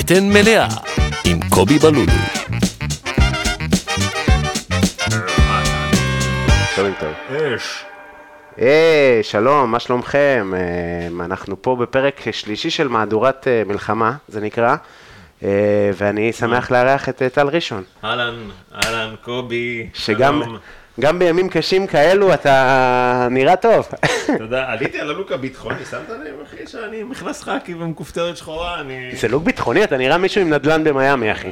בטן מלאה עם קובי בלולו. שומעים טוב. שלום, מה שלומכם? אנחנו פה בפרק שלישי של מהדורת מלחמה, זה נקרא, ואני שמח לארח את טל ראשון. אהלן, קובי, שגם בימים קשים כאלו אתה נראה טוב. תודה, עליתי על הלוק הביטחוני, שמת לב אחי שאני מכנס חקי ומכופתרת שחורה, זה לוק ביטחוני, אתה נראה מישהו עם נדל"ן במיימי, אחי.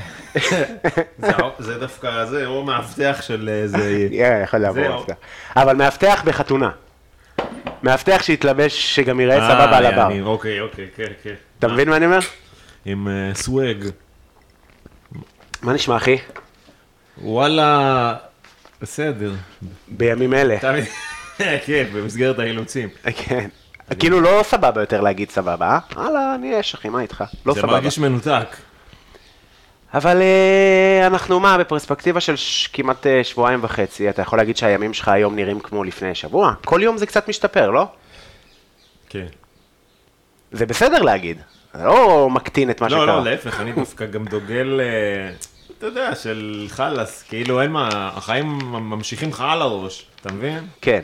זה דווקא, זה או מאבטח של איזה... יכול לעבור מאבטח. אבל מאבטח בחתונה. מאבטח שהתלבש, שגם יראה סבבה על הבר. אוקיי, כן. אתה מבין מה אני אומר? עם סווג. מה נשמע, אחי? וואלה, בסדר. בימים אלה. כן, במסגרת האילוצים. כן. כאילו לא סבבה יותר להגיד סבבה, אה? הלאה, אני יש, אחי, מה איתך? לא סבבה. זה מרגיש מנותק. אבל אנחנו מה, בפרספקטיבה של כמעט שבועיים וחצי, אתה יכול להגיד שהימים שלך היום נראים כמו לפני שבוע? כל יום זה קצת משתפר, לא? כן. זה בסדר להגיד, זה לא מקטין את מה שקרה. לא, להפך, אני דווקא גם דוגל, אתה יודע, של חלס, כאילו אין מה, החיים ממשיכים לך על הראש, אתה מבין? כן.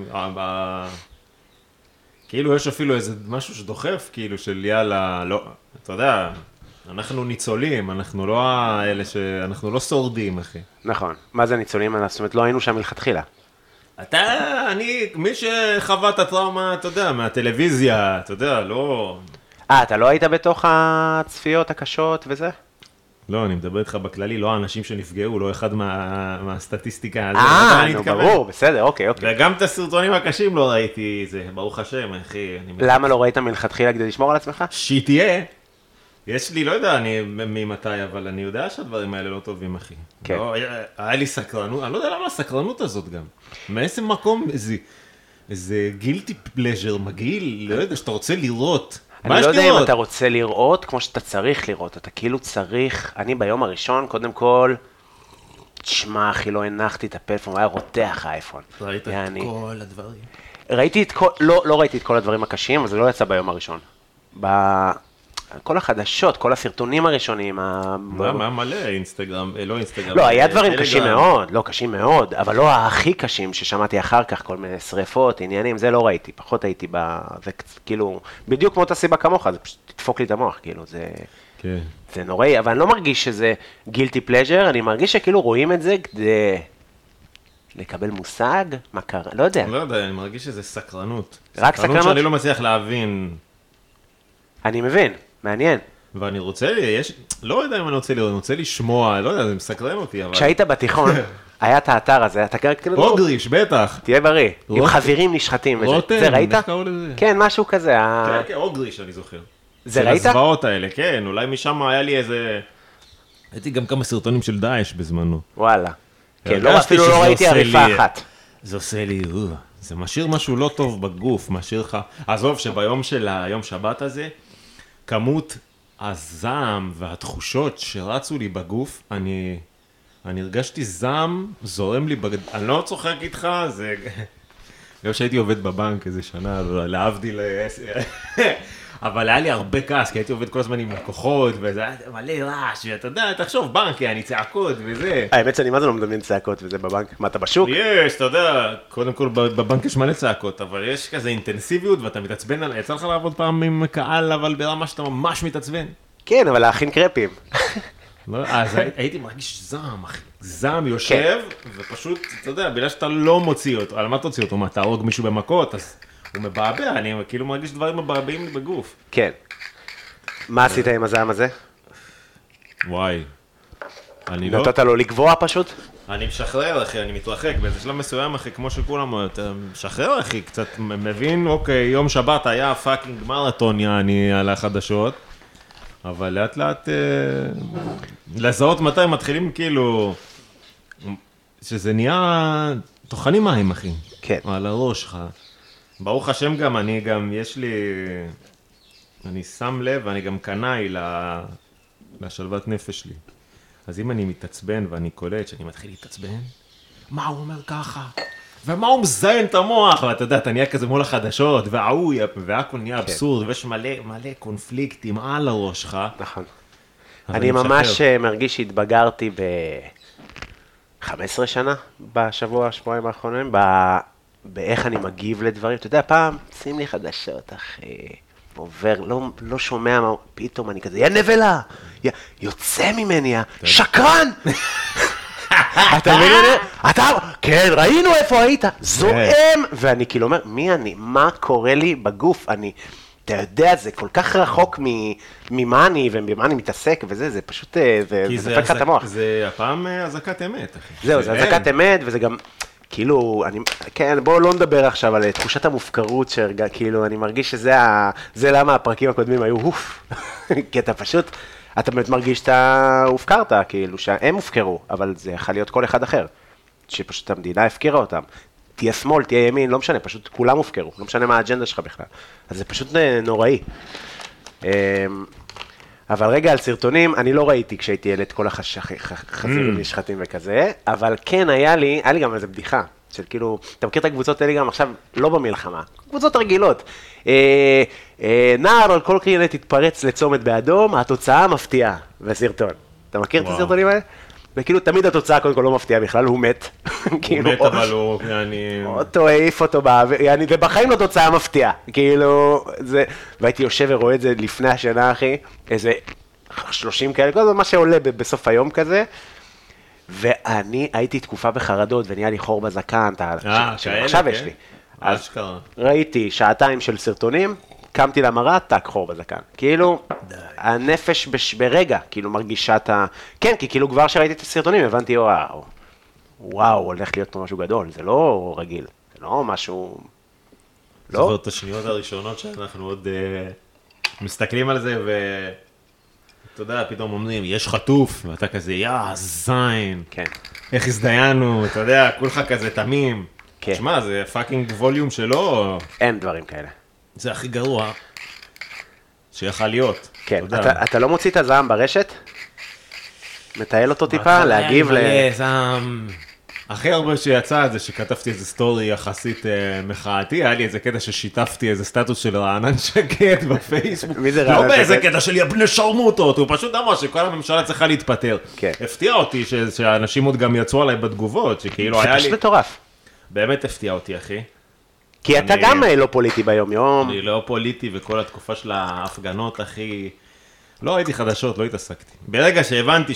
כאילו יש אפילו איזה משהו שדוחף, כאילו של יאללה, לא, אתה יודע, אנחנו ניצולים, אנחנו לא האלה אנחנו לא שורדים, אחי. נכון. מה זה ניצולים? זאת אומרת, לא היינו שם מלכתחילה. מי שחווה את הטראומה, אתה יודע, מהטלוויזיה, אתה יודע, לא... אתה לא היית בתוך הצפיות הקשות וזה? לא, אני מדבר איתך בכללי, לא האנשים שנפגעו, לא אחד מהסטטיסטיקה הזה. נו, ברור, בסדר, אוקיי. וגם את הסרטונים הקשים לא ראיתי, זה ברוך השם, אחי. למה לא ראית מלכתחילה כדי לשמור על עצמך? שתהיה. יש לי, לא יודע ממתי, אבל אני יודע שהדברים האלה לא טובים, אחי. כן. היה לי סקרנות, אני לא יודע למה הסקרנות הזאת גם. מאיזה מקום, איזה גילטי פלז'ר מגעיל, לא יודע, שאתה רוצה לראות. אני לא יודע אם אתה רוצה לראות כמו שאתה צריך לראות, אתה כאילו צריך, אני ביום הראשון, קודם כל, תשמע אחי, לא הנחתי את הפלאפון, הוא היה רותח האייפון. ראית את כל הדברים? ראיתי את כל, לא ראיתי את כל הדברים הקשים, אבל זה לא יצא ביום הראשון. כל החדשות, כל הסרטונים הראשונים. מה מלא? אינסטגרם, לא אינסטגרם. לא, היה דברים קשים מאוד, לא קשים מאוד, אבל לא הכי קשים ששמעתי אחר כך, כל מיני שריפות, עניינים, זה לא ראיתי, פחות הייתי זה כאילו, בדיוק כמו אותה סיבה כמוך, זה פשוט תדפוק לי את המוח, כאילו, זה נוראי, אבל אני לא מרגיש שזה גילטי פלז'ר, אני מרגיש שכאילו רואים את זה כדי לקבל מושג, מה קרה, לא יודע. לא יודע, אני מרגיש שזה סקרנות. רק סקרנות? שאני לא מצליח להבין. אני מבין. מעניין. ואני רוצה, לא יודע אם אני רוצה לשמוע, לא יודע, זה מסקרן אותי, אבל... כשהיית בתיכון, היה את האתר הזה, אתה כאילו... אוגריש, בטח. תהיה בריא, עם חזירים נשחטים. רותם, זה ראית? איך קראו לזה? כן, משהו כזה. כן, אוגריש, אני זוכר. זה ראית? של הזוועות האלה, כן, אולי משם היה לי איזה... הייתי גם כמה סרטונים של דאעש בזמנו. וואלה. כן, אפילו לא ראיתי עריפה אחת. זה עושה לי, זה משאיר משהו לא טוב בגוף, משאיר לך... עזוב שביום של היום שבת הזה, כמות הזעם והתחושות שרצו לי בגוף, אני הרגשתי זעם, זורם לי אני לא צוחק איתך, זה... גם שהייתי עובד בבנק איזה שנה, להבדיל אבל היה לי הרבה כעס, כי הייתי עובד כל הזמן עם לקוחות, וזה היה מלא רעש, ואתה יודע, תחשוב, בנק, אני צעקות וזה. האמת שאני מה זה לא מדמיין צעקות וזה בבנק? מה, אתה בשוק? יש, אתה יודע, קודם כל בבנק יש מלא צעקות, אבל יש כזה אינטנסיביות, ואתה מתעצבן עליי. יצא לך לעבוד פעם עם קהל, אבל ברמה שאתה ממש מתעצבן. כן, אבל להכין קרפים. אז הייתי מרגיש זעם, אחי. זעם יושב, ופשוט, אתה יודע, בגלל שאתה לא מוציא אותו, על מה תוציא אותו? מה, תהרוג מישהו במכות? אז הוא מבעבע, אני כאילו מרגיש דברים מבעבעים לי בגוף. כן. מה עשית עם הזעם הזה? וואי. אני לא... נתת לו לגבוה פשוט? אני משחרר, אחי, אני מתרחק, באיזה שלב מסוים, אחי, כמו שכולם, אתה משחרר, אחי, קצת מבין, אוקיי, יום שבת היה פאקינג מרתון, יעני, על החדשות, אבל לאט לאט, לזהות מתי מתחילים, כאילו, שזה נהיה טוחנים מים, אחי. כן. על הראש שלך. ברוך השם גם, יש לי, אני שם לב, ואני גם קנאי לשלוות נפש שלי. אז אם אני מתעצבן ואני קולט שאני מתחיל להתעצבן, מה הוא אומר ככה? ומה הוא מזיין את המוח, ואתה יודע, אתה נהיה כזה מול החדשות, והכל נהיה אבסורד, ויש מלא קונפליקטים על הראש שלך. נכון. אני ממש מרגיש שהתבגרתי ב-15 שנה, שבועיים האחרונים, באיך אני מגיב לדברים. אתה יודע, פעם, שים לי חדשות, אחי, עובר, לא שומע מה, פתאום אני כזה, יא נבלה, יוצא ממני, שקרן! אתה מבין? כן, ראינו איפה היית, זועם, ואני כאילו אומר, מי אני? מה קורה לי בגוף? אתה יודע, זה כל כך רחוק ממה אני ובמה אני מתעסק וזה, זה פשוט, זה דופק לך את המוח. זה הפעם הזקת אמת, אחי. זהו, זה הזקת אמת, וזה גם, כאילו, כן, בואו לא נדבר עכשיו על תחושת המופקרות, כאילו, אני מרגיש שזה למה הפרקים הקודמים היו הוף, כי אתה פשוט, אתה באמת מרגיש שאתה הופקרת, כאילו, שהם הופקרו, אבל זה יכול להיות כל אחד אחר, שפשוט המדינה הפקירה אותם. תהיה שמאל, תהיה ימין, לא משנה, פשוט כולם הופקרו, לא משנה מה האג'נדה שלך בכלל. אז זה פשוט נוראי. אבל רגע, על סרטונים, אני לא ראיתי כשהייתי ילד כל החזירים נשחטים וכזה, אבל כן היה לי גם איזו בדיחה, של כאילו, אתה מכיר את הקבוצות האלה גם עכשיו, לא במלחמה, קבוצות רגילות. נער על כל קריינט התפרץ לצומת באדום, התוצאה מפתיעה בסרטון. אתה מכיר את הסרטונים האלה? וכאילו, תמיד התוצאה קודם כל לא מפתיעה בכלל, הוא מת. הוא מת, אבל הוא, אותו העיף אותו באוויר, ובחיים לא תוצאה מפתיעה. כאילו, זה, והייתי יושב ורואה את זה לפני השנה, אחי, איזה 30 כאלה, כל זה מה שעולה בסוף היום כזה, ואני הייתי תקופה בחרדות, ונהיה לי חור בזקן, עכשיו יש לי. אז ראיתי שעתיים של סרטונים, קמתי למראה, טק חור בזקן. כאילו, הנפש ברגע, כאילו מרגישה את ה... כן, כי כאילו כבר שראיתי את הסרטונים, הבנתי, וואו, הולך להיות פה משהו גדול, זה לא רגיל, זה לא משהו... לא? זוכר את השניות הראשונות שאנחנו עוד מסתכלים על זה, ואתה יודע, פתאום אומרים, יש חטוף, ואתה כזה, זין. כן. איך הזדיינו, אתה יודע, כולך כזה תמים. כן. תשמע, זה פאקינג ווליום שלו. אין דברים כאלה. זה הכי גרוע שיכל להיות. כן, אתה לא מוציא את הזעם ברשת? מטייל אותו טיפה, להגיב ל... הכי הרבה שיצא זה שכתבתי איזה סטורי יחסית מחאתי, היה לי איזה קטע ששיתפתי איזה סטטוס של רענן שקט בפייסבוק. מי זה רענן שקט? לא באיזה קטע של בני שרמוטות, הוא פשוט אמר שכל הממשלה צריכה להתפטר. הפתיע אותי שאנשים עוד גם יצאו עליי בתגובות, שכאילו היה לי... זה פשוט מטורף. באמת הפתיע אותי, אחי. כי אתה גם לא פוליטי ביום יום. אני לא פוליטי, וכל התקופה של ההפגנות, אחי, לא הייתי חדשות, לא התעסקתי. ברגע שהבנתי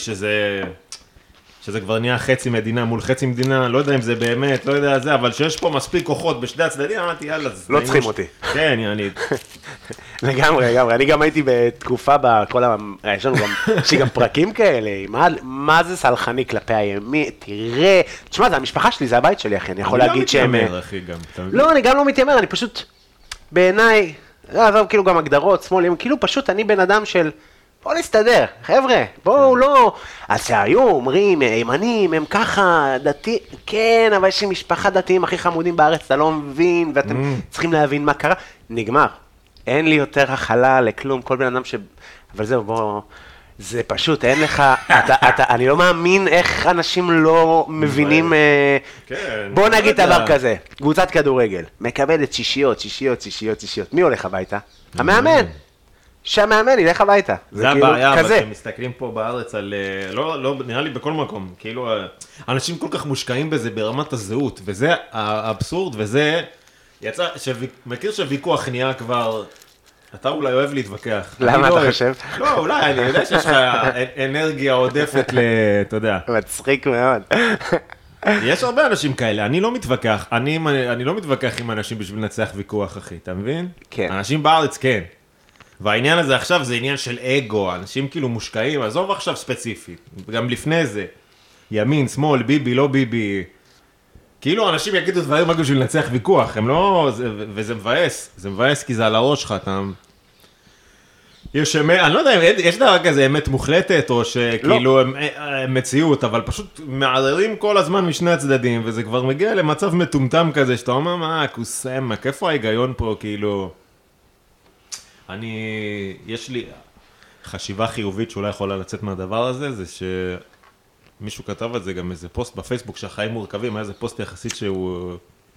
שזה כבר נהיה חצי מדינה מול חצי מדינה, לא יודע אם זה באמת, לא יודע זה, אבל שיש פה מספיק כוחות בשני הצדדים, אמרתי, יאללה. לא צריכים אותי. כן, אני... לגמרי. אני גם הייתי בתקופה יש לנו גם פרקים כאלה, מה זה סלחני כלפי הימין, תראה, תשמע, זה המשפחה שלי, זה הבית שלי, אחי, אני יכול להגיד שהם... אני לא מתיימר, אחי, גם. לא, אני גם לא מתיימר, אני פשוט, בעיניי, כאילו גם הגדרות, שמאלים, כאילו פשוט אני בן אדם של... בואו נסתדר, חבר'ה, בואו לא... אז שהיו אומרים, ימנים, הם ככה, דתי, כן, אבל יש לי משפחה דתיים הכי חמודים בארץ, אתה לא מבין, ואתם צריכים להבין מה קרה. נגמר. אין לי יותר הכלה לכלום, כל בן אדם ש... אבל זהו, בואו... זה פשוט, אין לך... אני לא מאמין איך אנשים לא מבינים... בואו נגיד דבר כזה, קבוצת כדורגל, מקבלת שישיות. מי הולך הביתה? המאמן. שהמאמן ילך הביתה. זה הבעיה, אבל כשמסתכלים פה בארץ על... לא, נראה לי בכל מקום. כאילו, אנשים כל כך מושקעים בזה ברמת הזהות, וזה האבסורד, וזה... יצא, מכיר שוויכוח נהיה כבר... אתה אולי אוהב להתווכח. למה אתה חושב? לא, אולי, אני יודע שיש לך אנרגיה עודפת אתה יודע. מצחיק מאוד. יש הרבה אנשים כאלה, אני לא מתווכח. אני לא מתווכח עם אנשים בשביל לנצח ויכוח, אחי, אתה מבין? כן. אנשים בארץ, כן. והעניין הזה עכשיו זה עניין של אגו, אנשים כאילו מושקעים, עזוב עכשיו ספציפית, גם לפני זה, ימין, שמאל, ביבי, לא ביבי, כאילו אנשים יגידו דברים רק בשביל לנצח ויכוח, הם לא, וזה מבאס כי זה על הראש שלך, אתה... יש אמת, אני לא יודע, יש דבר כזה אמת מוחלטת, או שכאילו מציאות, אבל פשוט מערערים כל הזמן משני הצדדים, וזה כבר מגיע למצב מטומטם כזה, שאתה אומר, מה, כוסמק, איפה ההיגיון פה, כאילו... יש לי חשיבה חיובית שאולי יכולה לצאת מהדבר הזה, זה שמישהו כתב על זה גם איזה פוסט בפייסבוק שהחיים מורכבים, היה איזה פוסט יחסית שהוא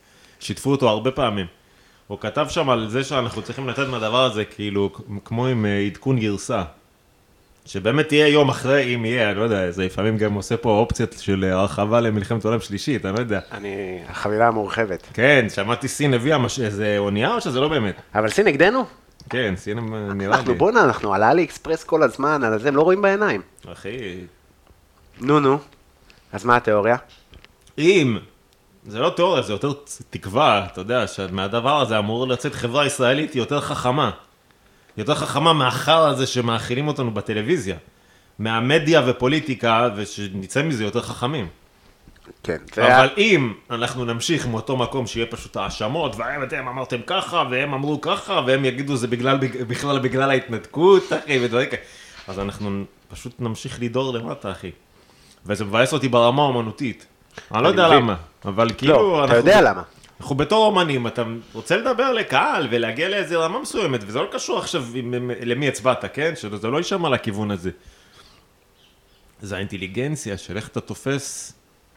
שיתפו אותו הרבה פעמים. הוא כתב שם על זה שאנחנו צריכים לתת מהדבר הזה, כאילו, כמו עם עדכון גרסה. שבאמת יהיה יום אחרי, אם יהיה, אני לא יודע, זה לפעמים גם עושה פה אופציות של הרחבה למלחמת עולם שלישית, אני לא יודע. החבילה המורחבת. כן, שמעתי סין הביאה איזה אונייה או שזה לא באמת? אבל סין נגדנו? כן, סין נראה לי. אנחנו על האלי אקספרס כל הזמן, על זה, הם לא רואים בעיניים. אחי. נו. אז מה התיאוריה? אם, זה לא תיאוריה, זה יותר תקווה, אתה יודע, שמהדבר הזה אמור לצאת חברה ישראלית יותר חכמה. יותר חכמה מהחר הזה שמאכילים אותנו בטלוויזיה. מהמדיה ופוליטיקה, ושנצא מזה יותר חכמים. כן. אבל אם אנחנו נמשיך מאותו מקום שיהיה פשוט האשמות, ואתם אמרתם ככה, והם אמרו ככה, והם יגידו זה בכלל בגלל ההתנתקות, אחי, ודברים כאלה. אז אנחנו פשוט נמשיך לדור למטה, אחי. וזה מבאס אותי ברמה האומנותית. אני לא יודע למה, אבל כאילו... לא, אתה יודע למה. אנחנו בתור אומנים, אתה רוצה לדבר לקהל ולהגיע לאיזה רמה מסוימת, וזה לא קשור עכשיו למי הצבעת, כן? שזה לא יישמע לכיוון הזה. זה האינטליגנציה של איך אתה תופס...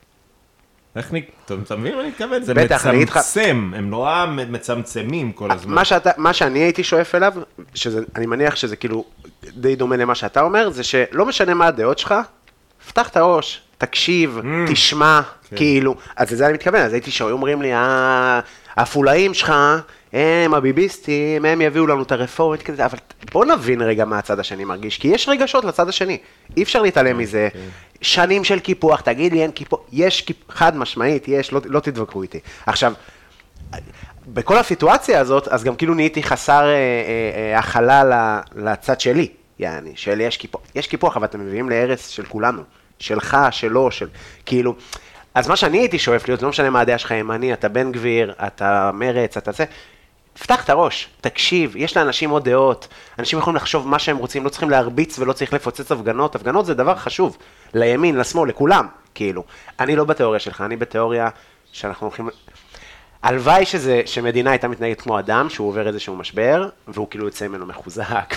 אתה מבין מה אני מתכוון? זה מצמצם, הם נורא מצמצמים כל הזמן. מה שאני הייתי שואף אליו, אני מניח שזה כאילו די דומה למה שאתה אומר, זה שלא משנה מה הדעות שלך, פתח את הראש, תקשיב, תשמע, כאילו, אז לזה אני מתכוון, אז הייתי שאומרים לי, הפולאים שלך, הם הביביסטים, הם יביאו לנו את הרפורמות כזה, אבל בוא נבין רגע מה הצד השני מרגיש, כי יש רגשות לצד השני, אי אפשר להתעלם מזה, שנים של קיפוח, תגיד לי אין קיפוח, יש חד משמעית, יש, לא תתווכחו איתי. עכשיו, בכל הסיטואציה הזאת, אז גם כאילו נהייתי חסר הכלה לצד שלי, יעני, של יש קיפוח, אבל אתם מביאים להרס של כולנו, שלך, שלו, כאילו, אז מה שאני הייתי שואף להיות, לא משנה מה הדעה שלך, ימני, אתה בן גביר, אתה מרץ, אתה זה, פתח את הראש, תקשיב, יש לאנשים עוד דעות, אנשים יכולים לחשוב מה שהם רוצים, לא צריכים להרביץ ולא צריך לפוצץ הפגנות, הפגנות זה דבר חשוב, לימין, לשמאל, לכולם, כאילו. אני לא בתיאוריה שלך, אני בתיאוריה שאנחנו הולכים... הלוואי שמדינה הייתה מתנהגת כמו אדם, שהוא עובר איזשהו משבר, והוא כאילו יוצא ממנו מחוזק,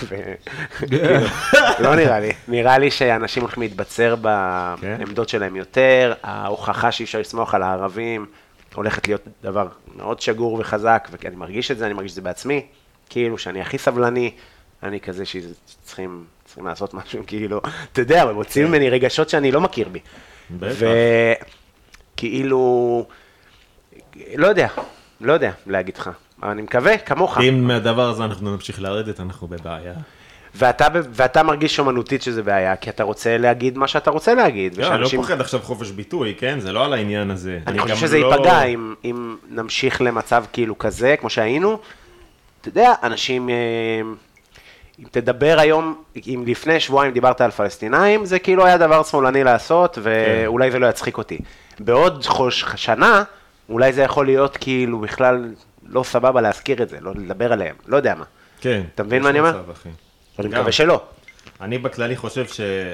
לא נראה לי. נראה לי שאנשים הולכים להתבצר בעמדות שלהם יותר, ההוכחה שאי אפשר לסמוך על הערבים, הולכת להיות דבר מאוד שגור וחזק, ואני מרגיש את זה, אני מרגיש את זה בעצמי, כאילו שאני הכי סבלני, אני כזה שצריכים לעשות משהו, כאילו, אתה יודע, אבל מוצאים ממני רגשות שאני לא מכיר בי. וכאילו... לא יודע להגיד לך, אבל אני מקווה, כמוך. אם מהדבר הזה אנחנו נמשיך לרדת, אנחנו בבעיה. ואתה מרגיש אומנותית שזה בעיה, כי אתה רוצה להגיד מה שאתה רוצה להגיד. אני לא פוחד עכשיו חופש ביטוי, כן? זה לא על העניין הזה. אני חושב שזה ייפגע אם נמשיך למצב כאילו כזה, כמו שהיינו. אתה יודע, אנשים, אם תדבר היום, אם לפני שבועיים דיברת על פלסטינאים, זה כאילו היה דבר שמאלני לעשות, ואולי זה לא יצחיק אותי. בעוד שנה, אולי זה יכול להיות כאילו בכלל לא סבבה להזכיר את זה, לא לדבר עליהם, לא יודע מה. כן. אתה מבין מה אני אומר? אני מקווה שלא. אני בכללי חושב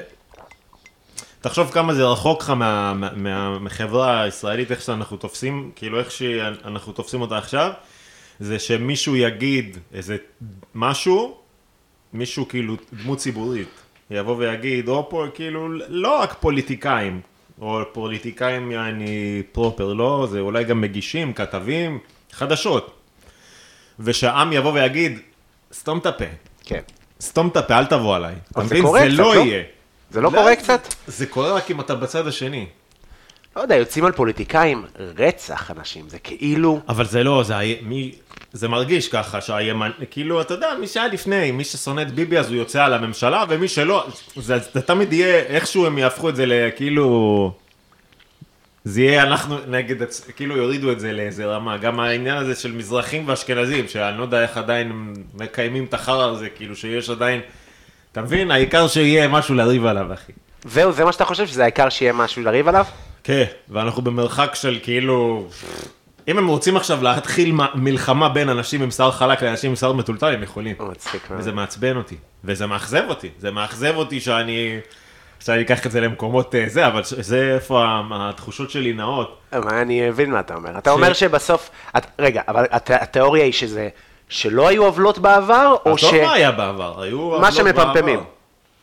תחשוב כמה זה רחוק לך מהחברה הישראלית, איך שאנחנו תופסים, כאילו איך שאנחנו תופסים אותה עכשיו, זה שמישהו יגיד איזה משהו, מישהו כאילו דמות ציבורית, יבוא ויגיד, או פה כאילו לא רק פוליטיקאים, או פוליטיקאים יעני פרופר, לא, זה אולי גם מגישים, כתבים, חדשות. ושהעם יבוא ויגיד, סתום את הפה. כן. סתום את הפה, אל תבוא עליי. זה קורה קצת, לא? זה לא קורה קצת? זה קורה רק אם אתה בצד השני. לא יודע, יוצאים על פוליטיקאים, רצח אנשים, זה כאילו... אבל זה לא, זה מרגיש ככה, כאילו, אתה יודע, מי שהיה לפני, מי ששונא את ביבי, אז הוא יוצא על הממשלה, ומי שלא, זה תמיד יהיה, איכשהו הם יהפכו את זה לכאילו... זה יהיה אנחנו נגד, כאילו יורידו את זה לאיזה רמה, גם העניין הזה של מזרחים ואשכנזים, שאני לא יודע איך עדיין מקיימים את החרא הזה, כאילו שיש עדיין, אתה מבין? העיקר שיהיה משהו לריב עליו, אחי. זהו, זה מה שאתה חושב, שזה העיקר שיהיה משהו לריב עליו? כן, ואנחנו במרחק של כאילו, אם הם רוצים עכשיו להתחיל מלחמה בין אנשים עם שר חלק לאנשים עם שר מטולטל, הם יכולים. וזה מעצבן אותי, וזה מאכזב אותי, זה מאכזב אותי שאני אקח את זה למקומות זה, אבל זה איפה התחושות שלי נעות. אני מבין מה אתה אומר. אתה אומר שבסוף, רגע, אבל התיאוריה היא שזה, שלא היו עוולות בעבר, או ש... לא היה בעבר, היו עוולות בעבר. מה שמפמפמים.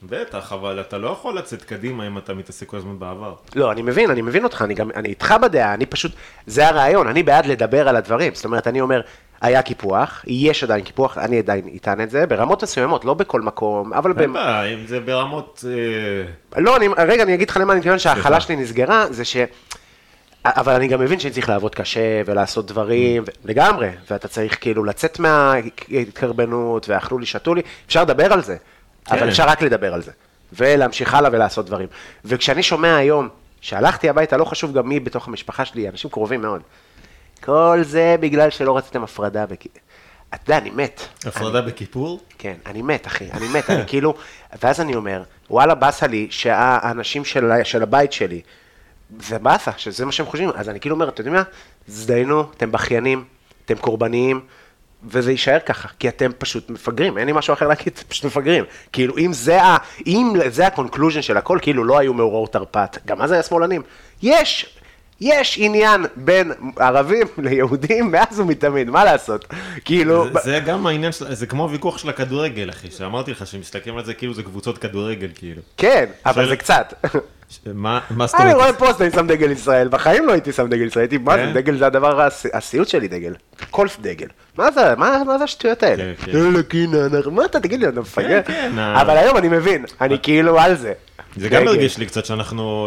בטח, אבל אתה לא יכול לצאת קדימה אם אתה מתעסק כל הזמן בעבר. לא, אני מבין אותך, אני איתך בדעה, אני פשוט, זה הרעיון, אני בעד לדבר על הדברים, זאת אומרת, אני אומר, היה קיפוח, יש עדיין קיפוח, אני עדיין איתן את זה, ברמות מסוימות, לא בכל מקום, אבל... אין בעיה, אם זה ברמות... לא, רגע, אני אגיד לך למה אני מתכוון שההכלה שלי נסגרה, זה ש... אבל אני גם מבין שאני צריך לעבוד קשה ולעשות דברים, לגמרי, ואתה צריך כאילו לצאת מההתקרבנות, ואכלו לי, שתו לי, אפשר לדבר על זה, אבל אפשר רק לדבר על זה, ולהמשיך הלאה ולעשות דברים. וכשאני שומע היום, שהלכתי הביתה, לא חשוב גם מי בתוך המשפחה שלי, אנשים קרובים מאוד, כל זה בגלל שלא רציתם הפרדה, אתה יודע, אני מת. הפרדה בכיפור? כן, אני מת, אחי, אני מת, אני כאילו, ואז אני אומר, וואלה, באסה לי שהאנשים של הבית שלי, זה באסה, שזה מה שהם חושבים, אז אני כאילו אומר, אתם יודעים מה? זדיינו, אתם בכיינים, אתם קורבניים, וזה יישאר ככה, כי אתם פשוט מפגרים, אין לי משהו אחר להגיד, פשוט מפגרים. כאילו, אם זה הקונקלוז'ן של הכל, כאילו לא היו מאורעות תרפ"ט, גם אז היה שמאלנים. יש עניין בין ערבים ליהודים מאז ומתמיד, מה לעשות? כאילו... זה גם העניין, זה כמו ויכוח של הכדורגל, אחי, שאמרתי לך שמסתכלים על זה כאילו זה קבוצות כדורגל, כאילו. כן, אבל זה קצת. מה זאת אומרת? אני רואה פוסט, אני שם דגל ישראל, בחיים לא הייתי שם דגל ישראל, הייתי, מה זה, דגל זה הדבר, הסיוט שלי דגל, קולף דגל, מה זה השטויות האלה? יאללה קינה, מה אתה תגיד לי, אתה מפגר? אבל היום אני מבין, אני כאילו על זה. זה גם מרגיש לי קצת שאנחנו,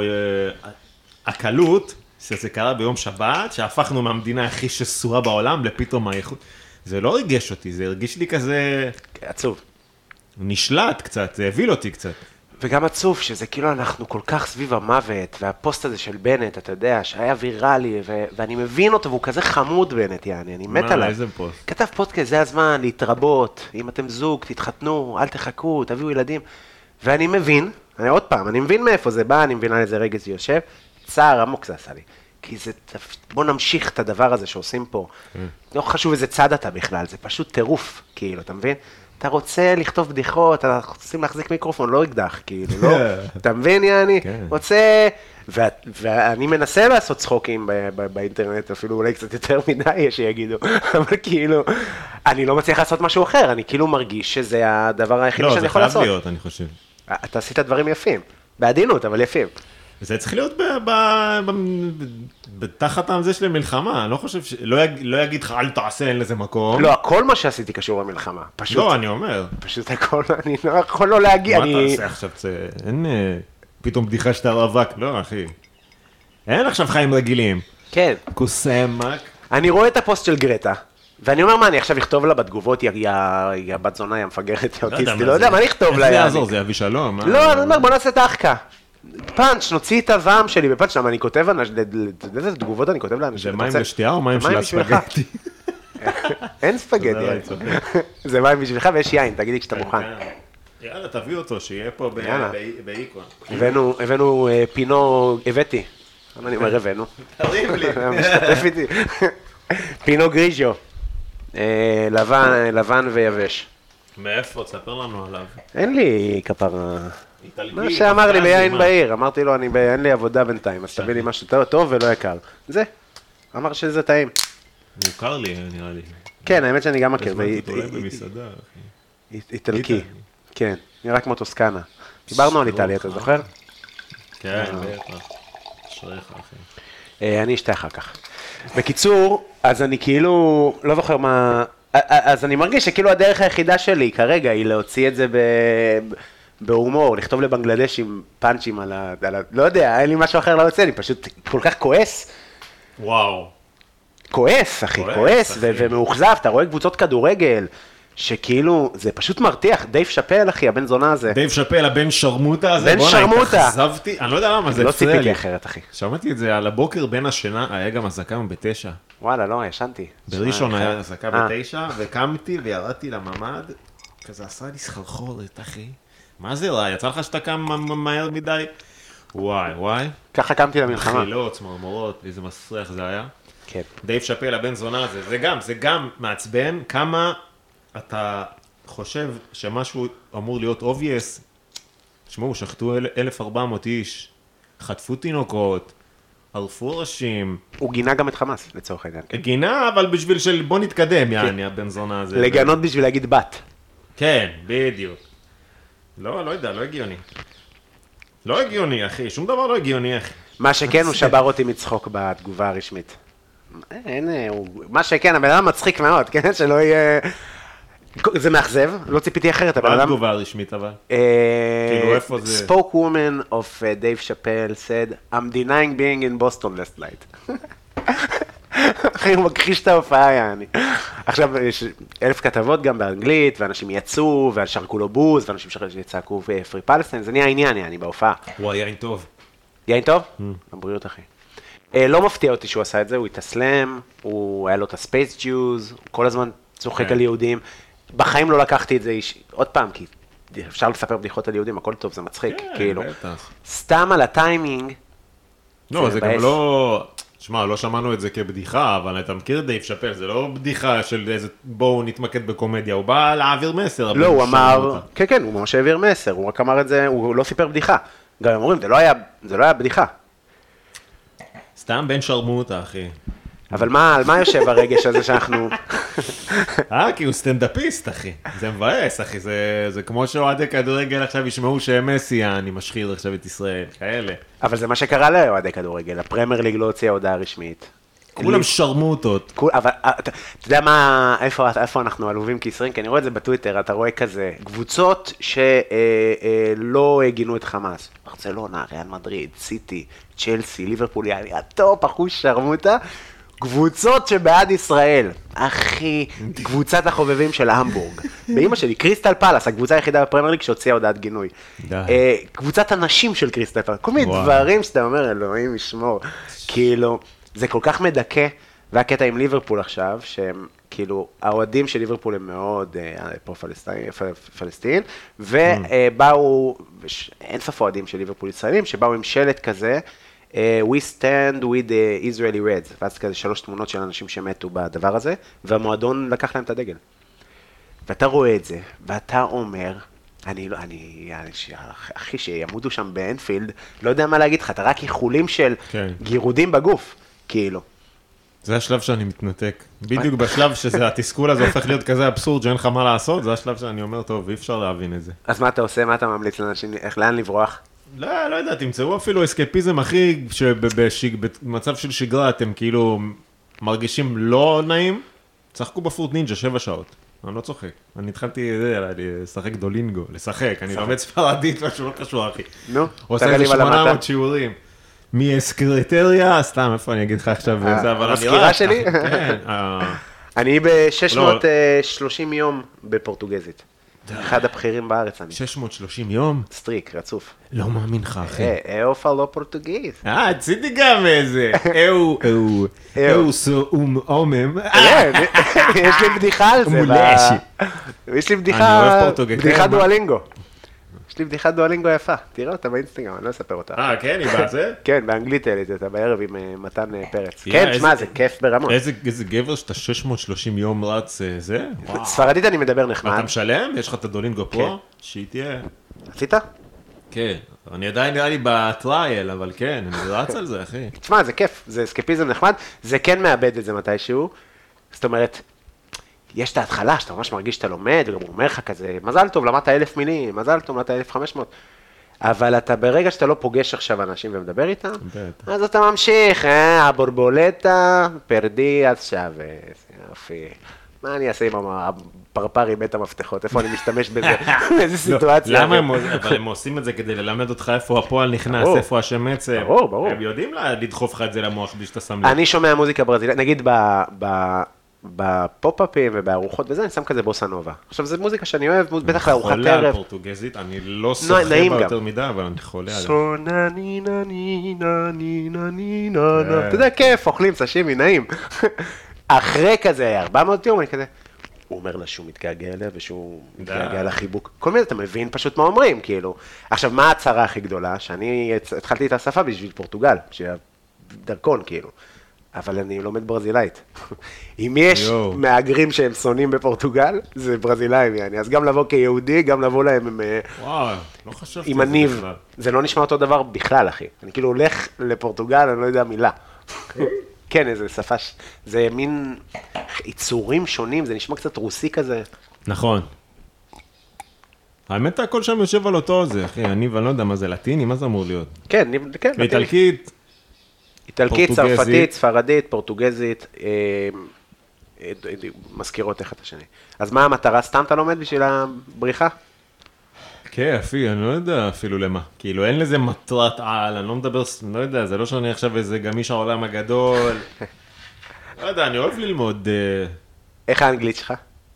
הקלות, שזה קרה ביום שבת, שהפכנו מהמדינה הכי שסורה בעולם לפתאום האיכות, זה לא הרגיש אותי, זה הרגיש לי כזה... עצוב. נשלט קצת, זה הביל אותי קצת. וגם עצוב שזה כאילו אנחנו כל כך סביב המוות, והפוסט הזה של בנט, אתה יודע, שהיה ויראלי, ואני מבין אותו, והוא כזה חמוד בנט, יעני, אני מת עליו. מה, איזה פוסט? כתב פוסט כזה, זה הזמן להתרבות, אם אתם זוג, תתחתנו, אל תחכו, תביאו ילדים. ואני מבין, עוד פעם, אני מבין מאיפה זה בא, אני מבין על איזה רגע זה יושב, צער עמוק זה עשה לי. כי זה, בוא נמשיך את הדבר הזה שעושים פה. לא חשוב איזה צד אתה בכלל, זה פשוט טירוף, כאילו, אתה מבין? אתה רוצה לכתוב בדיחות, אתה רוצים להחזיק מיקרופון, לא אקדח, כאילו, לא? אתה מבין, יעני? רוצה... ואני מנסה לעשות צחוקים באינטרנט, אפילו אולי קצת יותר מדי, יש שיגידו, אבל כאילו, אני לא מצליח לעשות משהו אחר, אני כאילו מרגיש שזה הדבר היחידי שאני יכול לעשות. לא, זה חייב להיות, אני חושב. אתה עשית דברים יפים, בעדינות, אבל יפים. זה צריך להיות בתחת הזה של המלחמה, אני לא חושב לא יגיד לך, אל תעשה, אין לזה מקום. לא, כל מה שעשיתי קשור למלחמה, פשוט. לא, אני אומר. פשוט הכל, אני לא יכול לא להגיע. מה אתה עושה עכשיו? אין פתאום בדיחה שאתה רווק, לא, אחי. אין עכשיו חיים רגילים. כן. קוסמק. אני רואה את הפוסט של גרטה, ואני אומר, מה, אני עכשיו אכתוב לה בתגובות, יא בת זונה, יא מפגרת, יא אוטיסטי, לא יודע, מה אני אכתוב לה? איך זה יעזור? זה יביא שלום? לא, אני אומר, בוא נעשה את האחקה. פאנץ', נוציא את הזעם שלי בפאנץ', למה אני כותב, איזה תגובות אני כותב לאנשים. זה מים לשתייה או מים של הספגטי? אין ספגטי, זה מים בשבילך ויש יין, תגיד לי כשאתה מוכן. יאללה, תביא אותו, שיהיה פה באיקון. הבאנו פינו, הבאתי, אני אומר הבאנו. תריב לי. משתתף איתי. פינו גריז'ו, לבן ויבש. מאיפה? תספר לנו עליו. אין לי כפרה. מה שאמר לי ביין בעיר, אמרתי לו, אין לי עבודה בינתיים, אז תביא לי משהו טוב ולא יקר. זה, אמר שזה טעים. מוכר לי, נראה לי. כן, האמת שאני גם מכיר. אולי במסעדה, אחי. איטלקי, כן, נראה כמו טוסקנה. דיברנו על איטליה, אתה זוכר? כן, בטח. אשריך, אחי. אני אשתה אחר כך. בקיצור, אז אני כאילו, לא זוכר מה... אז אני מרגיש שכאילו הדרך היחידה שלי כרגע היא להוציא את זה בהומור, לכתוב לבנגלדשים פאנצ'ים על ה... לא יודע, אין לי משהו אחר להוציא, אני פשוט כל כך כועס. וואו. כועס, אחי, כועס, ומאוכזב, אתה רואה קבוצות כדורגל, שכאילו, זה פשוט מרתיח, דייב שאפל, אחי, הבן זונה הזה. דייב שאפל, הבן שרמוטה הזה, בן שרמוטה. התאכזבתי, אני לא יודע למה, זה לא הפריע לי. ציפיתי אחרת, אחי. שמעתי את זה על הבוקר בין השינה, היה גם הזקה ב9. וואלה, לא, ישנתי. בראשון היה הזקה ב9, וקמתי וירדתי לממד, כזה עשה לי סחרחורת, אחי. מה זה רע? יצא לך שאתה קם מהר מדי? וואי. ככה קמתי למלחמה. חילות, צמרמורות, איזה מסריח זה היה. כן. דייב שאפל, הבן זונה הזה, זה גם מעצבן, כמה אתה חושב שמשהו אמור להיות obvious, תשמעו, שחטו 1,400 איש, חטפו תינוקות, ערפו ראשים. הוא גינה גם את חמאס, לצורך העניין. גינה, אבל בשביל של בוא נתקדם, יעני, הבן זונה הזה. לגנות בשביל להגיד בת. כן, בדיוק. לא יודע, לא הגיוני. לא הגיוני, אחי, שום דבר לא הגיוני, אחי. מה שכן, הוא שבר אותי מצחוק בתגובה הרשמית. מה שכן, הבן אדם מצחיק מאוד, כן? שלא יהיה... זה מאכזב, לא ציפיתי אחרת, הבן מה אדם... התגובה הרשמית אבל? כאילו, איפה זה? Spokeswoman of Dave Chappelle said, I'm denying being in Boston last night. אחי, הוא מכחיש את ההופעה, יעני. עכשיו, יש 1,000 כתבות גם באנגלית, ואנשים יצאו, ושרקו לו בוז, ואנשים שצעקו פרי פלסטין, זה נהיה העניין, יעני, בהופעה. הוא היה טוב. יין טוב? הבריאות, אחי. לא מפתיע אותי שהוא עשה את זה, הוא התאסלם, הוא היה לו את הספייס ג'וז, הוא כל הזמן צוחק על יהודים. בחיים לא לקחתי את זה עוד פעם, כי אפשר לספר בדיחות על יהודים, הכל טוב, זה מצחיק, כאילו. סתם על הטיימינג. לא, זה גם לא... שמע, לא שמענו את זה כבדיחה, אבל אתה מכיר דייב שאפל, זה לא בדיחה של איזה בואו נתמקד בקומדיה, הוא בא להעביר מסר. לא, הוא אמר, כן, הוא ממש העביר מסר, הוא רק אמר את זה, הוא לא סיפר בדיחה. גם הם אומרים, זה לא היה בדיחה. סתם בן שרמוטה, אחי. אבל על מה יושב הרגש הזה שאנחנו... כי הוא סטנדאפיסט, אחי. זה מבאס, אחי. זה כמו שאוהדי כדורגל עכשיו ישמעו שמסי, אני משחיר עכשיו את ישראל, כאלה. אבל זה מה שקרה לאוהדי כדורגל. הפרמייר ליג לא הוציאה הודעה רשמית. כולם שרמוטות. אבל אתה יודע מה, איפה אנחנו עלובים כישראלים? כי אני רואה את זה בטוויטר, אתה רואה כזה, קבוצות שלא גינו את חמאס. ברצלונה, ריאל מדריד, סיטי, צ'לסי, ליברפול, הטופ, אחוז שרמוטה. קבוצות שבעד ישראל, אחי, קבוצת החובבים של המבורג. באמא שלי, קריסטל פלאס, הקבוצה היחידה בפרמייר ליג שהוציאה הודעת גינוי. קבוצת הנשים של קריסטל פלאס, כל מיני דברים שאתה אומר, אלוהים ישמור. כאילו, זה כל כך מדכא, והקטע עם ליברפול עכשיו, שהם, כאילו, האוהדים של ליברפול הם מאוד פרו-פלסטין, ובאו, אין סוף אוהדים של ליברפול ישראלים, שבאו עם שלט כזה, We stand with the Israeli Reds, ואז כזה 3 תמונות של אנשים שמתו בדבר הזה, והמועדון לקח להם את הדגל. ואתה רואה את זה, ואתה אומר, אחי שימודו שם באנפילד, לא יודע מה להגיד לך, אתה רק איחולים של גירודים בגוף, כאילו. זה השלב שאני מתנתק. בדיוק בשלב שזה, התסכול הזה הופך להיות כזה אבסורד שאין לך מה לעשות, זה השלב שאני אומר, טוב, אי אפשר להבין את זה. אז מה אתה עושה? מה אתה ממליץ לאנשים? איך, לאן לברוח? לא יודע, תמצאו אפילו אסקפיזם הכי, שבמצב של שגרה אתם כאילו מרגישים לא נעים, צחקו בפורט נינג'ה 7 שעות. אני לא צוחק. אני התחלתי לשחק דולינגו, לשחק, אני לומד ספרדית, משהו לא קשור, אחי. נו, עושה איזה 800 שיעורים. מאסקרטריה, סתם, איפה אני אגיד לך עכשיו, הסקירה שלי? כן. אני ב-630 יום בפורטוגזית. אחד הבכירים בארץ אני. 630 יום? סטריק, רצוף. לא מאמין לך, אחי. אופה לא פורטוגזית. עשיתי גם איזה. אומם. יש לי בדיחה על זה. יש לי בדיחה דואלינגו. יש לי בדיחת דואלינגו יפה, תראה אותה באינסטגרם, אני לא אספר אותה. כן, היא בזה? כן, באנגלית העליתי אותה בערב עם מתן פרץ. כן, תשמע, זה כיף ברמות. איזה גבר שאתה 630 יום רץ, זה? ספרדית אני מדבר נחמד. אתה משלם? יש לך את הדולינגו פה? שהיא תהיה. עשית? כן, אני עדיין נראה לי בטרייל, אבל כן, אני רץ על זה, אחי. תשמע, זה כיף, זה אסקפיזם נחמד, זה כן מאבד את זה מתישהו. זאת אומרת, יש את ההתחלה שאתה ממש מרגיש שאתה לומד, וגם הוא אומר לך כזה, מזל טוב, למדת 1,000 מילים, מזל טוב, למדת 1,500. אבל אתה ברגע שאתה לא פוגש עכשיו אנשים ומדבר איתם, אז אתה ממשיך, הבורבולטה, פרדי, אז שווה, יופי. מה אני אעשה עם הפרפר עם בית המפתחות? איפה אני משתמש בזה? איזה סיטואציה? למה הם עושים את זה כדי ללמד אותך איפה הפועל נכנס, איפה השם עצם? ברור, ברור. הם יודעים לדחוף לך את זה למוח בלי שאתה שם לב. אני שומע מוזיקה ברזילאית, נגיד בפופ-אפים ובארוחות וזה, אני שם כזה בוסה נובה. עכשיו, זו מוזיקה שאני אוהב, בטח לארוחת ערב. חולה על פורטוגזית, אני לא שוחה בה יותר מדי, אבל אני חולה עליה. סונה נינה נינה נינה נינה נינה. אתה יודע, כיף, אוכלים סשימי, נעים. אחרי כזה, 400 יום, אני כזה, הוא אומר לה שהוא מתגעגע אליה ושהוא מתגעגע לחיבוק. כל מיני, אתה מבין פשוט מה אומרים, כאילו. עכשיו, מה הצרה הכי גדולה? שאני התחלתי את השפה בשביל פורטוגל, בשביל דרכון, כאילו. אבל אני לומד ברזילאית. אם יש מהגרים שהם שונאים בפורטוגל, זה ברזילאים, יעני. אז גם לבוא כיהודי, גם לבוא להם עם... וואו, לא חשבתי עם הניב. זה לא נשמע אותו דבר בכלל, אחי. אני כאילו הולך לפורטוגל, אני לא יודע מילה. כן, איזה שפה, זה מין יצורים שונים, זה נשמע קצת רוסי כזה. נכון. האמת, הכל שם יושב על אותו זה, אחי, אני לא יודע מה זה, לטיני, מה זה אמור להיות? כן, כן. איטלקית, איטלקית, פורטוגזית. צרפתית, ספרדית, פורטוגזית, מזכירות אחד את השני. אז מה המטרה? סתם אתה לומד בשביל הבריחה? כן, אפי, אני לא יודע אפילו למה. כאילו, אין לזה מטרת על, אני לא מדבר, לא יודע, זה לא שאני עכשיו איזה גמיש העולם הגדול. לא יודע, אני אוהב ללמוד איך האנגלית שלך?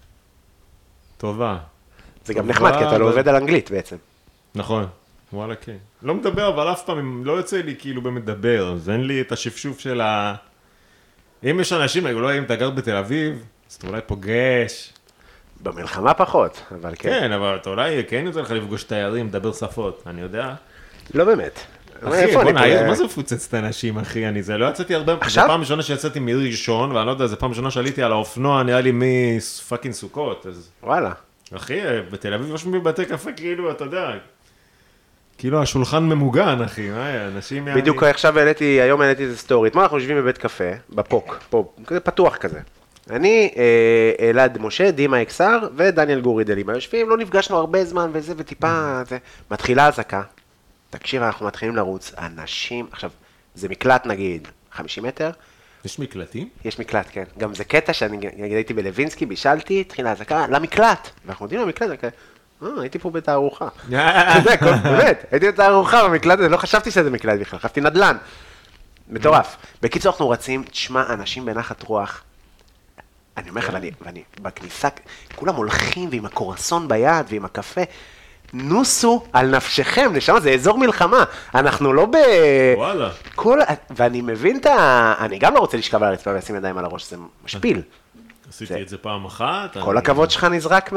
טובה. זה גם טובה, נחמד, כי אתה לא אבל- עובד על אנגלית בעצם. נכון, וואלה, כן. לא מדבר, אבל אף פעם לא יוצא לי כאילו באמת לדבר, אז אין לי את השפשוף של ה... אם יש אנשים, לא אם אתה גר בתל אביב, אז אתה אולי פוגש. במלחמה פחות, אבל כן. כן, אבל אתה אולי כן יוצא לך לפגוש תיירים, לדבר שפות, אני יודע. לא באמת. אחי, איפה אני בוא'נה, פה? העיר, מה זה מפוצץ את האנשים, אחי? זה לא יצאתי הרבה, זה עכשיו? פעם ראשונה שיצאתי מראשון, ואני לא יודע, זה פעם ראשונה שעליתי על האופנוע, נראה לי מפאקינג סוכות, אז... וואלה. אחי, בתל אביב יושבים בבתי קפה, כאילו, אתה יודע, כאילו השולחן ממוגן, אחי, מה היה, אנשים... בדיוק עכשיו היום העליתי איזה סטורי. אתמול אנחנו יושבים בבית קפה, בפוק, פה, כזה פתוח כזה. אני, אלעד משה, דימה אקסר ודניאל גורי דלימה יושבים, לא נפגשנו הרבה זמן וזה, וטיפה, זה, מתחילה הזעקה. תקשיב, אנחנו מתחילים לרוץ, אנשים, עכשיו, זה מקלט נגיד 50 מטר, יש מקלטים? יש מקלט, כן. גם זה קטע שאני הייתי בלווינסקי, בישלתי, התחילה הזעקה, למקלט. ואנחנו יודעים למקלט, הייתי פה בתערוכה. אתה יודע, באמת, הייתי בתערוכה במקלט הזה, לא חשבתי שזה מקלט בכלל, חשבתי נדל"ן. מטורף. בקיצור, אנחנו רצים, תשמע, אנשים בנחת רוח, אני אומר לך, ואני בכניסה, כולם הולכים ועם הקורסון ביד ועם הקפה, נוסו על נפשכם, נשמה, זה אזור מלחמה, אנחנו לא וואלה. ואני מבין אני גם לא רוצה לשכב על הרצפה ולשים ידיים על הראש, זה משפיל. עשיתי את זה פעם אחת. כל הכבוד שלך נזרק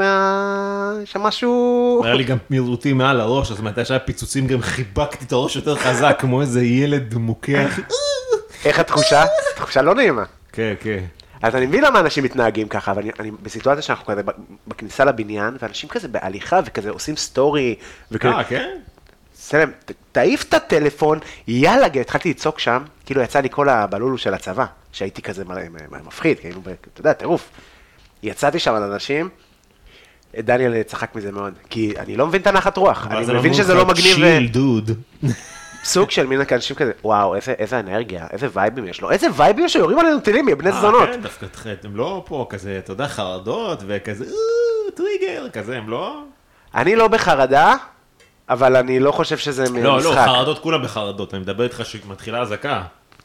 שמשהו... היה לי גם מילרותי מעל הראש, אז מתי שהיה פיצוצים גם חיבקתי את הראש יותר חזק, כמו איזה ילד מוכה. איך התחושה? תחושה לא נעימה. כן, כן. אז אני מבין למה אנשים מתנהגים ככה, אבל אני בסיטואציה שאנחנו כזה בכניסה לבניין, ואנשים כזה בהליכה וכזה עושים סטורי, וכזה, כן? סלם, תעיף את הטלפון, יאללה, התחלתי לצעוק שם, כאילו יצא לי כל הבלולו של הצבא, שהייתי כזה מפחיד, כאילו, אתה יודע, טירוף. יצאתי שם על אנשים, דניאל צחק מזה מאוד, כי אני לא מבין את הנחת רוח, אני מבין שזה לא מגניב. צ'יל, דוד. סוג של מין אנשים כזה, וואו, איזה אנרגיה, איזה וייבים יש לו, איזה וייבים שיורים עלינו טילים, בני זונות. כן, דווקא הם לא פה כזה, אתה יודע, חרדות וכזה, טריגר, כזה, הם לא... אני לא בחרדה, אבל אני לא חושב שזה משחק. לא, חרדות, כולם בחרדות, אני מדבר איתך שמתחילה הזעקה.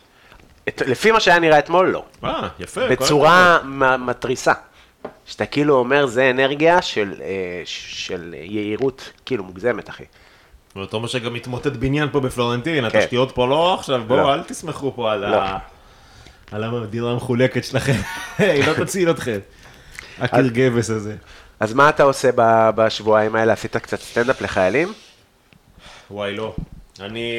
לפי מה שהיה נראה אתמול, לא. יפה. בצורה מתריסה. שאתה כאילו אומר, זה אנרגיה של יהירות, כאילו מוגזמת, אחי. ואתה אומר שגם מתמוטט בניין פה בפלורנטין, התשתיות פה לא עכשיו, בואו, אל תסמכו פה על הדירה המחולקת שלכם, היא לא תציל אתכם. הקיר גבס הזה. אז מה אתה עושה בשבועיים האלה? עשית קצת סטנדאפ לחיילים? וואי, לא. אני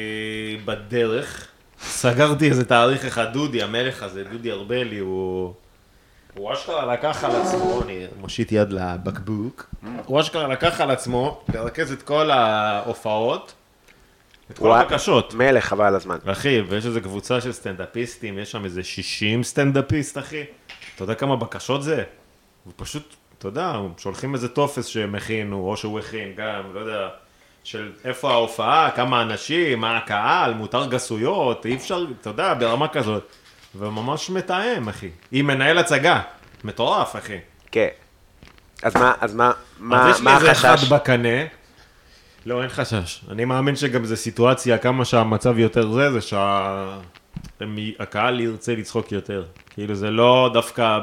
בדרך, סגרתי איזה תאריך אחד, דודי, המלך הזה, דודי ארבלי, הוא אשכרה לקח על עצמו, אני מושיט יד לבקבוק, הוא אשכרה לקח על עצמו לרכז את כל ההופעות, את כל הבקשות. מלך, חבל על הזמן. אחי, ויש איזו קבוצה של סטנדאפיסטים, יש שם איזה 60 סטנדאפיסט, אחי. אתה יודע כמה בקשות זה? הוא פשוט, אתה יודע, שולחים איזה טופס שהם הכינו, או שהוא הכין גם, לא יודע, של איפה ההופעה, כמה אנשים, מה הקהל, מותר גסויות, אי אפשר, אתה יודע, ברמה כזאת. וממש מתאם, אחי. היא מנהל הצגה. מטורף, אחי. כן. אז מה אז יש לי איזה אחד בקנה. לא, אין חשש. אני מאמין שגם זו סיטואציה, כמה שהמצב יותר זה שהקהל ירצה לצחוק יותר. כאילו זה לא דווקא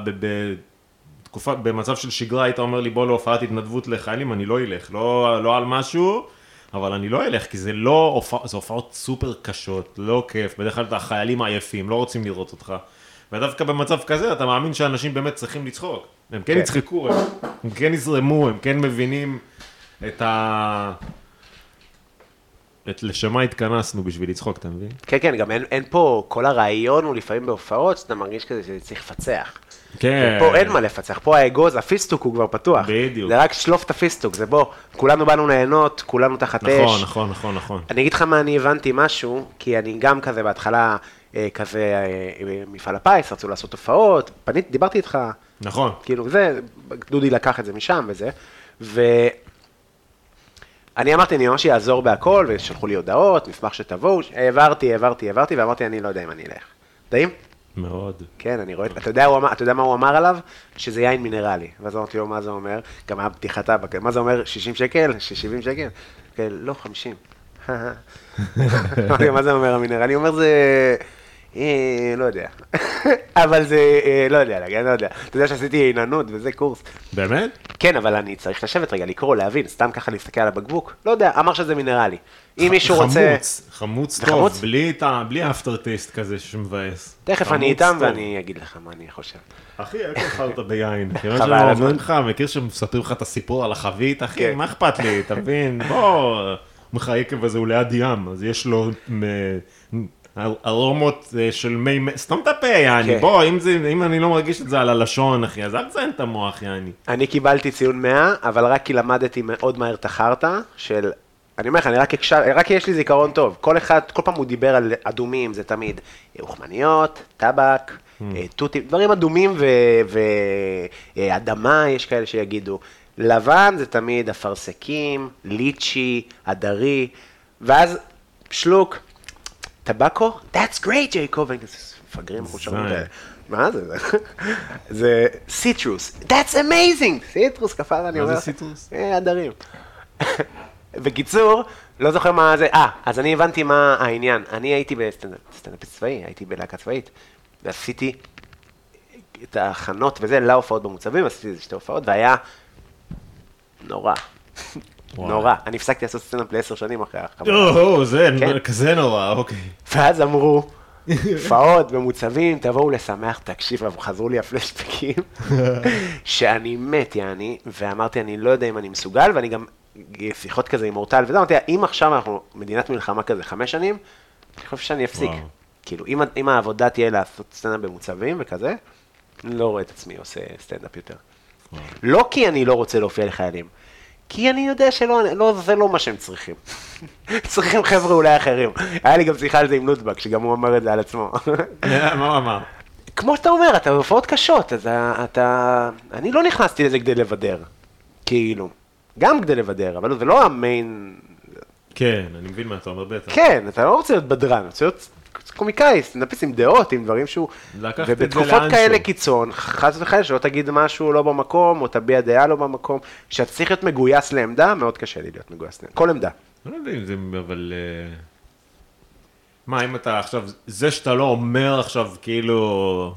במצב של שגרה, היית אומר לי בוא להופעת התנדבות לחיילים, אני לא אלך. לא על משהו, אבל אני לא אלך, כי זה לא, זה הופעות סופר קשות, לא כיף. בדרך כלל החיילים עייפים, לא רוצים לראות אותך. ודווקא במצב כזה, אתה מאמין שאנשים באמת צריכים לצחוק. הם כן יצחקו, הם כן יזרמו, הם כן מבינים לשמה התכנסנו בשביל לצחוק, אתה מבין? כן, כן, גם אין פה, כל הרעיון הוא לפעמים בהופעות, שאתה מרגיש כזה שצריך לפצח. כן. פה אין מה לפצח, פה האגוז, הפיסטוק הוא כבר פתוח. בדיוק. זה רק שלוף את הפיסטוק, זה בוא, כולנו באנו ליהנות, כולנו תחת אש. נכון. אני אגיד לך מה אני הבנתי משהו, כי אני גם כזה בהתחלה, כזה מפעל הפיס, רצו לעשות הופעות, דיברתי איתך. נכון. כאילו זה, דודי לקח את זה משם וזה, אני אמרתי, אני ממש יעזור בהכל, ושלחו לי הודעות, נשמח שתבואו, העברתי, ואמרתי, אני לא יודע אם אני אלך. דעים? מאוד. כן, אני רואה, אתה יודע מה הוא אמר עליו? שזה יין מינרלי. ואז אמרתי לו, מה זה אומר? גם היה בדיחתה, מה זה אומר? 60 שקל? 70 שקל? כן, לא, 50. אמרתי, מה זה אומר המינרלי? אני אומר, זה... לא יודע. אבל זה... לא יודע, אני לא יודע. אתה יודע שעשיתי עיננות וזה קורס. באמת? כן, אבל אני צריך לשבת רגע, לקרוא, להבין, סתם ככה להסתכל על הבקבוק. לא יודע, אמר שזה מינרלי. אם מישהו רוצה... חמוץ טוב, בלי האפטר טייסט כזה שמבאס. תכף אני איתם ואני אגיד לך מה אני חושב. אחי, איך אכלת ביין? כיוון שאני אומר לך, מכיר שמספרים לך את הסיפור על החבית, אחי, מה אכפת לי, תבין? בוא, מחייק וזה, הוא ליד ים, אז יש לו ארומות של מי... סתם את הפה, יעני, בוא, אם אני לא מרגיש את זה על הלשון, אחי, אז אל תזיין את המוח, יעני. אני קיבלתי ציון 100, אבל רק כי למדתי מאוד מהר את החרטא של... אני אומר לך, רק יש לי זיכרון טוב. כל פעם הוא דיבר על אדומים, זה תמיד אוכמניות, טבק, תותים, דברים אדומים ואדמה, יש כאלה שיגידו. לבן זה תמיד אפרסקים, ליצ'י, הדרי, ואז שלוק, טבקו, that's great, ג'ייקוב, מפגרים חושבים כאלה. מה זה? זה סיטרוס, that's amazing, סיטרוס, כפר אני אומר. מה זה סיטרוס? הדרים. בקיצור, לא זוכר מה זה, אז אני הבנתי מה העניין. אני הייתי בסטנדאפ צבאי, הייתי בלהקה צבאית, ועשיתי את ההכנות וזה, להופעות במוצבים, עשיתי איזה 2 הופעות, והיה נורא. נורא. אני הפסקתי לעשות סטנדאפ ל10 שנים אחרי זה כזה נורא, אוקיי. ואז אמרו, הופעות במוצבים, תבואו לשמח, תקשיב, חזרו לי הפלשבקים, שאני מת, יעני, ואמרתי, אני לא יודע אם אני מסוגל, ואני גם שיחות כזה עם אורטל, וזה אמרתי, אם עכשיו אנחנו מדינת מלחמה כזה 5 שנים, אני חושב שאני אפסיק. כאילו, אם העבודה תהיה לעשות סטנדאפ במוצבים וכזה, אני לא רואה את עצמי עושה סטנדאפ יותר. לא כי אני לא רוצה להופיע לחיילים, כי אני יודע זה לא מה שהם צריכים. צריכים חבר'ה אולי אחרים. היה לי גם שיחה על זה עם נוטבק, שגם הוא אמר את זה על עצמו. מה הוא אמר? כמו שאתה אומר, אתה בהופעות קשות, אז אני לא נכנסתי לזה כדי לבדר. כאילו. גם כדי לבדר, אבל זה לא המיין... כן, אני מבין מה אתה אומר בטח. כן, אתה לא רוצה להיות בדרן, אתה רוצה להיות קומיקאי, סטנדאפיסט עם דעות, עם דברים שהוא... ובתקופות כאלה קיצון, חס וחלילה, שלא תגיד משהו לא במקום, או תביע דעה לא במקום, שאתה צריך להיות מגויס לעמדה, מאוד קשה לי להיות מגויס לעמדה. כל עמדה. אני לא יודע אם זה, אבל... מה, אם אתה עכשיו... זה שאתה לא אומר עכשיו, כאילו...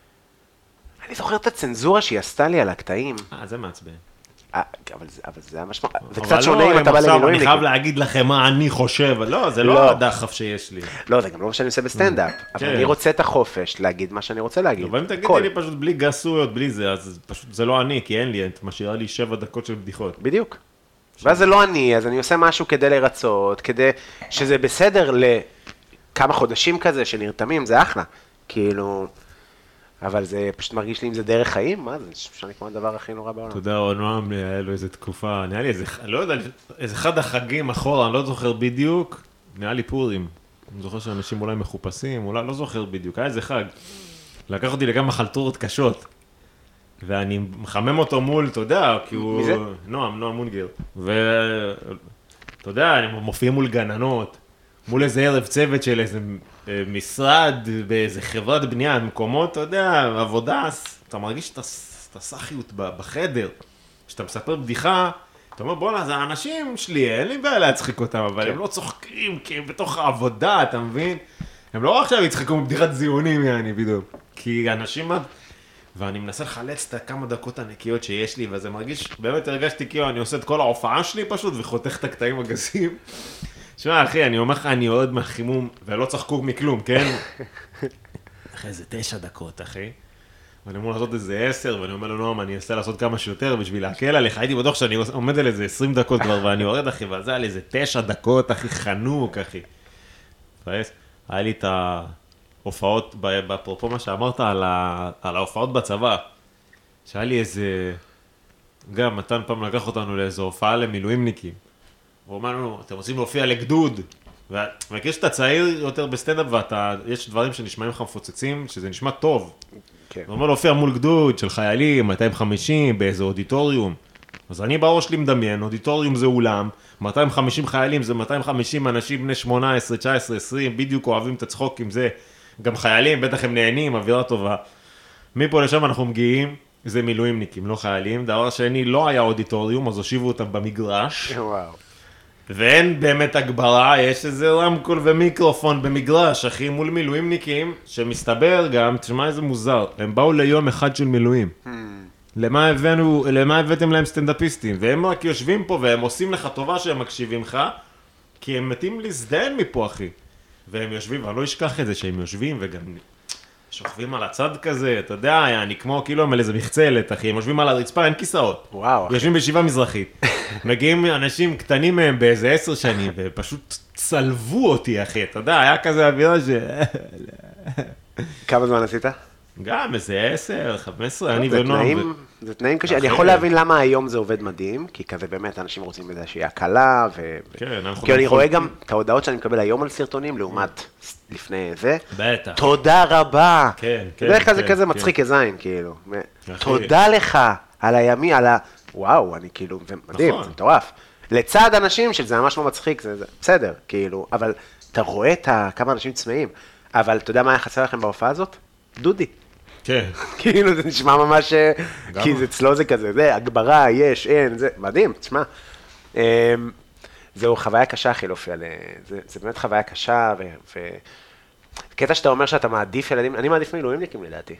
אני זוכר את הצנזורה שהיא עשתה לי על הקטעים. זה מעצבן. אבל זה המשמעות, זה קצת שונה אם אתה בא למילואים. אני חייב להגיד לכם מה אני חושב, לא, זה לא הדחף שיש לי. לא, זה גם לא מה שאני עושה בסטנדאפ, אבל אני רוצה את החופש להגיד מה שאני רוצה להגיד. אבל אם תגידי לי פשוט בלי גסויות, בלי זה, אז פשוט זה לא אני, כי אין לי, את משאירה לי 7 דקות של בדיחות. בדיוק. ואז זה לא אני, אז אני עושה משהו כדי לרצות, כדי שזה בסדר לכמה חודשים כזה שנרתמים, זה אחלה. כאילו... אבל זה פשוט מרגיש לי אם זה דרך חיים, מה זה? שאני כמו הדבר הכי נורא בעולם. אתה יודע, נועם, היה לו איזו תקופה, נראה לי איזה, לא יודע, איזה אחד החגים אחורה, אני לא זוכר בדיוק, נראה לי פורים. אני זוכר שאנשים אולי מחופשים, אולי לא זוכר בדיוק, היה איזה חג. לקח אותי לכמה חלטורות קשות, ואני מחמם אותו מול, אתה יודע, כי הוא... מי זה? נועם מונגר. ואתה יודע, אני מופיע מול גננות, מול איזה ערב צוות של איזה משרד, באיזה חברת בנייה, מקומות, אתה יודע, עבודה, אתה מרגיש את הסחיות בחדר. כשאתה מספר בדיחה, אתה אומר, בוא'נה, זה האנשים שלי, אין לי בעיה להצחיק אותם, אבל הם לא צוחקים, כי הם בתוך העבודה, אתה מבין? הם לא עכשיו יצחקו בבדיחת זיונים, יעני, בדיוק. כי אנשים... ואני מנסה לחלץ את כמה דקות הנקיות שיש לי, וזה מרגיש, באמת הרגשתי כאילו, אני עושה את כל ההופעה שלי פשוט, וחותך את הקטעים הגסים. שמע, אחי, אני אומר לך, אני יורד מהחימום, ולא צחקו מכלום, כן? אחרי איזה 9 דקות, אחי. ואני אמור לעשות איזה 10, ואני אומר לו, נועם, אני אנסה לעשות כמה שיותר בשביל להקל עליך. הייתי בטוח שאני עומד על איזה 20 דקות כבר, ואני יורד, אחי, ואז היה לי איזה 9 דקות, אחי, חנוק, אחי. היה לי את ההופעות, אפרופו מה שאמרת על ההופעות בצבא, שהיה לי איזה... גם מתן פעם לקח אותנו לאיזו הופעה למילואימניקים. הוא אומר לנו, אתם רוצים להופיע לגדוד, ומכיר שאתה צעיר יותר בסטנדאפ, ויש דברים שנשמעים לך מפוצצים, שזה נשמע טוב. הוא אומר להופיע מול גדוד של חיילים, 250, באיזה אודיטוריום. אז אני בראש שלי מדמיין, אודיטוריום זה אולם, 250 חיילים זה 250 אנשים בני 18, 19, 20, בדיוק אוהבים את הצחוק עם זה, גם חיילים, בטח הם נהנים, אווירה טובה. מפה לשם אנחנו מגיעים, זה מילואימניקים, לא חיילים. דבר שני, לא היה אודיטוריום, אז הושיבו אותם במגרש. וואו. ואין באמת הגברה, יש איזה רמקול ומיקרופון במגרש, אחי, מול מילואימניקים, שמסתבר גם, תשמע איזה מוזר, הם באו ליום אחד של מילואים. למה הבאתם להם סטנדאפיסטים? והם רק יושבים פה והם עושים לך טובה שהם מקשיבים לך, כי הם מתים להזדהן מפה, אחי. והם יושבים, ואני לא אשכח את זה שהם יושבים וגם שוכבים על הצד כזה, אתה יודע, אני כמו כאילו הם על איזה מחצלת, אחי, הם יושבים על הרצפה, אין כיסאות. וואו, אחי. יושבים בישיבה מזרחית. מגיעים אנשים קטנים מהם באיזה 10 שנים, ופשוט צלבו אותי, אחי, אתה יודע, היה כזה אווירה כמה זמן עשית? גם איזה 10, 15, אני ונועם. זה תנאים קשים, אני יכול להבין למה היום זה עובד מדהים, כי כזה באמת אנשים רוצים איזושהי הקלה, כי אני רואה גם את ההודעות שאני מקבל היום על סרטונים, לעומת לפני זה. בטח. תודה רבה. כן. בדרך כלל זה כזה מצחיק כזין, כאילו. תודה לך על הימי, על ה... וואו, אני כאילו, זה מדהים, זה מטורף. לצד אנשים שזה ממש לא מצחיק, זה בסדר, כאילו, אבל אתה רואה כמה אנשים צמאים, אבל אתה יודע מה היה חסר לכם בהופעה הזאת? דודי. כן. כאילו זה נשמע ממש, כי זה אצלו זה כזה, זה הגברה, יש, אין, זה מדהים, תשמע. זהו חוויה קשה, אחי, להופיע, זה באמת חוויה קשה, וקטע שאתה אומר שאתה מעדיף ילדים, אני מעדיף מילואימניקים לדעתי.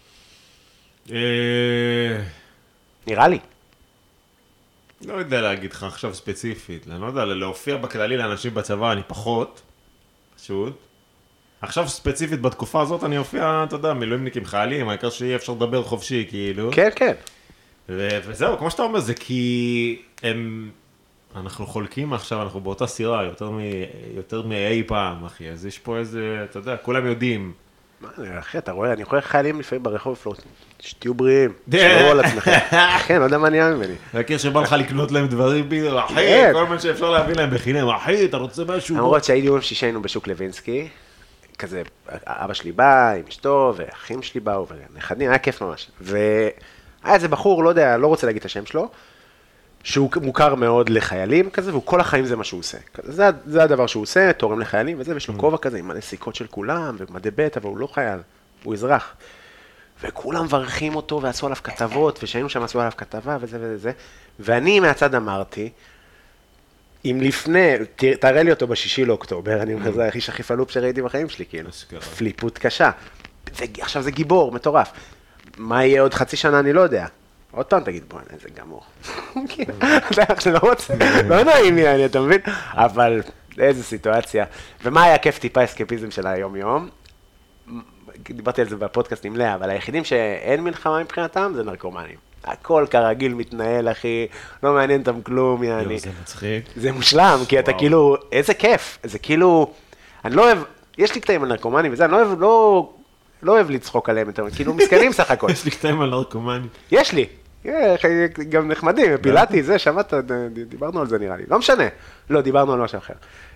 נראה לי. לא יודע להגיד לך עכשיו ספציפית, אני לא יודע, להופיע בכללי לאנשים בצבא אני פחות, פשוט. עכשיו ספציפית בתקופה הזאת אני אופיע, אתה יודע, מילואימניקים חיילים, העיקר שיהיה אפשר לדבר חופשי, כאילו. כן, כן. וזהו, כמו שאתה אומר, זה כי אנחנו חולקים עכשיו, אנחנו באותה סירה, יותר מאי פעם, אחי, אז יש פה איזה, אתה יודע, כולם יודעים. מה, אחי, אתה רואה, אני רואה חיילים לפעמים ברחוב פלוט, שתהיו בריאים, תשמרו על עצמכם. כן, לא יודע מה נהיה ממני. להכיר שבא לך לקנות להם דברים, אחי, כל מה שאפשר להביא להם בחינם, אחי, אתה רוצה משהו? למרות שהיינו יום שישי היינו בשוק לוינסקי, כזה, אבא שלי בא עם אשתו, ואחים שלי באו, ונכדים, היה כיף ממש. והיה איזה בחור, לא יודע, לא רוצה להגיד את השם שלו, שהוא מוכר מאוד לחיילים כזה, והוא כל החיים זה מה שהוא עושה. זה הדבר שהוא עושה, תורם לחיילים וזה, ויש לו כובע כזה עם מלא סיכות של כולם, ומדי בית, אבל הוא לא חייל, הוא אזרח. וכולם מברכים אותו ועשו עליו כתבות, ושהיינו שם עשו עליו כתבה וזה וזה, ואני מהצד אמרתי, אם לפני, תראה לי אותו ב6 לאוקטובר, אני אומר, זה האיש הכי פלופ שראיתי בחיים שלי, כאילו. פליפות קשה. עכשיו זה גיבור, מטורף. מה יהיה עוד חצי שנה, אני לא יודע. עוד פעם תגיד, בוא, איזה גמור. זה לא רוצה, לא נעים לי, אתה מבין? אבל איזו סיטואציה. ומה היה כיף טיפה אסקפיזם של היום-יום? דיברתי על זה בפודקאסט עם לאה, אבל היחידים שאין מלחמה מבחינתם זה נרקומנים. הכל כרגיל מתנהל, אחי, לא מעניין אותם כלום, יעני. זה מצחיק. זה מושלם, כי אתה כאילו, איזה כיף, זה כאילו, אני לא אוהב, יש לי קטעים על נרקומנים וזה, אני לא אוהב לצחוק עליהם, כאילו מסכנים סך הכל. יש לי קטעים על נרקומנים. יש לי, גם נחמדים, פילאטי, זה, שמעת, דיברנו על זה נראה לי, לא משנה, לא, דיברנו על משהו אחר.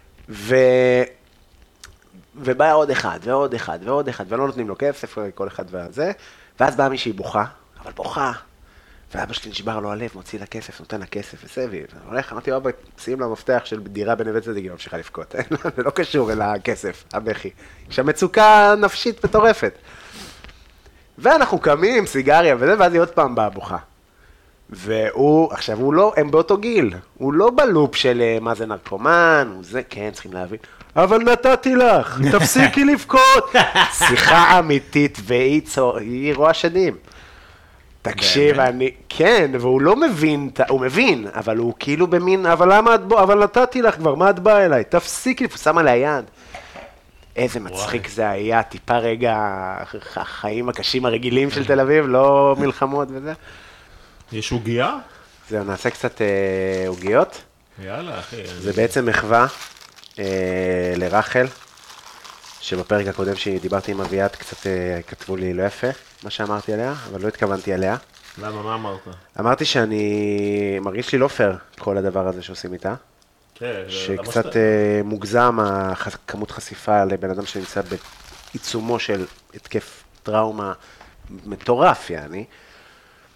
ובא עוד אחד, ועוד אחד, ועוד אחד, ולא נותנים לו כסף, כל אחד וזה, ואז באה מישהי בוכה, אבל בוכה. ואבא שלי נשבר לו הלב, מוציא לה כסף, נותן לה כסף, וסבי, והולך, אמרתי, אבא, שים לה מפתח של דירה בנווה צדיק, היא ממשיכה לבכות, זה לא קשור אל הכסף, הבכי. יש שם מצוקה נפשית מטורפת. ואנחנו קמים, סיגריה וזה, ואז היא עוד פעם באה בוכה. והוא, עכשיו הוא לא, הם באותו גיל, הוא לא בלופ של מה זה נרקומן, הוא זה, כן, צריכים להבין. אבל נתתי לך, תפסיקי לבכות. שיחה אמיתית, והיא רואה שדים. תקשיב, כן, והוא לא מבין, הוא מבין, אבל הוא כאילו במין, אבל למה את בוא, אבל נתתי לך כבר, מה את באה אליי? תפסיקי, שמה לה יד. איזה מצחיק זה היה, טיפה רגע, החיים הקשים הרגילים של תל אביב, לא מלחמות וזה. יש הוגיה? זהו, נעשה קצת הוגיות. יאללה, אחי. זה בעצם מחווה לרחל, שבפרק הקודם שדיברתי עם אביעד, קצת כתבו לי לא יפה, מה שאמרתי עליה, אבל לא התכוונתי עליה. למה, מה אמרת? אמרתי שאני מרגיש לי לא פייר כל הדבר הזה שעושים איתה. כן, שקצת מוגזם כמות חשיפה לבן אדם שנמצא בעיצומו של התקף טראומה מטורף, יעני.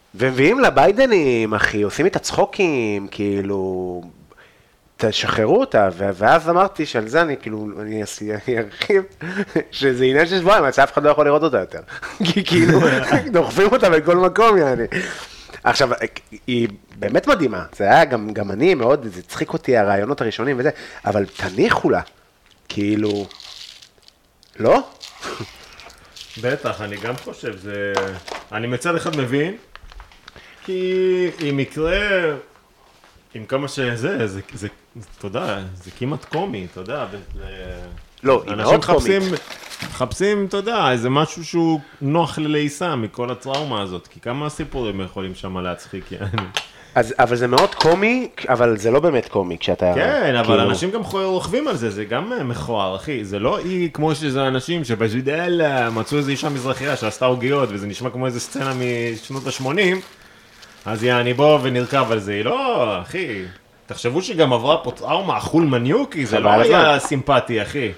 ומביאים לביידנים, אחי, עושים איתה צחוקים, כאילו, תשחררו אותה, ואז אמרתי שעל זה אני כאילו, אני ארחיב, שזה עניין של שבועיים, אז אף אחד לא יכול לראות אותה יותר. כי כאילו, דוחפים אותה בכל מקום, יעני. עכשיו, היא באמת מדהימה, זה היה גם אני מאוד, זה צחיק אותי הרעיונות הראשונים וזה, אבל תניחו לה, כאילו, לא? בטח, אני גם חושב, אני מצד אחד מבין, כי אם יקרה, עם כמה שזה, אתה יודע, זה כמעט קומי, אתה יודע. לא, היא מאוד קומית. אנשים מחפשים, אתה יודע, איזה משהו שהוא נוח ללעיסה מכל הטראומה הזאת, כי כמה סיפורים יכולים שם להצחיק, יעני. אבל זה מאוד קומי, אבל זה לא באמת קומי, כשאתה... כן, אבל אנשים גם רוכבים על זה, זה גם מכוער, אחי. זה לא אי כמו שזה אנשים שפשוט, אלא, מצאו איזו אישה מזרחיה שעשתה עוגיות, וזה נשמע כמו איזו סצנה משנות ה-80, אז יעני בוא ונרכב על זה. לא, אחי, תחשבו שגם עברה פה טראומה אכול מניוקי, זה לא היה סימפטי, אחי.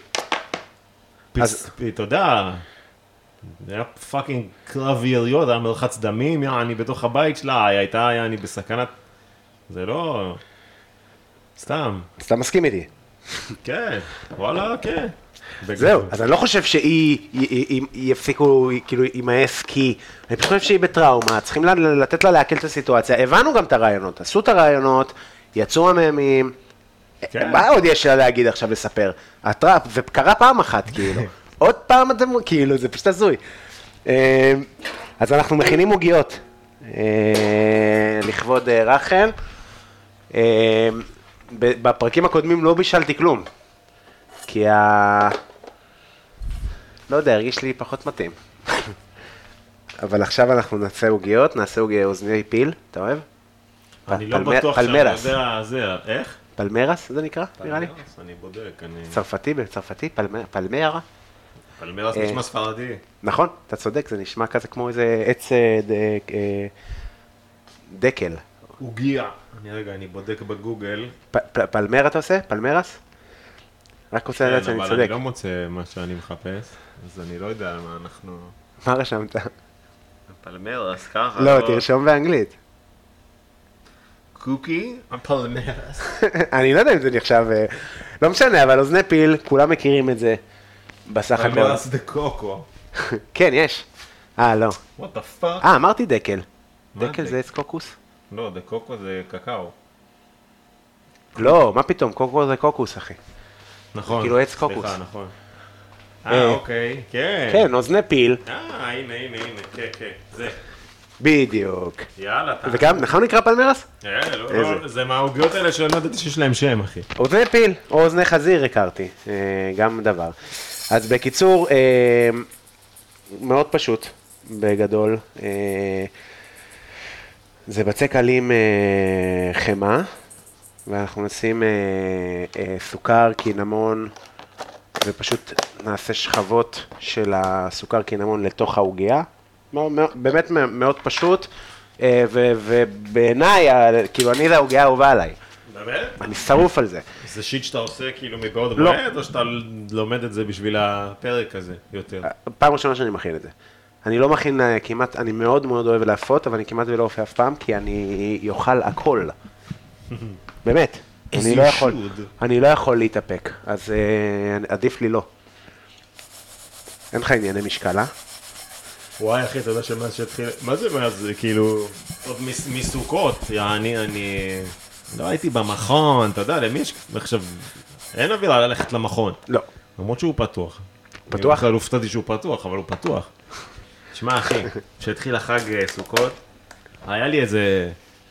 אתה יודע, זה היה פאקינג קרב יריות, היה מלחץ דמים, יעני בתוך הבית שלה, הייתה יעני בסכנת, זה לא, סתם. אתה מסכים איתי. כן, וואלה, כן. זהו, אז אני לא חושב שהיא יפסיקו, כאילו, ימאס, כי אני פשוט חושב שהיא בטראומה, צריכים לתת לה להקל את הסיטואציה, הבנו גם את הרעיונות, עשו את הרעיונות, יצאו המאמים, מה עוד יש לה להגיד עכשיו לספר? זה קרה פעם אחת, כאילו. עוד פעם אתם, כאילו, זה פשוט הזוי. אז אנחנו מכינים עוגיות לכבוד רחל. בפרקים הקודמים לא בישלתי כלום, כי לא יודע, הרגיש לי פחות מתאים. אבל עכשיו אנחנו נעשה עוגיות, נעשה אוזני פיל, אתה אוהב? אני לא בטוח שאני יודע, זה, איך? פלמרס זה נקרא, נראה לי? אני בודק, צרפתי, פלמרה. פלמרס נשמע ספרדי. נכון, אתה צודק, זה נשמע כזה כמו איזה עץ דקל. עוגיה. אני בודק בגוגל. פלמרה אתה עושה? פלמרס? רק רוצה לדעת שאני צודק. כן, אבל אני לא מוצא מה שאני מחפש, אז אני לא יודע מה אנחנו... מה רשמת? פלמרס, ככה. לא, תרשום באנגלית. קוקי, פלמרס. אני לא יודע אם זה נחשב, לא משנה, אבל אוזני פיל, כולם מכירים את זה, בסך הכל. פלמרס דה קוקו. כן, יש. לא. What the fuck? אמרתי דקל. דקל זה עץ קוקוס? לא, דה קוקו זה קקאו. לא, מה פתאום, קוקו זה קוקוס, אחי. נכון. כאילו עץ קוקוס. סליחה, נכון. אוקיי, כן. כן, אוזני פיל. הנה, כן, זה. בדיוק. יאללה, זה גם, נכון נקרא פלמרס? לא, זה מהעוגיות האלה שלא ידעתי שיש להם שם, אחי. אוזני פיל, או אוזני חזיר הכרתי, גם דבר. אז בקיצור, מאוד פשוט, בגדול. זה בצק עלים חמה, ואנחנו נשים סוכר, קינמון, ופשוט נעשה שכבות של הסוכר קינמון לתוך העוגיה. באמת מאוד פשוט, ובעיניי, כאילו אני זה העוגיה האהובה עליי. באמת? אני שרוף על זה. זה שיט שאתה עושה כאילו מבעוד מועד, או שאתה לומד את זה בשביל הפרק הזה יותר? פעם ראשונה שאני מכין את זה. אני לא מכין כמעט, אני מאוד מאוד אוהב להפות, אבל אני כמעט ולא אופה אף פעם, כי אני יאכל הכל. באמת. אני לא יכול להתאפק, אז עדיף לי לא. אין לך ענייני משקל, אה? וואי אחי, אתה יודע שמאז שהתחיל, מה זה מאז, כאילו, עוד מסוכות, אני לא הייתי במכון, אתה יודע, למי יש, עכשיו, אין אווירה ללכת למכון. לא. למרות שהוא פתוח. פתוח? אני בכלל הופתעתי שהוא פתוח, אבל הוא פתוח. תשמע אחי, כשהתחיל החג סוכות, היה לי איזה,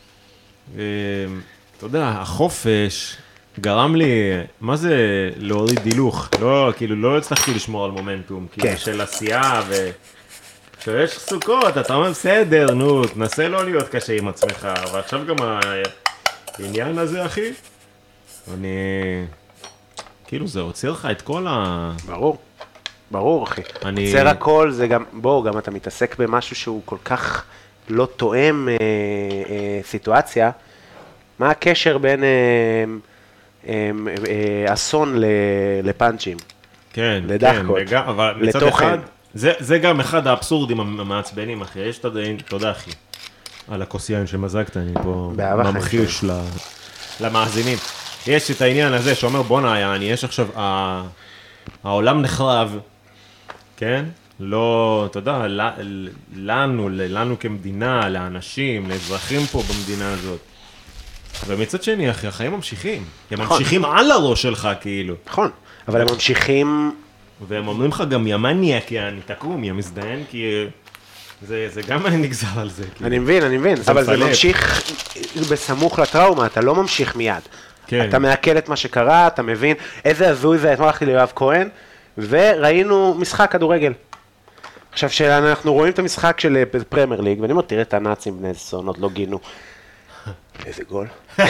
אתה יודע, החופש גרם לי, מה זה להוריד דילוך? לא, כאילו, לא הצלחתי לשמור על מומנטום, כאילו, של עשייה כשיש סוכות, אתה אומר, בסדר, נו, תנסה לא להיות קשה עם עצמך, ועכשיו גם העניין הזה, אחי, כאילו, זה הוציא לך את כל ברור, אחי. עוצר הכל, זה גם, גם אתה מתעסק במשהו שהוא כל כך לא תואם סיטואציה. מה הקשר בין אסון לפאנצ'ים? כן, לדחקות, אבל מצד אחד, זה גם אחד האבסורדים המעצבנים, אחי. יש, תודה, אחי. על הכוסיין שמזגת, אני פה באהבה ממחיש למאזינים. יש את העניין הזה שאומר, בונה, יש עכשיו, העולם נחרב, כן? לא, אתה יודע, לנו כמדינה, לאנשים, לאזרחים פה במדינה הזאת. ומצד שני, אחי, החיים ממשיכים. הם ממשיכים על הראש שלך, כאילו. נכון, אבל הם ממשיכים... והם אומרים לך גם, יא מניאק, יא תקום, יא מזדיין, כי זה גם אני נגזר על זה. אני מבין, אבל זה ממשיך בסמוך לטראומה, אתה לא ממשיך מיד. אתה מעכל את מה שקרה, אתה מבין איזה הזוי זה, אתמול הלכתי ליואב כהן, וראינו משחק כדורגל. עכשיו שאנחנו רואים את המשחק של פרמייר ליג, ואני אומר, תראה את הנאצים בני זונות, לא גינו. איזה גול. אתה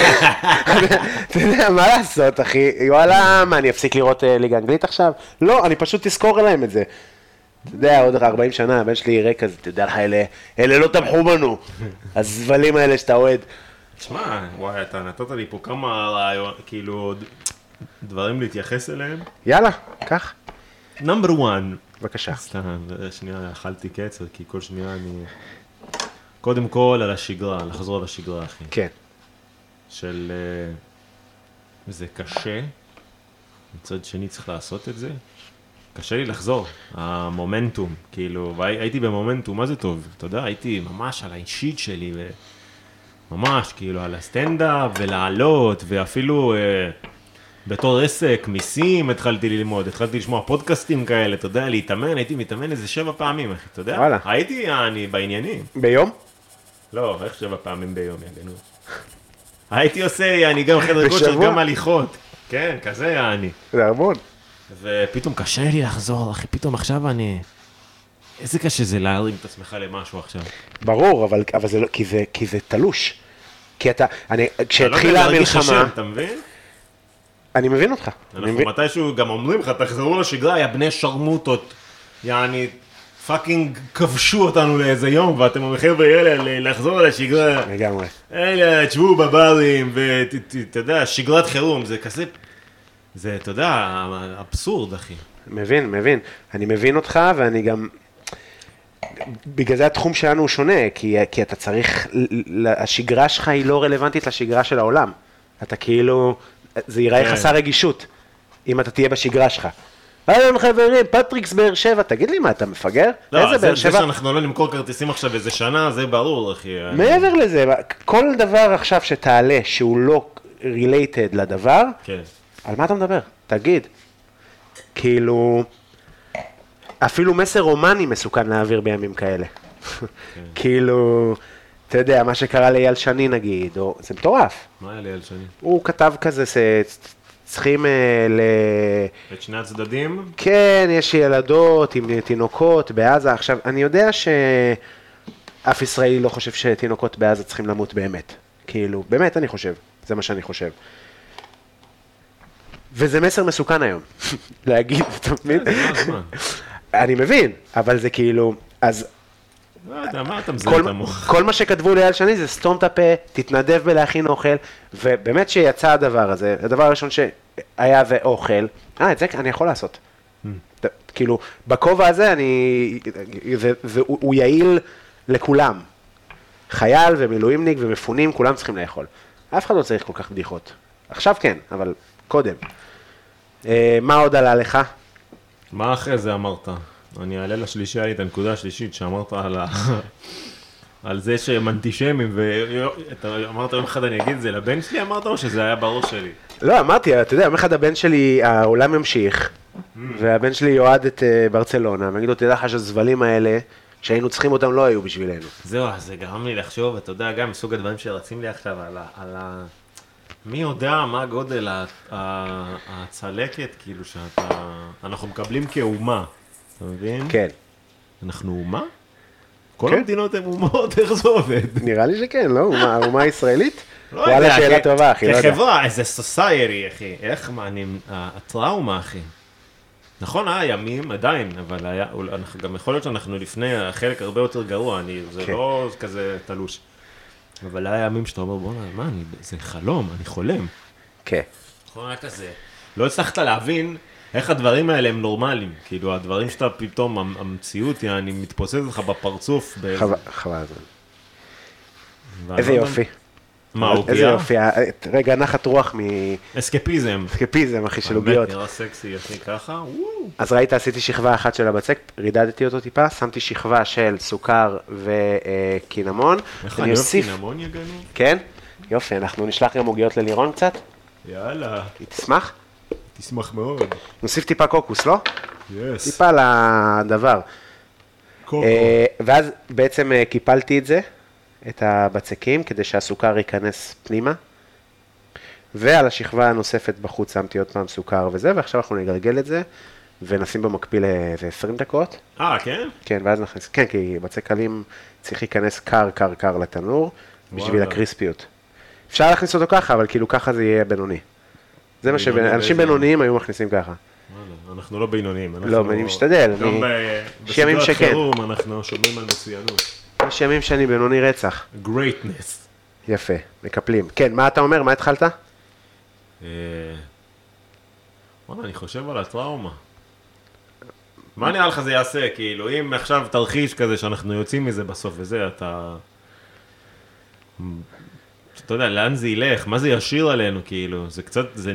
יודע, מה לעשות, אחי? וואלה, מה, אני אפסיק לראות ליגה אנגלית עכשיו? לא, אני פשוט תזכור להם את זה. אתה יודע, עוד 40 שנה, הבן שלי יראה כזה, אתה יודע לך, אלה לא תמכו בנו. הזבלים האלה שאתה אוהד. תשמע, וואי, אתה נתת לי פה כמה רעיון, כאילו, דברים להתייחס אליהם. יאללה, קח. נאמבר 1. בבקשה. סתם, שנייה, אכלתי קצר, כי כל שנייה אני... קודם כל על השגרה, לחזור על השגרה, אחי. כן. של... זה קשה, מצד שני צריך לעשות את זה. קשה לי לחזור, המומנטום, כאילו, והייתי במומנטום, מה זה טוב? אתה יודע, הייתי ממש על האישית שלי, ממש, כאילו, על הסטנדאפ, ולעלות, ואפילו בתור עסק, מיסים, התחלתי ללמוד, התחלתי לשמוע פודקאסטים כאלה, אתה יודע, להתאמן, הייתי מתאמן איזה 7 פעמים, אחי, אתה יודע? וואלה. הייתי בעניינים. ביום? לא, איך 7 פעמים ביום, יגנו. הייתי עושה, אני גם חדר כושר, גם הליכות. כן, כזה אני. זה המון. ופתאום קשה לי לחזור, אחי, פתאום עכשיו אני... איזה קשה זה להרים את עצמך למשהו עכשיו. ברור, אבל זה לא, כי זה תלוש. כי אתה, כשהתחילה המלחמה... אתה מבין? אני מבין אותך. אנחנו מתישהו גם אומרים לך, תחזרו לשגרה, יא בני שרמוטות. יעני, פאקינג כבשו אותנו לאיזה יום, ואתם אומרים, חבר'ה, לחזור לשגרה. לגמרי. אלה, תשבו בברים, ואתה יודע, שגרת חירום, זה כזה... זה, אתה יודע, אבסורד, אחי. מבין. אני מבין אותך, ואני גם... בגלל זה התחום שלנו הוא שונה, כי אתה צריך... השגרה שלך היא לא רלוונטית לשגרה של העולם. אתה כאילו... זה ייראה חסר רגישות, אם אתה תהיה בשגרה שלך. אהלן חברים, פטריקס באר שבע, תגיד לי מה, אתה מפגר? לא, זה שאנחנו לא נמכור כרטיסים עכשיו איזה שנה, זה ברור, אחי. מעבר לזה, כל דבר עכשיו שתעלה, שהוא לא related לדבר, על מה אתה מדבר? תגיד. כאילו, אפילו מסר רומני מסוכן להעביר בימים כאלה. כאילו, אתה יודע, מה שקרה לאייל שני נגיד, זה מטורף. מה היה לאייל שני? הוא כתב כזה, צריכים את שני הצדדים? כן, יש ילדות עם תינוקות בעזה. עכשיו, אני יודע שאף ישראלי לא חושב שתינוקות בעזה צריכים למות באמת. כאילו, באמת אני חושב, זה מה שאני חושב. וזה מסר מסוכן היום, להגיד, אתה מבין? אני מבין, אבל זה כאילו, אז... לא יודע, מה אתה מזהה את המוח? כל מה שכתבו ליד שני זה סתום את הפה, תתנדב בלהכין אוכל, ובאמת שיצא הדבר הזה, הדבר הראשון שהיה זה אוכל, את זה אני יכול לעשות. כאילו, בכובע הזה הוא יעיל לכולם. חייל ומילואימניק ומפונים, כולם צריכים לאכול. אף אחד לא צריך כל כך בדיחות. עכשיו כן, אבל קודם. מה עוד עלה לך? מה אחרי זה אמרת? אני אעלה לשלישי, היה לי את הנקודה השלישית שאמרת על זה שהם אנטישמים, ואתה אמרת יום אחד אני אגיד את זה לבן שלי, אמרת או שזה היה בראש שלי? לא, אמרתי, אתה יודע, יום אחד הבן שלי, העולם ימשיך, והבן שלי יועד את ברצלונה, ואגיד לו, תדע לך שהזבלים האלה, שהיינו צריכים אותם, לא היו בשבילנו. זהו, זה גרם לי לחשוב, אתה יודע, גם מסוג הדברים שרצים לי עכשיו, על מי יודע מה גודל הצלקת, כאילו שאנחנו מקבלים כאומה. אתה מבין? כן. אנחנו אומה? כל המדינות הן אומות, איך זה עובד? נראה לי שכן, לא? אומה ישראלית? וואלה, שאלה טובה, אחי, לא יודע. כחברה, איזה סוסיירי, אחי. איך מענים, הטראומה, אחי. נכון, ימים עדיין, אבל אנחנו גם יכול להיות שאנחנו לפני החלק הרבה יותר גרוע, זה לא כזה תלוש. אבל היה ימים שאתה אומר, בוא'נה, מה, זה חלום, אני חולם. כן. נכון, היה כזה. לא הצלחת להבין איך הדברים האלה הם נורמליים, כאילו הדברים שאתה פתאום, המציאות, אני מתפוצץ לך בפרצוף. חבל הזמן. איזה יופי. מה, עוגיה? איזה יופי. רגע, נחת רוח אסקפיזם. אסקפיזם, אחי, של עוגיות. נראה סקסי, אחי, ככה. אז ראית, עשיתי שכבה אחת של הבצק, רידדתי אותו טיפה, שמתי שכבה של סוכר וקינמון. איך אני אוהב קינמון יגנו? כן? יופי, אנחנו נשלח גם עוגיות ללירון קצת. יאללה. היא תשמח? תשמח מאוד. נוסיף טיפה קוקוס, לא? יס. טיפה לדבר. קוקו. ואז בעצם קיפלתי את זה, את הבצקים, כדי שהסוכר ייכנס פנימה. ועל השכבה הנוספת בחוץ שמתי עוד פעם סוכר וזה, ועכשיו אנחנו נגלגל את זה, ונשים במקביל איזה 20 דקות. כן? כן, ואז נכנס, כן, כי בצק קלים צריך להיכנס קר לתנור, בשביל הקריספיות. אפשר להכניס אותו ככה, אבל כאילו ככה זה יהיה בינוני. זה מה שאנשים בינוניים היו מכניסים ככה. אנחנו לא בינוניים. לא, אני משתדל. גם בסדרת חירום אנחנו שומעים על מצוינות. יש ימים שאני בינוני רצח. Greatness. יפה, מקפלים. כן, מה אתה אומר? מה התחלת? וואלה, אני חושב על הטראומה. מה נראה לך זה יעשה? כאילו, אם עכשיו תרחיש כזה שאנחנו יוצאים מזה בסוף וזה, אתה יודע, לאן זה ילך? מה זה ישיר עלינו? כאילו, זה קצת, זה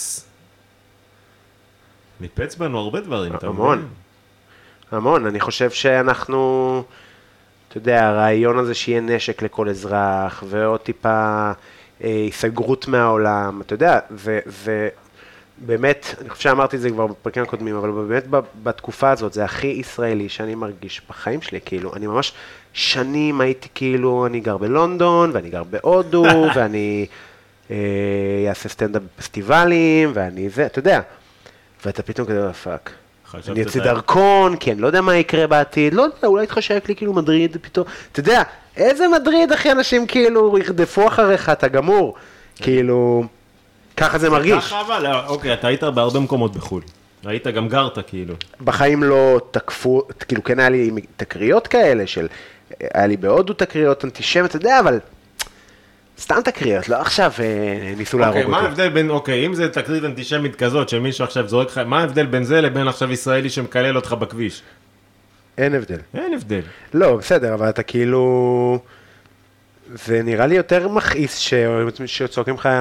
ניפץ בנו הרבה דברים. המון. אני חושב שאנחנו, אתה יודע, הרעיון הזה שיהיה נשק לכל אזרח, ועוד טיפה היסגרות מהעולם, אתה יודע, ובאמת, אני חושב שאמרתי את זה כבר בפרקים הקודמים, אבל באמת בתקופה הזאת, זה הכי ישראלי שאני מרגיש בחיים שלי, כאילו, אני ממש שנים הייתי כאילו, אני גר בלונדון, ואני גר בהודו, ואני אעשה סטנדאפ בפסטיבלים, ואני זה, אתה יודע, ואתה פתאום כזה, פאק. אני יוצא דרכון, כי אני לא יודע מה יקרה בעתיד, לא יודע, אולי תחשק לי כאילו מדריד פתאום, אתה יודע, איזה מדריד אחי אנשים כאילו ירדפו אחריך, אתה גמור, כאילו, ככה זה מרגיש. ככה אבל, אוקיי, אתה היית בהרבה מקומות בחו"ל, היית גם גרת כאילו. בחיים לא תקפו, כאילו כן היה לי תקריות כאלה של, היה לי בהודו תקריות אנטישמיות, אתה יודע, אבל סתם תקריות, לא עכשיו ניסו להרוג אותי. מה ההבדל בין, אם זה תקרית אנטישמית כזאת, שמישהו עכשיו זורק לך, מה ההבדל בין זה לבין עכשיו ישראלי שמקלל אותך בכביש? אין הבדל. אין הבדל. לא, בסדר, אבל אתה כאילו, זה נראה לי יותר מכעיס שצורקים לך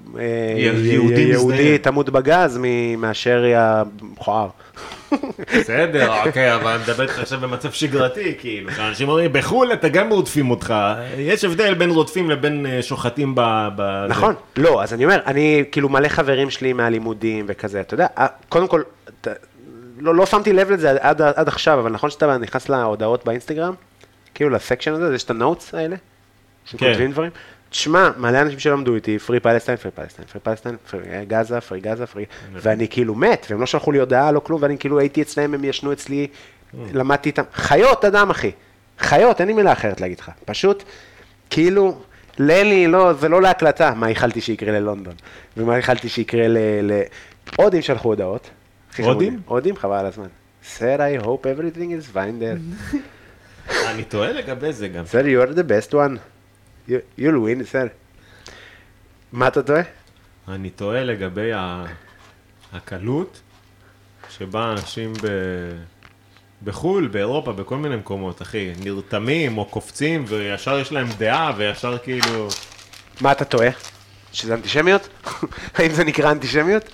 יהודי תמות בגז מאשר מכוער. בסדר, אוקיי, אבל אני מדבר איתך עכשיו במצב שגרתי, כאילו, שאנשים אומרים, בחו"ל אתה גם רודפים אותך, יש הבדל בין רודפים לבין שוחטים ב... נכון, לא, אז אני אומר, אני כאילו מלא חברים שלי מהלימודים וכזה, אתה יודע, קודם כל, לא שמתי לב לזה עד עכשיו, אבל נכון שאתה נכנס להודעות באינסטגרם, כאילו לסקשן הזה, יש את הנוטס האלה, שכותבים דברים, תשמע, מלא אנשים שלמדו איתי, פרי פלסטיין, פרי גזה, ואני כאילו מת, והם לא שלחו לי הודעה, לא כלום, ואני כאילו הייתי אצלהם, הם ישנו אצלי, למדתי איתם, חיות אדם אחי, חיות, אין לי מילה אחרת להגיד לך, פשוט, כאילו, לילי, לא, זה לא להקלטה, מה איחלתי שיקרה ללונדון, ומה איחלתי שיקרה הודים שלחו הודעות. הודים? הודים, חבל על הזמן. Sir, I hope everything is fine there. אני טועה לגבי זה גם. Sir, you are the best one. You'll win, sir. מה אתה טועה? אני טועה לגבי הקלות שבה אנשים בחול, באירופה, בכל מיני מקומות, אחי, נרתמים או קופצים וישר יש להם דעה וישר כאילו... מה אתה טועה? שזה אנטישמיות? האם זה נקרא אנטישמיות?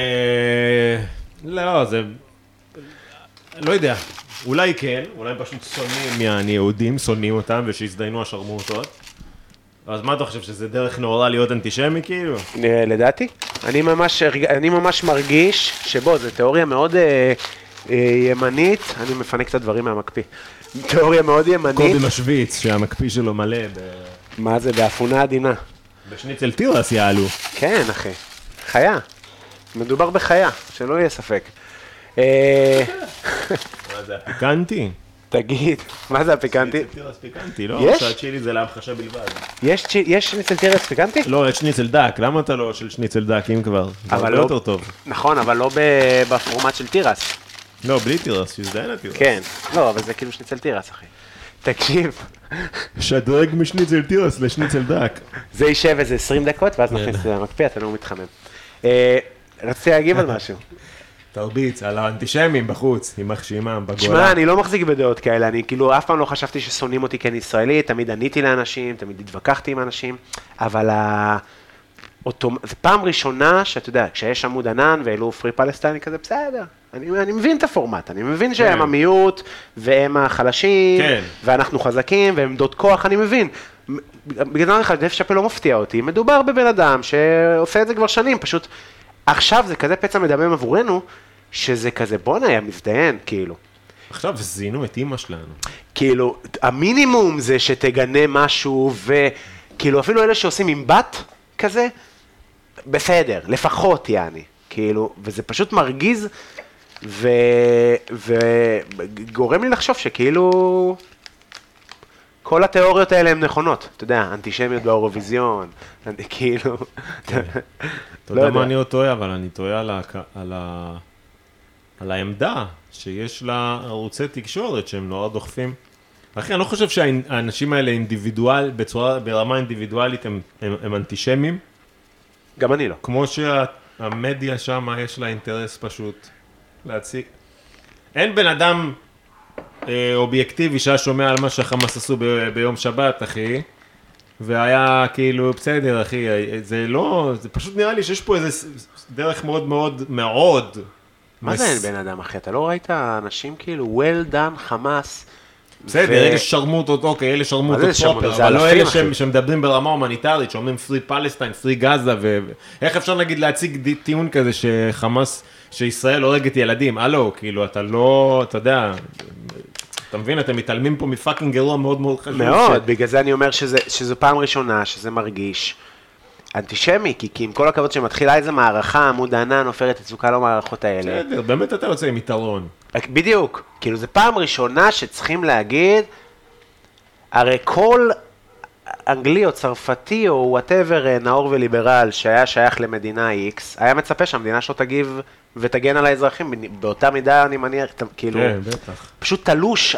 לא, זה... לא יודע. אולי כן, אולי פשוט שונאים יהודים, שונאים אותם ושיזדיינו השרמוטות. אז מה אתה חושב, שזה דרך נורא להיות אנטישמי כאילו? לדעתי. אני ממש מרגיש שבו, זו תיאוריה מאוד ימנית, אני מפנק את הדברים מהמקפיא. תיאוריה מאוד ימנית. קובי משוויץ, שהמקפיא שלו מלא מה זה, באפונה עדינה. בשניצל תירס יעלו. כן, אחי. חיה. מדובר בחיה, שלא יהיה ספק. מה זה, הפיקנטי? תגיד, מה זה הפיקנטי? שניצל תירס פיקנטי, לא? יש? שהצ'ילי זה להמחשה בלבד. יש שניצל תירס פיקנטי? לא, יש שניצל דק, למה אתה לא של שניצל דק, אם כבר? זה הרבה יותר טוב. נכון, אבל לא בפורמט של תירס. לא, בלי תירס, שיזדיין התירס. כן, לא, אבל זה כאילו שניצל תירס, אחי. תקשיב. שדרג משניצל תירס לשניצל דק. זה יישב איזה 20 דקות, ואז נכניס את זה למקפיא, אתה לא מתחמם. רציתי להגיב על משהו. תרביץ על האנטישמים בחוץ, עם מחשימם, בגולה. תשמע, אני לא מחזיק בדעות כאלה, אני כאילו אף פעם לא חשבתי ששונאים אותי כן ישראלי, תמיד עניתי לאנשים, תמיד התווכחתי עם אנשים, אבל זו פעם ראשונה שאתה יודע, כשיש עמוד ענן ואלו פרי פלסטיני כזה, בסדר, אני מבין את הפורמט, אני מבין שהם המיעוט, והם החלשים, ואנחנו חזקים, והם עמדות כוח, אני מבין. בגלל זה לך, דב שאפל לא מפתיע אותי, מדובר בבן אדם שעושה את זה כבר שנים, פשוט עכשיו זה כזה פצע מדמם עבורנו, שזה כזה בונה, היה מזדיין, כאילו. עכשיו זינו את אמא שלנו. כאילו, המינימום זה שתגנה משהו, וכאילו אפילו אלה שעושים עם בת כזה, בסדר, לפחות יעני, כאילו, וזה פשוט מרגיז, וגורם לי לחשוב שכאילו, כל התיאוריות האלה הן נכונות, אתה יודע, אנטישמיות באירוויזיון, כאילו, אתה יודע מה אני לא טועה, אבל אני טועה על העמדה שיש לה ערוצי תקשורת שהם נורא דוחפים. אחי, אני לא חושב שהאנשים האלה ברמה אינדיבידואלית הם אנטישמים. גם אני לא. כמו שהמדיה שם יש לה אינטרס פשוט להציג. אין בן אדם אובייקטיבי שהיה שומע על מה שהחמאס עשו ביום שבת, אחי. והיה כאילו, בסדר, אחי, זה לא, זה פשוט נראה לי שיש פה איזה דרך מאוד מאוד מאוד. מה זה אין בן אדם, אחי? אתה לא ראית אנשים כאילו, well done, חמאס. בסדר, אלה שרמוטות, אוקיי, אלה שרמוטות פרופר, אבל לא אלה שמדברים ברמה הומניטרית, שאומרים פרי פלסטיין, פרי גזה, ואיך אפשר נגיד להציג טיעון כזה שחמאס, שישראל הורגת ילדים, הלו, כאילו, אתה לא, אתה יודע, אתה מבין, אתם מתעלמים פה מפאקינג אירוע מאוד מאוד חשוב. מאוד, בגלל זה אני אומר שזו פעם ראשונה, שזה מרגיש אנטישמי, כי עם כל הכבוד שמתחילה איזה מערכה, עמוד הענן, עופרת יצוקה לא מערכות האלה. בסדר, באמת אתה יוצא עם יתרון. בדיוק, כאילו זה פעם ראשונה שצריכים להגיד, הרי כל אנגלי או צרפתי או וואטאבר נאור וליברל שהיה שייך למדינה X, היה מצפה שהמדינה שלו תגיב ותגן על האזרחים, באותה מידה אני מניח, כאילו, כן, בטח. פשוט תלוש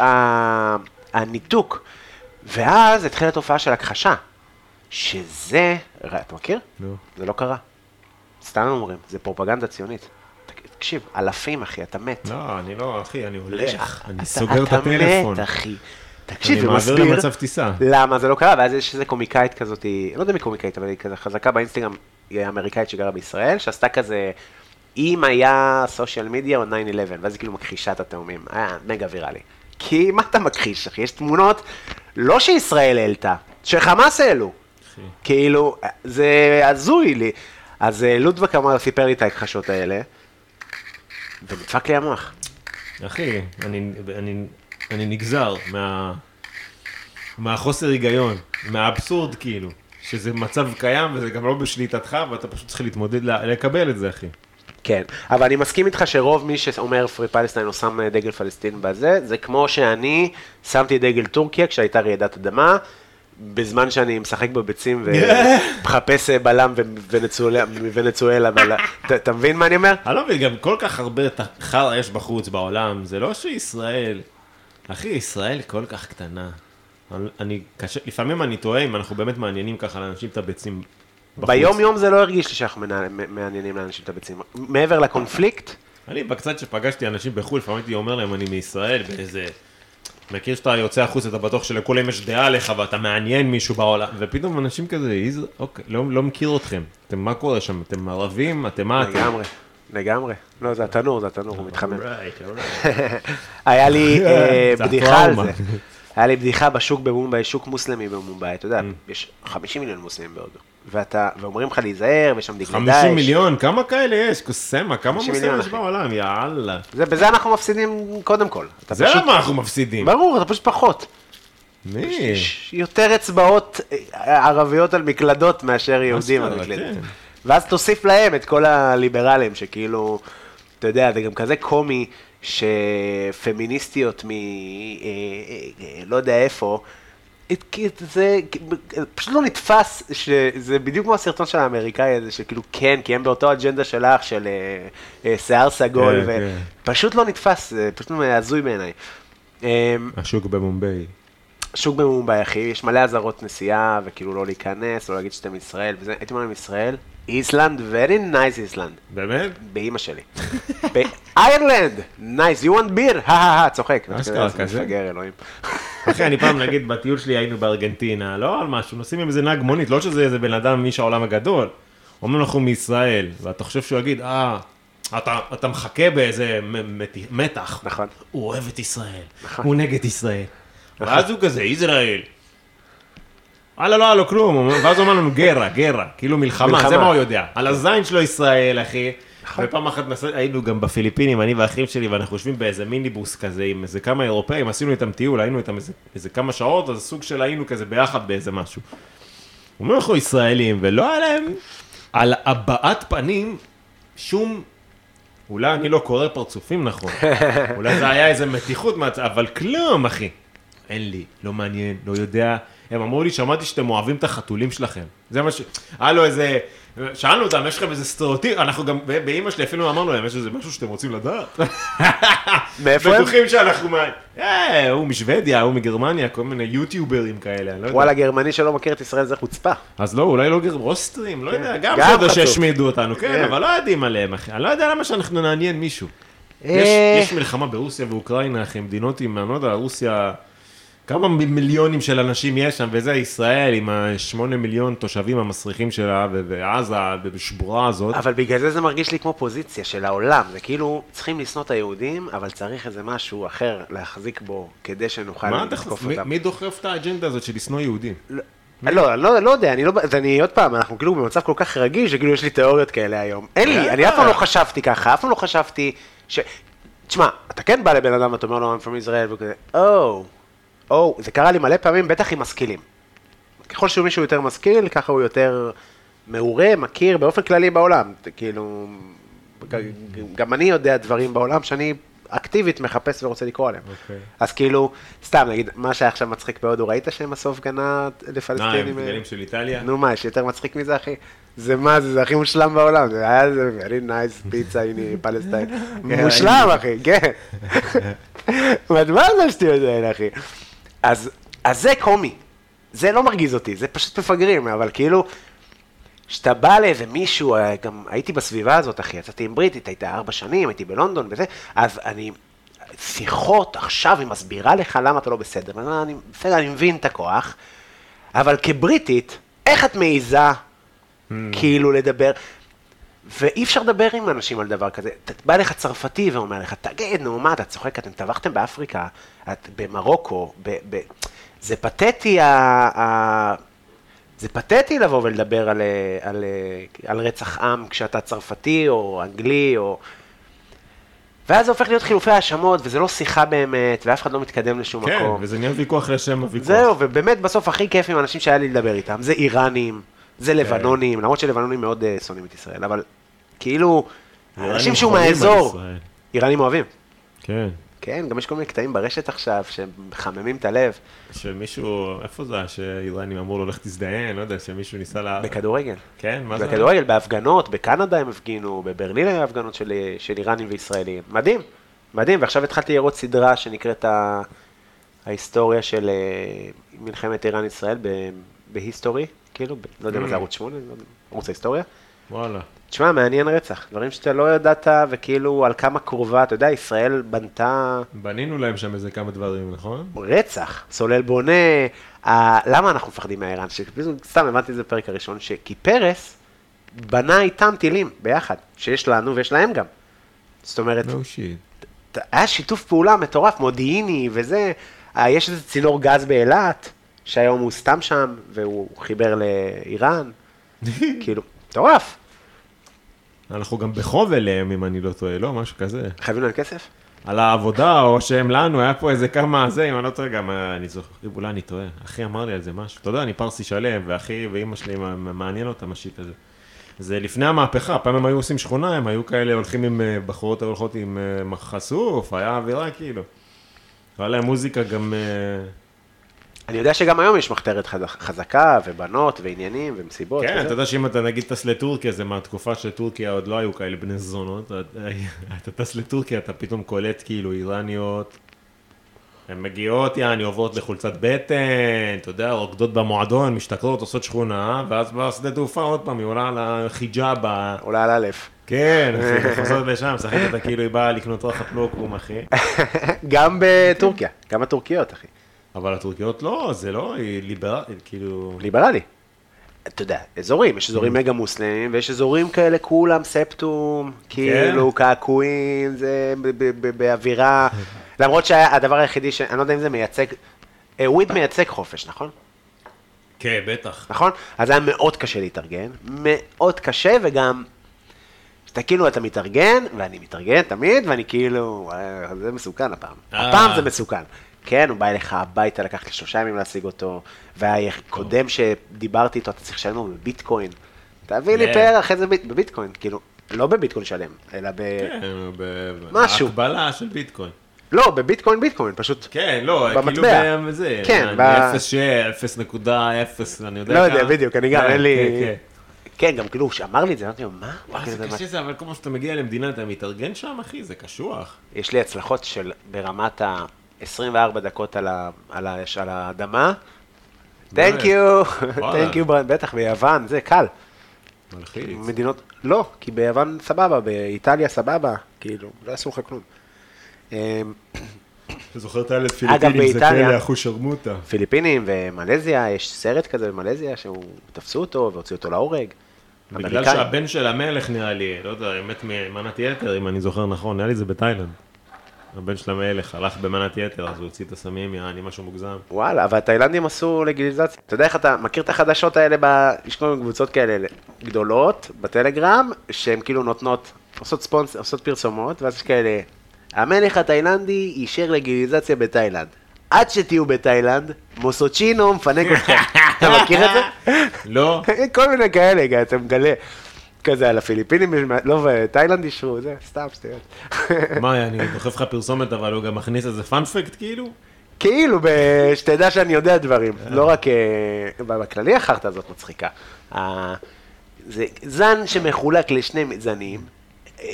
הניתוק, ואז התחילה תופעה של הכחשה, שזה, אתה מכיר? לא. זה לא קרה, סתם אומרים, זה פרופגנדה ציונית. תקשיב, אלפים אחי, אתה מת. לא, אני לא, אחי, אני הולך, אני סוגר את הטלפון. אתה מת אחי. תקשיב, אני מעביר למצב טיסה. למה זה לא קרה, ואז יש איזה קומיקאית כזאת, אני לא יודע מי קומיקאית, אבל היא כזה חזקה באינסטגרם, היא אמריקאית שגרה בישראל, שעשתה כזה, אם היה סושיאל מדיה או 9-11, ואז היא כאילו מכחישה את התאומים, היה מגה ויראלי. כי מה אתה מכחיש, אחי? יש תמונות, לא שישראל העלתה, שחמאס העלו. כאילו, זה הזוי לי. אז לודבק אמר, סיפר לי את ההכחשות האלה, ונדפק לי המוח. אחי, אני נגזר מהחוסר היגיון, מהאבסורד כאילו, שזה מצב קיים וזה גם לא בשליטתך, ואתה פשוט צריך להתמודד, לקבל את זה, אחי. כן, אבל אני מסכים איתך שרוב מי שאומר פרי פלסטיין או שם דגל פלסטין בזה, זה כמו שאני שמתי דגל טורקיה כשהייתה רעידת אדמה, בזמן שאני משחק בביצים ומחפש בלם וונצואלה, אתה מבין מה אני אומר? אני לא מבין, גם כל כך הרבה חרא יש בחוץ בעולם, זה לא שישראל, אחי, ישראל כל כך קטנה. לפעמים אני טועה אם אנחנו באמת מעניינים ככה לאנשים את הביצים בחוץ. ביום יום זה לא הרגיש לי שאנחנו מעניינים לאנשים את הביצים. מעבר לקונפליקט? אני בקצת שפגשתי אנשים בחו"ל, לפעמים הייתי אומר להם אני מישראל באיזה... מכיר שאתה יוצא החוץ, אתה בטוח שלכולם יש דעה עליך ואתה מעניין מישהו בעולם, ופתאום אנשים כזה, אוקיי, לא מכיר אתכם. אתם מה קורה שם? אתם ערבים? אתם מה אתם? לגמרי. לא, זה התנור, הוא מתחמם. היה לי בדיחה על זה. היה לי בדיחה בשוק במומביי, שוק מוסלמי במומביי, אתה יודע, יש 50 מיליון מוסלמים בהודו. ואומרים לך להיזהר, ויש שם דגלי דאעש. 50 מיליון? כמה כאלה יש? קוסמה, כמה מוסלמים יש בעולם? יאללה. בזה אנחנו מפסידים קודם כל. זה למה אנחנו מפסידים? ברור, אתה פשוט פחות. מי? יש יותר אצבעות ערביות על מקלדות מאשר יהודים על מקלדות. ואז תוסיף להם את כל הליברלים, שכאילו, אתה יודע, זה גם כזה קומי, שפמיניסטיות לא יודע איפה, זה פשוט לא נתפס, שזה בדיוק כמו הסרטון של האמריקאי הזה, שכאילו כן, כי הם באותו אג'נדה שלך, של שיער סגול, ופשוט לא נתפס, זה פשוט הזוי בעיניי. השוק במומביי. שוק במומביי, אחי, יש מלא עזרות נסיעה, וכאילו לא להיכנס, לא להגיד שאתם ישראל, וזה, הייתי אומר עם ישראל, איסלנד, very nice איסלנד. באמת? באמא שלי. באיירלנד, nice, you want beer? צוחק. אשכרה כזה? מפגר, אלוהים. אחי, אני פעם, נגיד, בטיול שלי היינו בארגנטינה, לא על משהו, נוסעים עם איזה נהג מונית, לא שזה איזה בן אדם מאיש העולם הגדול. אומרים אנחנו מישראל, ואתה חושב שהוא יגיד, אתה מחכה באיזה מתח. נכון. הוא אוהב את ישראל, הוא נגד ישראל. ואז הוא כזה, ישראל. לא היה לו כלום, ואז הוא אומר לנו גרה, כאילו מלחמה, זה מה הוא יודע. על הזין שלו ישראל, אחי. ופעם אחת היינו גם בפיליפינים, אני והאחים שלי, ואנחנו יושבים באיזה מיניבוס כזה, עם איזה כמה אירופאים, עשינו איתם טיול, היינו איתם איזה כמה שעות, אז סוג של היינו כזה ביחד באיזה משהו. הוא אומר אנחנו ישראלים, ולא היה להם על הבעת פנים שום, אולי אני לא קורא פרצופים נכון, אולי זה היה איזה מתיחות, אבל כלום, אחי. אין לי, לא מעניין, לא יודע. הם אמרו לי, שמעתי שאתם אוהבים את החתולים שלכם. זה מה היה לו איזה, שאלנו אותם, יש לכם איזה סטריאוטיפ, אנחנו גם, באמא שלי אפילו אמרנו להם, יש איזה משהו שאתם רוצים לדעת. מאיפה הם? בטוחים שאנחנו הוא משוודיה, הוא מגרמניה, כל מיני יוטיוברים כאלה, אני לא יודע. וואלה, גרמני שלא מכיר את ישראל זה חוצפה. אז לא, אולי לא רוסטרים, לא יודע, גם בסדר שהשמידו אותנו, כן, אבל לא יודעים עליהם, אחי. אני לא יודע למה שאנחנו נעניין מישהו. יש מלחמה ברוסיה ואוקראינה, אחי, מדינות עם, אני לא יודע, רוסיה, כמה מיליונים של אנשים יש שם, וזה ישראל עם 8 מיליון תושבים המסריחים שלה, ועזה, בשבורה הזאת. אבל בגלל זה מרגיש לי כמו פוזיציה של העולם, זה כאילו צריכים לשנוא את היהודים, אבל צריך איזה משהו אחר להחזיק בו, כדי שנוכל לתקוף אותם. מי דוחף את האג'נדה הזאת של לשנוא יהודים? לא יודע, אני עוד פעם, אנחנו כאילו במצב כל כך רגיש, שכאילו יש לי תיאוריות כאלה היום. אין לי, אני אף פעם לא חשבתי ככה, אף פעם לא חשבתי תשמע, אתה כן בא לבן אדם ואתה אומר לו, I'm from Israel, וכזה, זה קרה לי מלא פעמים, בטח עם משכילים. ככל שהוא מישהו יותר משכיל, ככה הוא יותר מעורה, מכיר, באופן כללי בעולם. כאילו, גם אני יודע דברים בעולם שאני אקטיבית מחפש ורוצה לקרוא עליהם. אז כאילו, סתם, נגיד, מה שהיה עכשיו מצחיק בהודו, ראית שהם עשו הפגנה לפלסטינים? דגלים של איטליה? נו מה, יש יותר מצחיק מזה, אחי? זה מה, זה הכי מושלם בעולם. זה היה very nice pizza in Palestine. מושלם, אחי, כן. מה זה השטויות האלה, אחי? אז זה קומי, זה לא מרגיז אותי, זה פשוט מפגרים, אבל כאילו, שאתה בא לאיזה מישהו, גם הייתי בסביבה הזאת, אחי, יצאתי עם בריטית, הייתי 4 שנים, הייתי בלונדון וזה, אז שיחות עכשיו, היא מסבירה לך למה אתה לא בסדר, בסדר, אני מבין את הכוח, אבל כבריטית, איך את מעיזה, כאילו לדבר, ואי אפשר לדבר עם אנשים על דבר כזה, בא לך צרפתי ואומר לך, תגיד, נו מה, אתה צוחק, אתם טבחתם באפריקה, במרוקו, זה פתטי, זה פתטי לבוא ולדבר על רצח עם כשאתה צרפתי או אנגלי, ואז זה הופך להיות חילופי האשמות, וזה לא שיחה באמת, ואף אחד לא מתקדם לשום מקום. כן, וזה נהיה ויכוח לשם הוויכוח. זהו, ובאמת בסוף הכי כיף עם אנשים שהיה לי לדבר איתם, זה איראנים, זה לבנונים, למרות שלבנונים מאוד שונאים את ישראל, אבל כאילו, אנשים שהוא מהאזור, איראנים אוהבים. כן. כן, גם יש כל מיני קטעים ברשת עכשיו, שמחממים את הלב. שמישהו, איפה זה, שאיראנים אמרו לו, לך תזדיין, לא יודע, שמישהו ניסה בכדורגל. כן, מה זה? בכדורגל, בהפגנות, בקנדה הם הפגינו, בברלין היה הפגנות של איראנים וישראלים. מדהים, מדהים, ועכשיו התחלתי לראות סדרה שנקראת ההיסטוריה של מלחמת איראן-ישראל בהיסטורי, כאילו, לא יודע מה זה ערוץ 8, ערוץ ההיסטוריה. וואלה. תשמע, מעניין רצח, דברים שאתה לא ידעת, וכאילו על כמה קרובה, אתה יודע, ישראל בנתה... בנינו להם שם איזה כמה דברים, נכון? רצח, סולל בונה, למה אנחנו מפחדים מהאיראן? סתם הבנתי את זה בפרק הראשון, כי פרס בנה איתם טילים ביחד, שיש לנו ויש להם גם. זאת אומרת, היה שיתוף פעולה מטורף, מודיעיני וזה, יש איזה צינור גז באילת, שהיום הוא סתם שם, והוא חיבר לאיראן, כאילו, מטורף. אנחנו גם בחוב אליהם, אם אני לא טועה, לא? משהו כזה. חייבים להם כסף? על העבודה, או שהם לנו, היה פה איזה כמה זה, אם אני לא טועה, גם אני זוכר, אולי אני טועה, אחי אמר לי על זה משהו. אתה יודע, אני פרסי שלם, ואחי ואמא שלי מעניין אותם השיט הזה. זה לפני המהפכה, פעם הם היו עושים שכונה, הם היו כאלה הולכים עם בחורות הולכות עם חשוף, היה אווירה כאילו. היה להם מוזיקה גם... אני יודע שגם היום יש מחתרת חזקה, ובנות, ועניינים, ומסיבות. כן, אתה יודע שאם אתה נגיד טס לטורקיה, זה מהתקופה שטורקיה עוד לא היו כאלה בני זונות, אתה טס לטורקיה, אתה פתאום קולט כאילו איראניות, הן מגיעות, יעני, עוברות לחולצת בטן, אתה יודע, רוקדות במועדון, משתכרות, עושות שכונה, ואז בשדה תעופה עוד פעם, היא עולה על החיג'אבה. עולה על א'. כן, אחי, חוזרת לשם, משחקת אותה כאילו היא באה לקנות רחת לוקום, אחי. גם בטורקיה, גם הטורקיות, אחי. אבל הטורקיות לא, זה לא, היא ליברלית, כאילו... ליברלי. אתה יודע, אזורים, יש אזורים מגה מוסלמים, ויש אזורים כאלה כולם ספטום, כאילו קעקועים, זה באווירה, למרות שהדבר היחידי, אני לא יודע אם זה מייצג, וויד מייצג חופש, נכון? כן, בטח. נכון? אז היה מאוד קשה להתארגן, מאוד קשה, וגם, אתה כאילו, אתה מתארגן, ואני מתארגן תמיד, ואני כאילו, זה מסוכן הפעם. הפעם זה מסוכן. כן, הוא בא אליך הביתה, לקח לי 3 ימים להשיג אותו, והקודם שדיברתי איתו, אתה צריך לשלם לו בביטקוין. תביא לי פרח, איזה בביטקוין, כאילו, לא בביטקוין שלם, אלא במשהו. בהקבלה של ביטקוין. לא, בביטקוין, פשוט כן, לא, במטבע. כאילו בזה, כן, 0.0, אני יודע לא יודע, בדיוק, אני גם, אין לי... כן. כן, גם כאילו, שאמר לי את זה, אמרתי לו, מה? זה קשה זה, אבל כמו שאתה מגיע למדינה, אתה מתארגן שם, אחי, זה קשוח. יש לי הצלחות של ברמת ה-24 דקות על האדמה. Thank you, בטח, ביוון, זה קל. מלחיץ. מדינות, לא, כי ביוון סבבה, באיטליה סבבה, כאילו, לא עשו לך כלום. אתה זוכר את הילד פיליפינים, זה כאלה אחו שרמוטה. פיליפינים ומלזיה, יש סרט כזה במלזיה שהוא תפסו אותו והוציאו אותו להורג. בגלל שהבן של המלך נראה לי, לא יודע, באמת ממנת יתר, אם אני זוכר נכון, נראה לי זה בתאילנד. הבן של המלך הלך במנת יתר, אז הוא הוציא את הסמים, יעני משהו מוגזם. וואלה, אבל התאילנדים עשו לגיליזציה. אתה יודע איך אתה מכיר את החדשות האלה, יש כל מיני קבוצות כאלה גדולות בטלגרם, שהן כאילו נותנות, עושות פרסומות, ואז יש כאלה, המלך התאילנדי אישר לגיליזציה בתאילנד. עד שתהיו בתאילנד, מוסוצ'ינו מפנק אתכם. אתה מכיר את זה? לא. כל מיני כאלה, אתה מגלה. כזה על הפיליפינים, לא, תאילנד אישרו, זה סתם שטויות. מה, אני דוחף לך פרסומת, אבל הוא גם מכניס איזה פאנפקט כאילו? כאילו, שתדע שאני יודע דברים, לא רק בכללי החרטה הזאת מצחיקה. זה זן שמחולק לשני זנים, 24%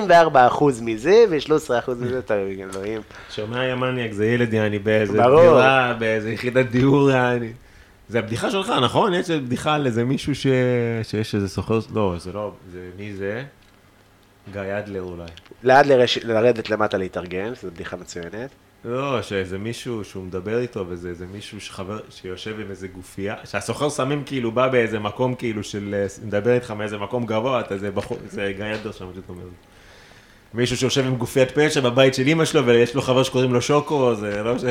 מזה ו13% מזה, אתה אלוהים. שומע ימניאק, זה ילד יעני באיזה דירה, באיזה יחידת דיור יעני. זה הבדיחה שלך, נכון? יש בדיחה על איזה מישהו שיש איזה סוחר, לא, זה לא, מי זה? גיא אדלר אולי. לרדת למטה להתארגן, זו בדיחה מצוינת. לא, שאיזה מישהו שהוא מדבר איתו, וזה איזה מישהו שיושב עם איזה גופייה, שהסוחר סמים כאילו בא באיזה מקום כאילו של, מדבר איתך מאיזה מקום גבוה, אתה זה בחור, זה גיא אדלר שם, שאתה אומר. מישהו שיושב עם גופיית פשע בבית של אמא שלו, ויש לו חבר שקוראים לו שוקו, זה לא ש...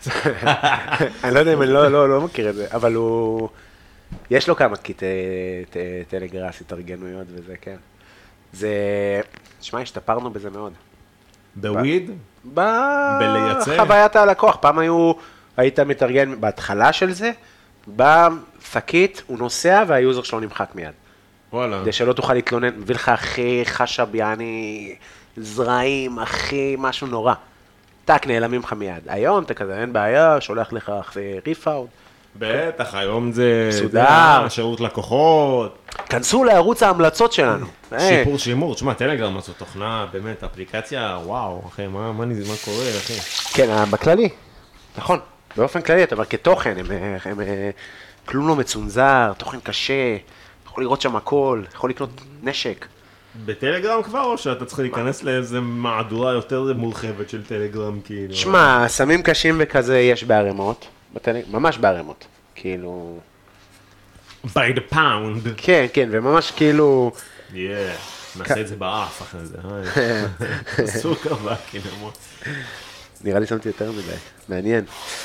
אני לא יודע אם אני לא מכיר את זה, אבל הוא... יש לו כמה קטעי טלגראס, התארגנויות וזה, כן. זה... תשמע, השתפרנו בזה מאוד. בוויד? בלייצר? בחוויית הלקוח. פעם היית מתארגן בהתחלה של זה, בא שקית, הוא נוסע והיוזר שלו נמחק מיד. וואלה. כדי שלא תוכל להתלונן, מביא לך הכי חשב, יעני, זרעים, הכי משהו נורא. טק, נעלמים לך מיד. היום אתה כזה, אין בעיה, שולח לך ריפאוט. בטח, היום זה... סודר. שירות לקוחות. כנסו לערוץ ההמלצות שלנו. שיפור שימור, תשמע, טלגרם עשו תוכנה, באמת, אפליקציה, וואו, אחי, מה קורה, אחי? כן, בכללי, נכון, באופן כללי, אתה אומר, כתוכן, הם כלום לא מצונזר, תוכן קשה, יכול לראות שם הכל, יכול לקנות נשק. בטלגרם כבר, או שאתה צריך להיכנס לאיזה מהדורה יותר מורחבת של טלגרם, כאילו? שמע, סמים קשים וכזה יש בערימות, ממש בערימות, כאילו... by the pound. כן, כן, וממש כאילו... נעשה את זה באף אחרי זה, סוכר והקינמות. נראה לי שמתי יותר מדי, מעניין.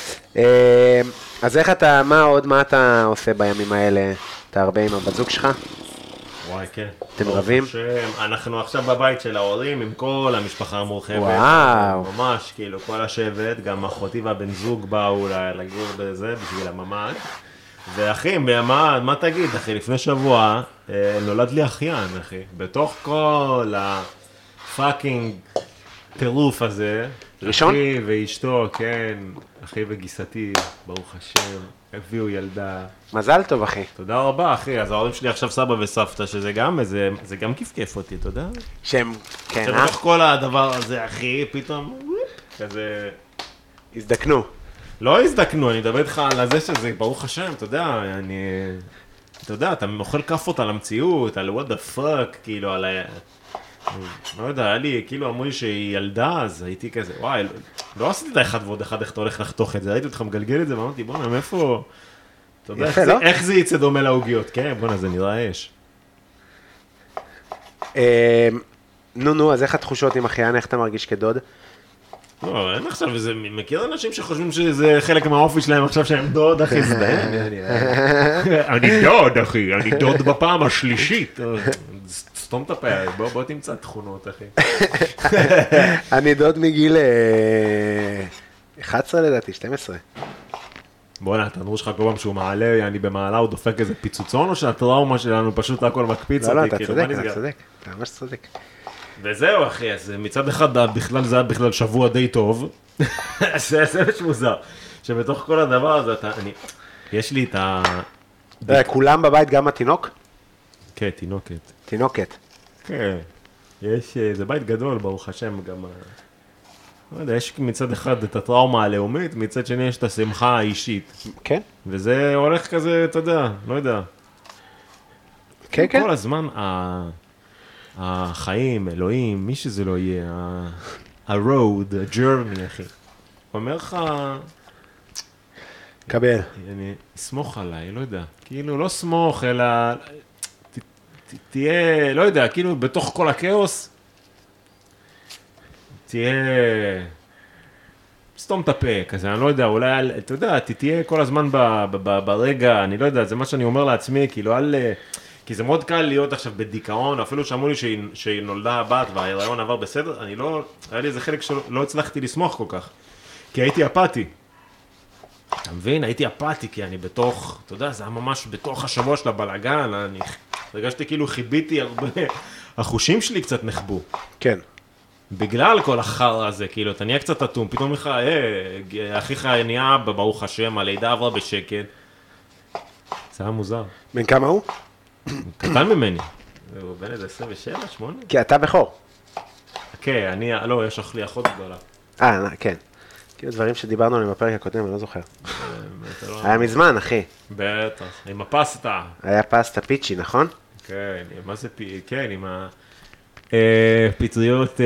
אז איך אתה, מה אתה עושה בימים האלה? אתה הרבה עם הבת זוג שלך? וואי, כן. אתם רבים? אנחנו עכשיו בבית של ההורים עם כל המשפחה המורחבת. וואו. ממש, כאילו, כל השבט, גם אחותי והבן זוג באו לגור בזה בשביל הממ"ד. ואחי, מה תגיד, אחי? לפני שבוע נולד לי אחיין, אחי. בתוך כל הפאקינג טירוף הזה. ראשון? אחי ואשתו, כן. אחי וגיסתי, ברוך השם, הביאו ילדה. מזל טוב, אחי. תודה רבה, אחי. אז ההורים שלי עכשיו סבא וסבתא, שזה גם איזה, זה גם כיף אותי, אתה יודע? שהם, כן, שבתוך כל הדבר הזה, אחי, פתאום, כזה... הזדקנו. לא הזדקנו, אני מדבר איתך על זה שזה, ברוך השם, אתה יודע, אתה יודע, אתה אוכל כאפות על המציאות, על what the fuck, כאילו, על לא יודע, היה לי, כאילו אמרו לי שהיא ילדה, אז הייתי כזה, וואי, לא עשיתי את האחד ועוד אחד, איך אתה הולך לחתוך את זה, הייתי אותך מגלגל את זה, ואמרתי, בוא'נה, מאיפה, אתה יודע, איך זה יצא דומה לעוגיות, כן, בוא'נה, זה נראה אש. נו, אז איך התחושות עם אחיין, איך אתה מרגיש כדוד? לא, אין עכשיו, מכיר אנשים שחושבים שזה חלק מהאופי שלהם עכשיו שהם דוד, אחי, זה אני דוד, אחי, אני דוד בפעם השלישית. סתום את הפה, בוא תמצא תכונות, אחי. אני דוד מגיל 11 לדעתי, 12. בוא'נה, התנור שלך כל פעם שהוא מעלה, אני במעלה, הוא דופק איזה פיצוצון, או שהטראומה שלנו פשוט הכל מקפיץ אותי? לא, אתה צודק, אתה ממש צודק. וזהו, אחי, אז מצד אחד, בכלל זה היה בכלל שבוע די טוב. זה מוזר. שבתוך כל הדבר הזה, יש לי את ה... כולם בבית, גם התינוק? כן, תינוקת. תינוקת. כן. זה בית גדול, ברוך השם, גם... לא יודע, יש מצד אחד את הטראומה הלאומית, מצד שני יש את השמחה האישית. כן. וזה הולך כזה, אתה יודע, לא יודע. כן, כן. כל הזמן, החיים, אלוהים, מי שזה לא יהיה, ה-road, ה-journey, אחי. אומר לך... קבל. סמוך עליי, לא יודע. כאילו, לא סמוך, אלא... תהיה, לא יודע, כאילו, בתוך כל הכאוס, תהיה... סתום את הפה, כזה, אני לא יודע, אולי, אתה יודע, תהיה כל הזמן ברגע, אני לא יודע, זה מה שאני אומר לעצמי, כאילו, כי זה מאוד קל להיות עכשיו בדיכאון, אפילו שאמרו לי שהיא נולדה הבת וההיריון עבר בסדר, אני לא, היה לי איזה חלק שלא הצלחתי לסמוך כל כך, כי הייתי אפאתי. אתה מבין? הייתי אפאתי, כי אני בתוך, אתה יודע, זה היה ממש בתוך השבוע של הבלגן, אני הרגשתי כאילו חיביתי הרבה, החושים שלי קצת נחבו. כן. בגלל כל החרא הזה, כאילו, אתה נהיה קצת אטום, פתאום לך, אחיך נהיה, ברוך השם, הלידה עברה בשקט. זה היה מוזר. בן כמה הוא? קטן ממני. הוא בן איזה 27, 8? כי אתה בכור. כן, לא, יש לי אחות גדולה. כן. כאילו דברים שדיברנו עליהם בפרק הקודם, אני לא זוכר. היה מזמן, אחי. בטח, עם הפסטה. היה פסטה פיצ'י, נכון? כן, מה זה כן, עם הפטריות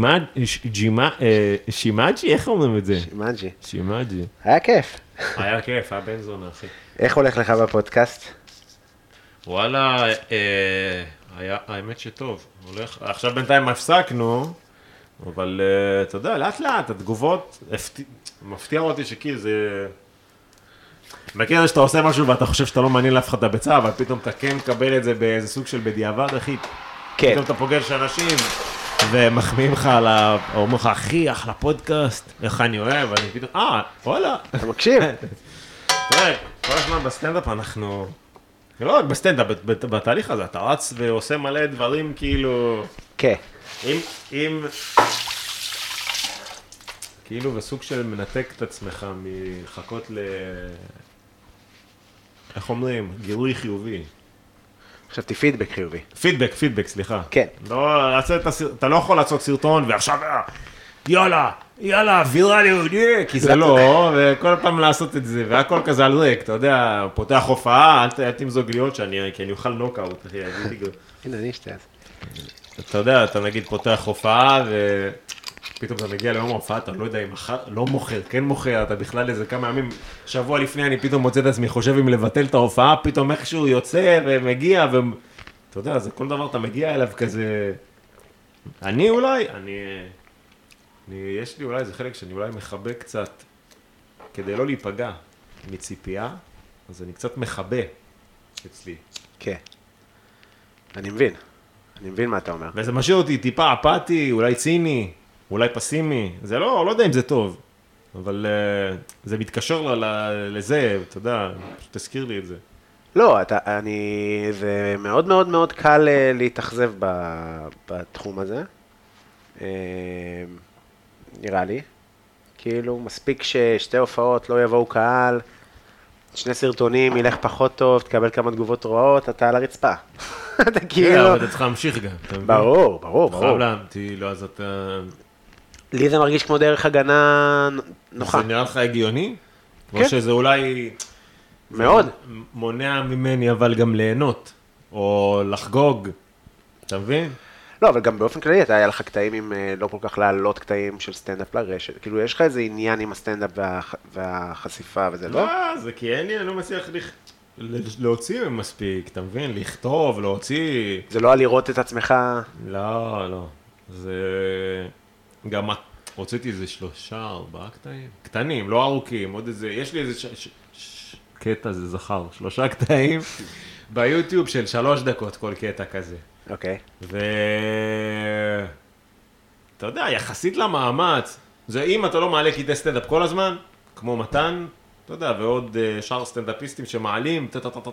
שימאג'י, איך אומרים את זה? שימאג'י. שימאג'י. היה כיף. היה כיף, היה בן זונה, אחי. איך הולך לך בפודקאסט? וואלה, האמת שטוב. עכשיו בינתיים הפסקנו, אבל אתה יודע, לאט לאט, התגובות, מפתיע אותי שכאילו זה... מכיר שאתה עושה משהו ואתה חושב שאתה לא מעניין לאף אחד את הביצה, אבל פתאום אתה כן מקבל את זה באיזה סוג של בדיעבד, אחי. כן. פתאום אתה פוגש אנשים ומחמיאים לך על אומרים לך, אחי, אחלה פודקאסט, איך אני אוהב, ואני פתאום, וואלה. אתה מקשיב? תראה, כל הזמן בסטנדאפ אנחנו... לא רק בסטנדאפ, בתהליך הזה, אתה רץ ועושה מלא דברים כאילו... כן. אם... כאילו בסוג של מנתק את עצמך מחכות איך אומרים? גירוי חיובי. חשבתי פידבק חיובי. פידבק, סליחה. כן. לא, אתה לא יכול לעשות סרטון ועכשיו, יאללה, ויראליות, כי זה לא, וכל פעם לעשות את זה, והכל כזה על ריק, אתה יודע, פותח הופעה, אל תמזוג להיות כי אני אוכל נוקאוט, אחי, הנה, אני אשתה אז. אתה יודע, אתה נגיד פותח הופעה, ופתאום אתה מגיע ליום ההופעה, אתה לא יודע אם לא מוכר, כן מוכר, אתה בכלל איזה כמה ימים, שבוע לפני אני פתאום מוצא את עצמי, חושב אם לבטל את ההופעה, פתאום איכשהו יוצא ומגיע, אתה יודע, זה כל דבר אתה מגיע אליו כזה, יש לי אולי איזה חלק שאני אולי מחבא קצת, כדי לא להיפגע מציפייה, אז אני קצת מחבא אצלי. כן. אני מבין מה אתה אומר. וזה משאיר אותי טיפה אפאתי, אולי ציני, אולי פסימי, זה לא יודע אם זה טוב, אבל זה מתקשר לזה, אתה יודע, פשוט תזכיר לי את זה. לא, זה מאוד מאוד מאוד קל להתאכזב בתחום הזה. נראה לי. כאילו, מספיק ששתי הופעות לא יבואו קהל, שני סרטונים ילך פחות טוב, תקבל כמה תגובות רעות, אתה על הרצפה. אתה כאילו... אבל אתה צריך להמשיך גם. ברור. חייב להמתיל, לא, אז אתה... לי זה מרגיש כמו דרך הגנה נוחה. זה נראה לך הגיוני? כן. או שזה אולי... מאוד. מונע ממני אבל גם ליהנות, או לחגוג, אתה מבין? לא, אבל גם באופן כללי, היה לך קטעים עם לא כל כך לעלות קטעים של סטנדאפ לרשת. כאילו, יש לך איזה עניין עם הסטנדאפ והחשיפה וזה, לא? לא, זה כי אני לא מצליח להוציא מספיק, אתה מבין? לכתוב, להוציא... זה לא על לראות את עצמך... לא, לא. זה... גם הוצאתי איזה 3-4 קטעים. קטנים, לא ארוכים, עוד איזה... יש לי איזה קטע, זה זכר, 3 קטעים ביוטיוב של 3 דקות כל קטע כזה. אוקיי. אתה יודע, יחסית למאמץ, זה אם אתה לא מעלה קטעי סטנדאפ כל הזמן, כמו מתן, אתה יודע, ועוד שאר סטנדאפיסטים שמעלים,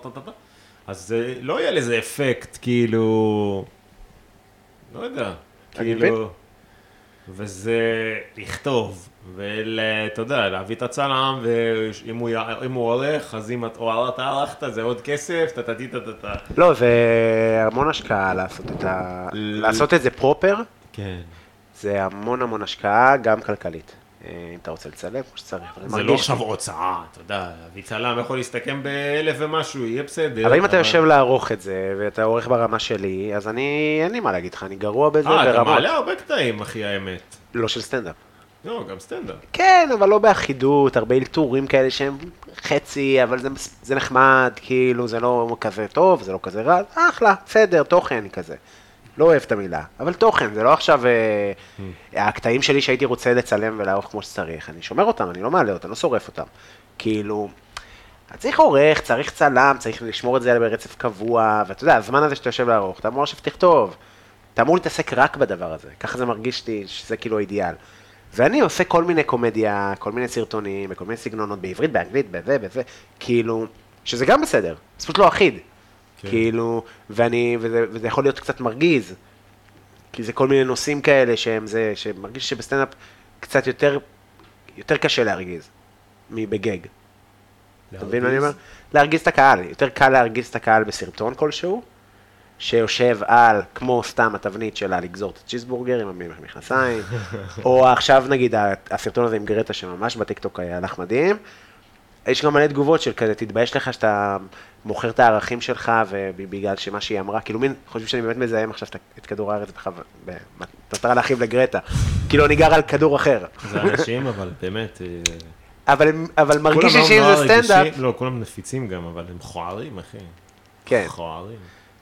אז לא יהיה לזה אפקט, כאילו, לא יודע, כאילו, וזה לכתוב, ואתה יודע, להביא את הצלם, ואם הוא עורך, אז אם אתה ערכת, זה עוד כסף, לא, זה המון השקעה לעשות את זה פרופר, כן. זה המון השקעה, גם כלכלית. אם אתה רוצה לצלם, כמו שצריך. זה לא עכשיו הוצאה, אתה יודע, להביא צלם יכול להסתכם ב1,000 ומשהו, יהיה בסדר. אבל אם אתה יושב לערוך את זה, ואתה עורך ברמה שלי, אז אין לי מה להגיד לך, אני גרוע בזה ברמות. אתה מעלה הרבה קטעים, אחי, האמת. לא של סטנדאפ. לא, גם סטנדאפ. כן, אבל לא באחידות, הרבה אלתורים כאלה שהם חצי, אבל זה נחמד, כאילו, זה לא כזה טוב, זה לא כזה רע, אחלה, בסדר, תוכן כזה. לא אוהב את המילה, אבל תוכן, זה לא עכשיו הקטעים שלי שהייתי רוצה לצלם ולערוך כמו שצריך, אני שומר אותם, אני לא מעלה אותם, לא שורף אותם. כאילו, צריך עורך, צריך צלם, צריך לשמור את זה ברצף קבוע, ואתה יודע, הזמן הזה שאתה יושב לערוך, אתה אמור עכשיו תכתוב, אתה אמור להתעסק רק בדבר הזה, ככה זה מרגיש לי שזה כאילו האידיאל. ואני עושה כל מיני קומדיה, כל מיני סרטונים, וכל מיני סגנונות בעברית, באנגלית, בזה, כאילו, שזה גם בסדר, זה פשוט לא אחיד. כאילו, וזה יכול להיות קצת מרגיז, כי זה כל מיני נושאים כאלה שמרגיש שבסטנדאפ קצת יותר קשה להרגיז, מבגג. אתה מבין מה אני אומר? להרגיז את הקהל, יותר קל להרגיז את הקהל בסרטון כלשהו, שיושב על, כמו סתם התבנית שלה, לגזור את הצ'יזבורגר עם המכנסיים, או עכשיו נגיד, הסרטון הזה עם גרטה שממש בטיקטוק היה הלך מדהים, יש גם מלא תגובות של כזה, תתבייש לך שאתה מוכר את הערכים שלך, ובגלל שמה שהיא אמרה, כאילו מין, חושבים שאני באמת מזהם עכשיו את כדור הארץ במטרה להכיב לגרטה, כאילו אני גר על כדור אחר. זה אנשים, אבל באמת... אבל מרגיש לי שאם זה סטנדאפ... לא, כולם נפיצים גם, אבל הם מכוערים, אחי. כן. מכוערים.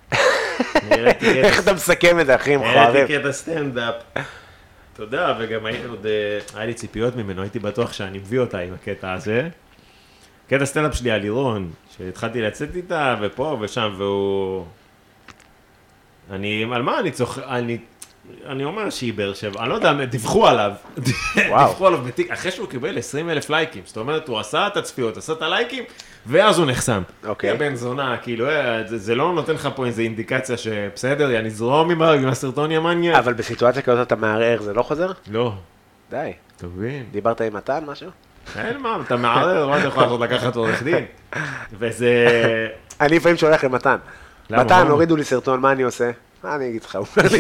איך אתה מסכם את זה, אחי, מכוערים? הייתי קטע סטנדאפ. אתה יודע, וגם היה לי ציפיות ממנו, הייתי בטוח שאני מביא אותה עם הקטע הזה. קטע סטנדאפ שלי על לירון, שהתחלתי לצאת איתה, ופה ושם, והוא... על מה אני צוחק? אני אומר שהיא באר שבע, אני לא יודע, דיווחו עליו. דיווחו עליו בתיק, אחרי שהוא קיבל 20,000 לייקים. זאת אומרת, הוא עשה את הצפיות, עשה את הלייקים, ואז הוא נחסם. אוקיי. בן זונה, כאילו, זה לא נותן לך פה איזו אינדיקציה שבסדר, אני זרום עם הסרטון ימניה. אבל בסיטואציה כזאת אתה מערער, זה לא חוזר? לא. די. תבין. דיברת עם מתן, משהו? אין מה, אתה מערער, מה אתה יכול לעשות לקחת עורך דין? וזה... אני לפעמים שולח למתן. מתן, הורידו לי סרטון, מה אני עושה? מה אני אגיד לך?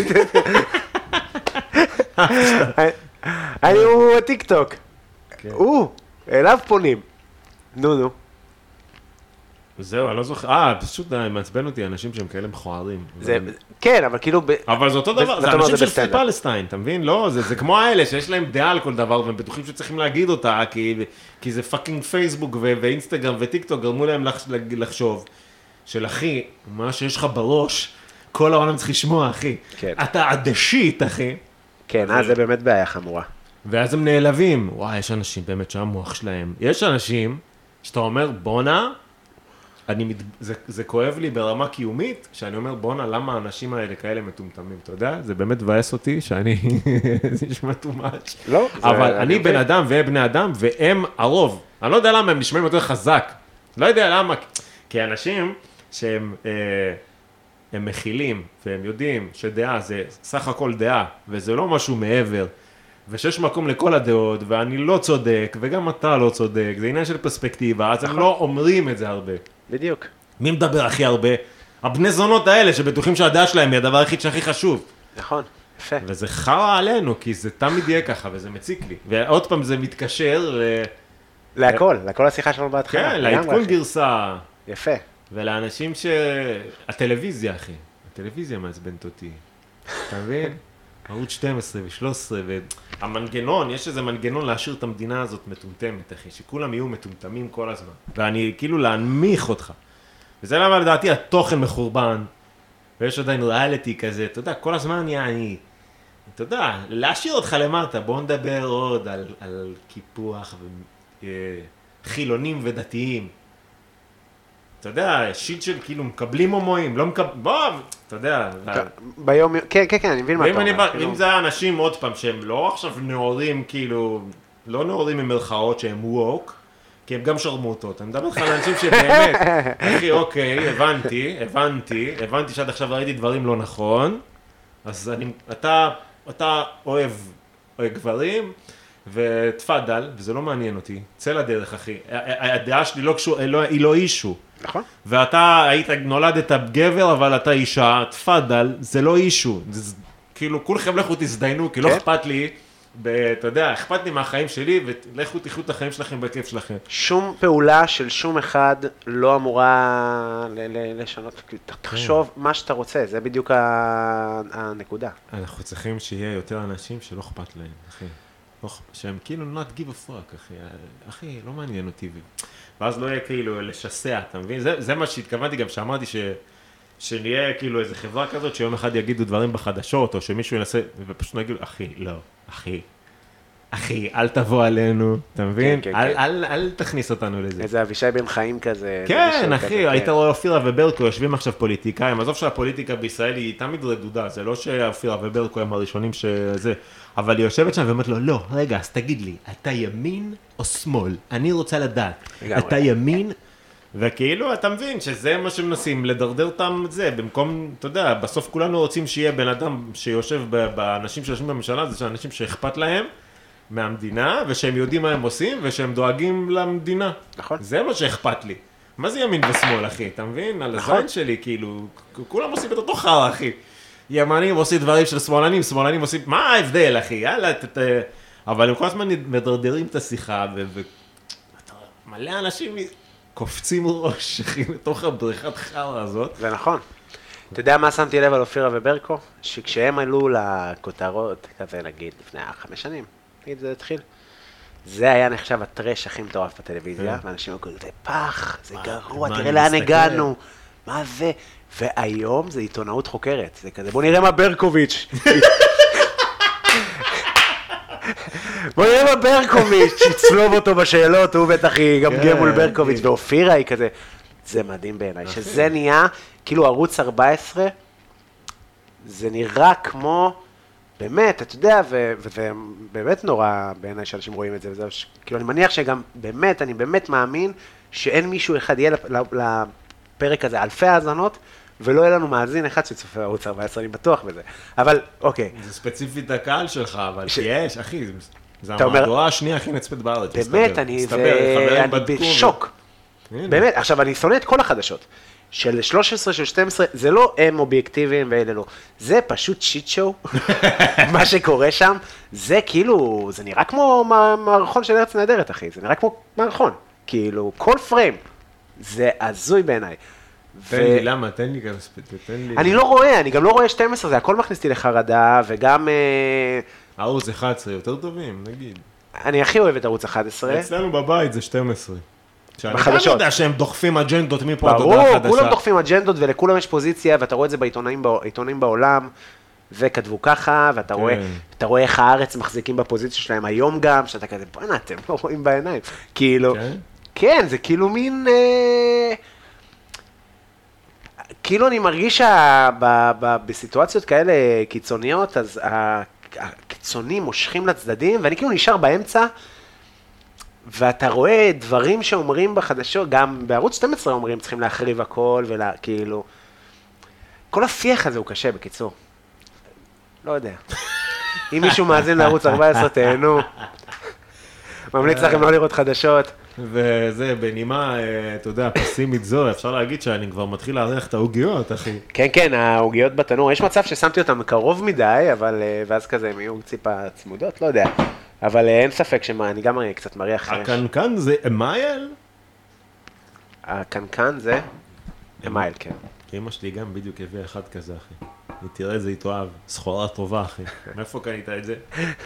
הוא הטיק טוק. אליו פונים. נו. זהו, אני לא זוכר. פשוט מעצבן אותי אנשים שהם כאלה מכוערים. כן, אבל כאילו... אבל זה אותו דבר, זה אנשים של פרי פלסטיין, אתה מבין? לא, זה כמו האלה שיש להם דעה על כל דבר, והם בטוחים שצריכים להגיד אותה, כי זה פאקינג פייסבוק ואינסטגרם וטיק טוק גרמו להם לחשוב, של אחי, מה שיש לך בראש, כל העולם צריך לשמוע, אחי. אתה עדשית, אחי. כן, אז זה באמת בעיה חמורה. ואז הם נעלבים. וואי, יש אנשים באמת שהמוח שלהם. יש אנשים שאתה אומר, בונה, זה כואב לי ברמה קיומית, שאני אומר, בונה, למה האנשים האלה כאלה מטומטמים? אתה יודע? זה באמת מבאס אותי שאני... זה נשמע תומש. לא. אבל אני בן אדם והם בני אדם, והם הרוב. אני לא יודע למה הם נשמעים יותר חזק. לא יודע למה. כי אנשים שהם מכילים, והם יודעים שדעה זה סך הכל דעה, וזה לא משהו מעבר, ושיש מקום לכל הדעות, ואני לא צודק, וגם אתה לא צודק, זה עניין של פרספקטיבה, אז הם לא אומרים את זה הרבה. בדיוק. מי מדבר הכי הרבה? הבני זונות האלה שבטוחים שהדעה שלהם היא הדבר הכי חשוב. נכון. יפה. וזה חרא עלינו, כי זה תמיד יהיה ככה, וזה מציק לי. ועוד פעם זה מתקשר לכל השיחה שלנו בהתחלה. כן, לעדכון גרסה. יפה. ולאנשים הטלוויזיה, אחי. הטלוויזיה מעצבנת אותי. אתה מבין? ערוץ 12 ו-13, והמנגנון, יש איזה מנגנון להשאיר את המדינה הזאת מטומטמת, אחי, שכולם יהיו מטומטמים כל הזמן. ואני כאילו להנמיך אותך. וזה למה לדעתי התוכן מחורבן, ויש עדיין ריאליטי כזה, אתה יודע, כל הזמן אתה יודע, להשאיר אותך למטה, בואו נדבר עוד על קיפוח וחילונים ודתיים. אתה יודע, שיט של כאילו מקבלים הומואים, לא מקבלים, בוא, אתה יודע. ביום, כן, אני מבין מה אתה אומר. אם זה היה אנשים עוד פעם שהם לא עכשיו נאורים, כאילו, לא נאורים ממרכאות שהם ווק, כי הם גם שרמוטות. אני מדבר לך על אנשים שבאמת, אחי, אוקיי, הבנתי שעד עכשיו ראיתי דברים לא נכון, אז אתה אוהב גברים, ותפדל, וזה לא מעניין אותי, צא לדרך, אחי. הדעה שלי היא לא אישו. נכון. ואתה נולדת גבר, אבל אתה אישה, תפדל, זה לא אישו. כאילו, כולכם לכו תזדיינו, כי לא אכפת לי, אתה יודע, אכפת לי מהחיים שלי, ולכו תחיו את החיים שלכם בכיף שלכם. שום פעולה של שום אחד לא אמורה לשנות. תחשוב מה שאתה רוצה, זה בדיוק הנקודה. אנחנו צריכים שיהיה יותר אנשים שלא אכפת להם, אחי. שהם כאילו not give a fuck, אחי, לא מעניין אותי. ואז לא יהיה כאילו לשסע, אתה מבין? זה מה שהתכוונתי גם, שאמרתי שנהיה כאילו איזה חברה כזאת, שיום אחד יגידו דברים בחדשות, או שמישהו ינסה, ופשוט נגיד, אחי, לא, אחי, אל תבוא עלינו, אתה מבין? אל תכניס אותנו לזה. איזה אבישי בן חיים כזה. כן, אחי, היית רואה אופירה וברקו, יושבים עכשיו פוליטיקאים, עזוב שהפוליטיקה בישראל היא תמיד רדודה, זה לא שאופירה וברקו הם הראשונים שזה, אבל היא יושבת שם ואומרת לו, לא, רגע, אז תגיד לי, אתה ימין או שמאל? אני רוצה לדעת, אתה ימין? וכאילו, אתה מבין שזה מה שמנסים, לדרדר אותם את זה, במקום, אתה יודע, בסוף כולנו רוצים שיהיה בן אדם שיושב באנשים שיושבים בממשלה, זה שאנשים שאכפת להם מהמדינה, ושהם יודעים מה הם עושים, ושהם דואגים למדינה. נכון. זה מה שאכפת לי. מה זה ימין ושמאל, אחי? אתה מבין? על הזין שלי, כאילו, כולם עושים את אותו חרא, אחי. ימנים עושים דברים של שמאלנים, שמאלנים עושים, מה ההבדל, אחי? יאללה, אבל הם כל הזמן מדרדרים את השיחה, ומלא אנשים קופצים ראש, אחי, לתוך הבריכת חרא הזאת. זה נכון. אתה יודע מה שמתי לב על אופירה וברקו? שכשהם עלו לכותרות, כזה נגיד, לפני 5 שנים, נגיד זה התחיל, זה היה נחשב הטרש הכי מטורף בטלוויזיה, ואנשים אמרו, זה פח, זה גרוע, תראה לאן הגענו, מה זה? והיום זה עיתונאות חוקרת, זה כזה, בוא נראה מה ברקוביץ'. בוא נראה מה ברקוביץ', יצלוב אותו בשאלות, הוא בטח יגמגם מול ברקוביץ', ואופירה היא כזה, זה מדהים בעיניי, שזה נהיה, כאילו ערוץ 14, זה נראה כמו, באמת, אתה יודע, וזה באמת נורא בעיניי שאנשים רואים את זה, וזה, כאילו אני מניח שגם באמת, אני באמת מאמין שאין מישהו אחד יהיה לפרק הזה אלפי האזנות, ולא יהיה לנו מאזין אחד שצופה ערוץ 14, אני בטוח בזה. אבל, אוקיי. זה ספציפית הקהל שלך, אבל יש, אחי, זה המהדורה השנייה הכי נצפית בארץ. באמת, אני בשוק. באמת, עכשיו אני שונא את כל החדשות. של 13, של 12, זה לא הם אובייקטיביים ואלה לא. זה פשוט שיט שואו, מה שקורה שם. זה כאילו, זה נראה כמו מערכון של ארץ נהדרת, אחי. זה נראה כמו מערכון. כאילו, כל פריים. זה הזוי בעיניי. תן לי, למה? תן לי גם ספציפית, תן לי. אני לא רואה, אני גם לא רואה 12, זה הכל מכניס אותי לחרדה, וגם... ערוץ 11 יותר טובים, נגיד. אני הכי אוהב את ערוץ 11. אצלנו בבית זה 12. בחדשות. אני גם יודע שהם דוחפים אג'נדות מפה עד הודעה חדשה. ברור, כולם דוחפים אג'נדות ולכולם יש פוזיציה, ואתה רואה את זה בעיתונים בעולם, וכתבו ככה, ואתה רואה איך הארץ מחזיקים בפוזיציה שלהם היום גם, שאתה כזה, בוא'נה, אתם לא רואים בעיניים. כאילו, כן, זה כאילו מין... כאילו אני מרגיש שבסיטואציות כאלה קיצוניות, אז הקיצונים מושכים לצדדים, ואני כאילו נשאר באמצע, ואתה רואה דברים שאומרים בחדשות, גם בערוץ 12 אומרים, צריכים להחריב הכל, וכאילו, כל השיח הזה הוא קשה, בקיצור. לא יודע. אם מישהו מאזין לערוץ 14, תהנו. ממליץ לכם לא לראות חדשות. וזה, בנימה, אתה יודע, פסימית זו, אפשר להגיד שאני כבר מתחיל להריח את העוגיות, אחי. כן, כן, העוגיות בתנור, יש מצב ששמתי אותם קרוב מדי, אבל, ואז כזה הם יהיו ציפה צמודות, לא יודע. אבל אין ספק שאני גם קצת מריח... הקנקן זה אמייל? הקנקן זה אמייל, כן. אמא שלי גם בדיוק הביאה אחד כזה, אחי. תראה איזה התאהב, סחורה טובה, אחי. מאיפה קנית את זה?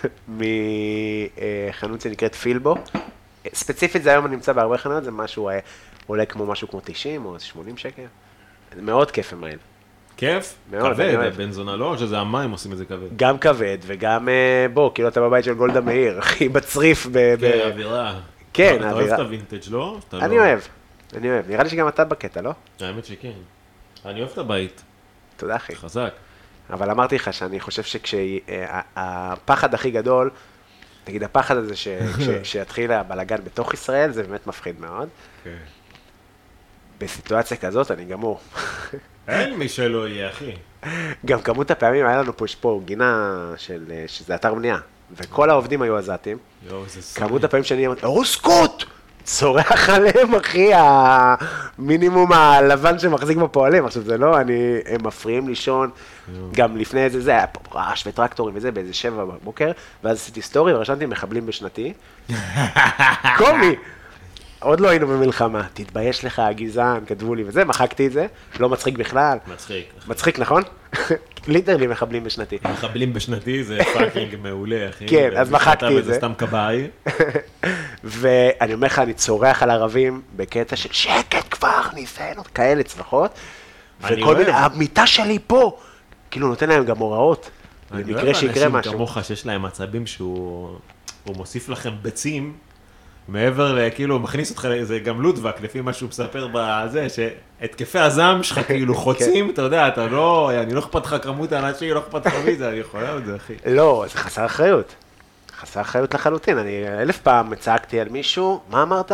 מחנות שנקראת פילבו. ספציפית זה היום נמצא בהרבה חנויות, זה משהו, עולה כמו משהו כמו 90 או 80 שקל. זה מאוד כיף אמייל. כיף? מאוד, כבד, בן זונה לא, שזה המים עושים את זה כבד. גם כבד וגם, בוא, כאילו אתה בבית של גולדה מאיר, אחי, בצריף. כן, אווירה. כן, אתה אוהב את הווינטג' לא? אני אוהב, אני אוהב. נראה לי שגם אתה בקטע, לא? האמת שכן. אני אוהב את הבית. תודה, אחי. חזק. אבל אמרתי לך שאני חושב שהפחד הכי גדול, נגיד הפחד הזה שיתחיל הבלגן בתוך ישראל, זה באמת מפחיד מאוד. כן. בסיטואציה כזאת אני גמור. אין מי שלא יהיה, אחי. גם כמות הפעמים היה לנו פה גינה שזה אתר בנייה, וכל העובדים היו עזתים. כמות הפעמים שאני אמרתי, רוסקוט! צורח עליהם, אחי, המינימום הלבן שמחזיק בפועלים. עכשיו זה לא, הם מפריעים לישון, גם לפני זה היה רעש וטרקטורים וזה, באיזה 7 בבוקר, ואז עשיתי סטורי ורשמתי מחבלים בשנתי. קומי! עוד לא היינו במלחמה, תתבייש לך הגזען, כתבו לי וזה, מחקתי את זה, לא מצחיק בכלל. מצחיק. מצחיק, נכון? ליטרלי מחבלים בשנתי. מחבלים בשנתי זה פאקינג מעולה, אחי. כן, אז מחקתי את זה. וזה סתם קבעי. ואני אומר לך, אני צורח על ערבים בקטע של שקט כבר, ניסינו, כאלה צווחות. וכל מיני, המיטה שלי פה, כאילו נותן להם גם הוראות, למקרה שיקרה משהו. אנשים כמוך שיש להם מצבים שהוא מוסיף לכם ביצים, מעבר לכאילו, הוא מכניס אותך לאיזה גם לודבק, לפי מה שהוא מספר בזה, שהתקפי הזעם שלך כאילו חוצים, אתה יודע, אתה לא, אני לא אכפת לך כמות האנשים, לא אכפת לך מזה, אני יכול לעשות את זה, אחי. לא, זה חסר אחריות. חסר אחריות לחלוטין, אני 1000 פעם צעקתי על מישהו, מה אמרת?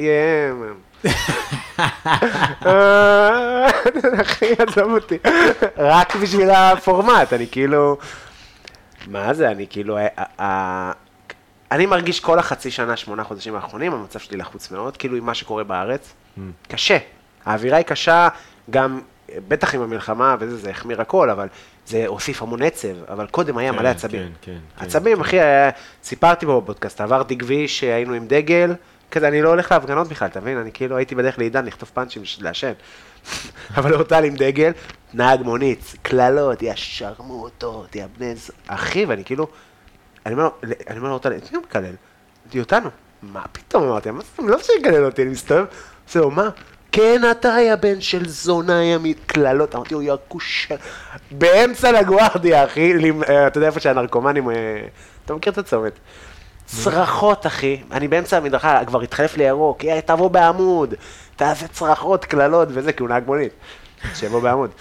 אחי, עזוב אותי. רק בשביל הפורמט, אני כאילו, מה זה, אני כאילו, אני מרגיש כל החצי שנה, 8 חודשים האחרונים, המצב שלי לחוץ מאוד, כאילו עם מה שקורה בארץ, קשה. האווירה היא קשה, גם, בטח עם המלחמה וזה, זה החמיר הכל, אבל זה הוסיף המון עצב, אבל קודם היה מלא עצבים. עצבים, אחי, סיפרתי פה בפודקאסט, עברתי כביש, היינו עם דגל, כזה, אני לא הולך להפגנות בכלל, אתה מבין? אני כאילו הייתי בדרך לעידן לכתוב פאנצ'ים לעשן. אבל הורתה לי עם דגל, נהג מונית, קללות, יא שרמוטות, יא בני ז... אחי, ואני כאילו, אני אומר לו, את מי הוא מקלל? אמרתי, אותנו. מה פתאום אמרתי? לא שיקלל אותי, אני מסתובב. זהו, מה? כן, אתה היה בן של זונה ימית, קללות. אמרתי, הוא יקוש... באמצע לגוארדיה, אחי. אתה יודע איפה שהנרקומנים... אתה מכיר את הצומת? צרחות, אחי. אני באמצע המדרכה, כבר התחלף לירוק. תבוא בעמוד. תעשה צרחות, קללות וזה, כי הוא נהג מונית. שיבוא בעמוד.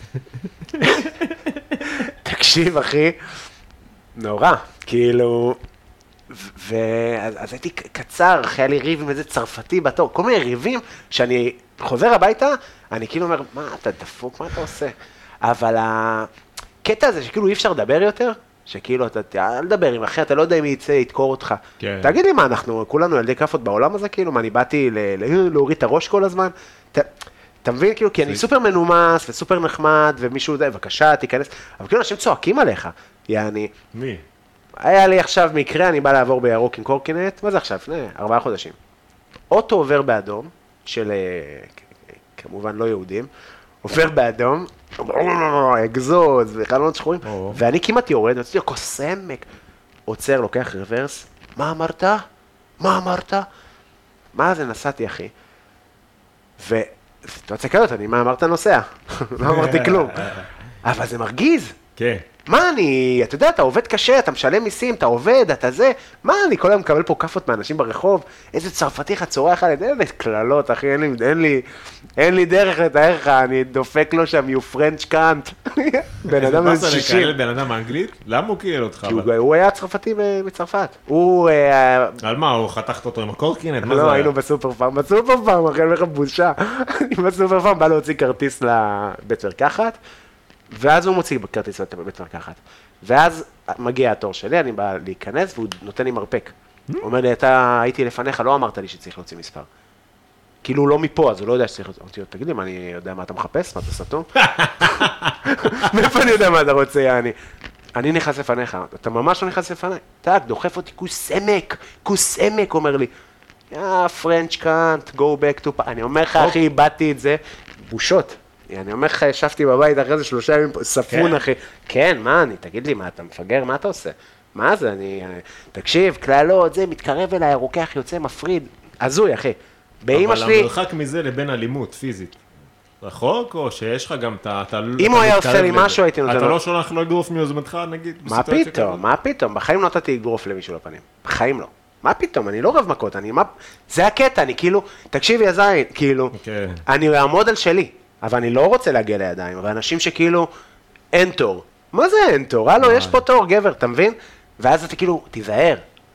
תקשיב, אחי. נורא. כאילו... ואז הייתי קצר, היה לי ריב עם איזה צרפתי בתור, כל מיני ריבים שאני חוזר הביתה, אני כאילו אומר, מה אתה דפוק, מה אתה עושה? אבל הקטע הזה שכאילו אי אפשר לדבר יותר, שכאילו אתה, אל לדבר עם אחי, אתה לא יודע אם יצא, יתקור אותך. כן. תגיד לי מה, אנחנו כולנו ילדי כאפות בעולם הזה, כאילו, מה, אני באתי להוריד את הראש כל הזמן? אתה מבין, כאילו, כי אני סופר מנומס וסופר נחמד, ומישהו יודע, בבקשה, תיכנס, אבל כאילו אנשים צועקים עליך, יעני. מי? היה לי עכשיו מקרה, אני בא לעבור בירוק עם קורקינט, מה זה עכשיו? לפני 4 חודשים. אוטו עובר באדום, של כמובן לא יהודים, עובר באדום, אגזוז וחלונות שחורים, ואני כמעט יורד, ועשיתי לו קוסמק, עוצר, לוקח רוורס, מה אמרת? מה אמרת? מה זה נסעתי, אחי? וסיטואציה כזאת, מה אמרת נוסע? לא אמרתי כלום. אבל זה מרגיז. כן. מה אני, אתה יודע, אתה עובד קשה, אתה משלם מיסים, אתה עובד, אתה זה, מה אני כל היום מקבל פה כפות מאנשים ברחוב, איזה צרפתי לך צורח על איזה קללות, אחי, אין לי דרך לתאר לך, אני דופק לו שם, you French can't. בן אדם איזה 60. לקלל בן אדם אנגלית? למה הוא קלל אותך? כי הוא היה צרפתי מצרפת. על מה, הוא חתכת אותו עם הקורקינט? לא, היינו בסופר פארם, אחרי לך בושה. אני בסופר פארם בא להוציא כרטיס לבית מרקחת. ואז הוא מוציא כרטיס בבית מרקחת. ואז מגיע התור שלי, אני בא להיכנס, והוא נותן לי מרפק. הוא אומר לי, אתה הייתי לפניך, לא אמרת לי שצריך להוציא מספר. כאילו הוא לא מפה, אז הוא לא יודע שצריך להוציא. תגיד לי, אני יודע מה אתה מחפש? מה אתה סתום? מאיפה אני יודע מה אתה רוצה, יעני? אני נכנס לפניך, אתה ממש לא נכנס לפניי. טק, דוחף אותי, כוס עמק, אומר לי. French can't go back to... אני אומר לך, אחי, איבדתי את זה. בושות. אני אומר לך, ישבתי בבית אחרי זה 3 ימים, ספון, אחי. כן, מה אני? תגיד לי, מה, אתה מפגר? מה אתה עושה? מה זה? תקשיב, כללות, זה, מתקרב אליי, הרוקח יוצא, מפריד. הזוי, אחי. באמא שלי... אבל המרחק מזה לבין אלימות פיזית. רחוק, או שיש לך גם, אתה אם הוא היה עושה לי משהו, הייתי נותן לו. אתה לא שולח לו אגרוף מיוזמתך, נגיד? מה פתאום? בחיים לא נתתי אגרוף למישהו לפנים. בחיים לא. מה פתאום? אני לא רב מכות, זה הקטע, אני כאילו, תקשיבי, הזין, כאילו, אני אעמוד על שלי, אבל אני לא רוצה להגיע לידיים, אבל אנשים שכאילו, אין תור. מה זה אין תור? הלו, יש פה תור, גבר, אתה מבין? ואז אתה כאילו, תיזהר,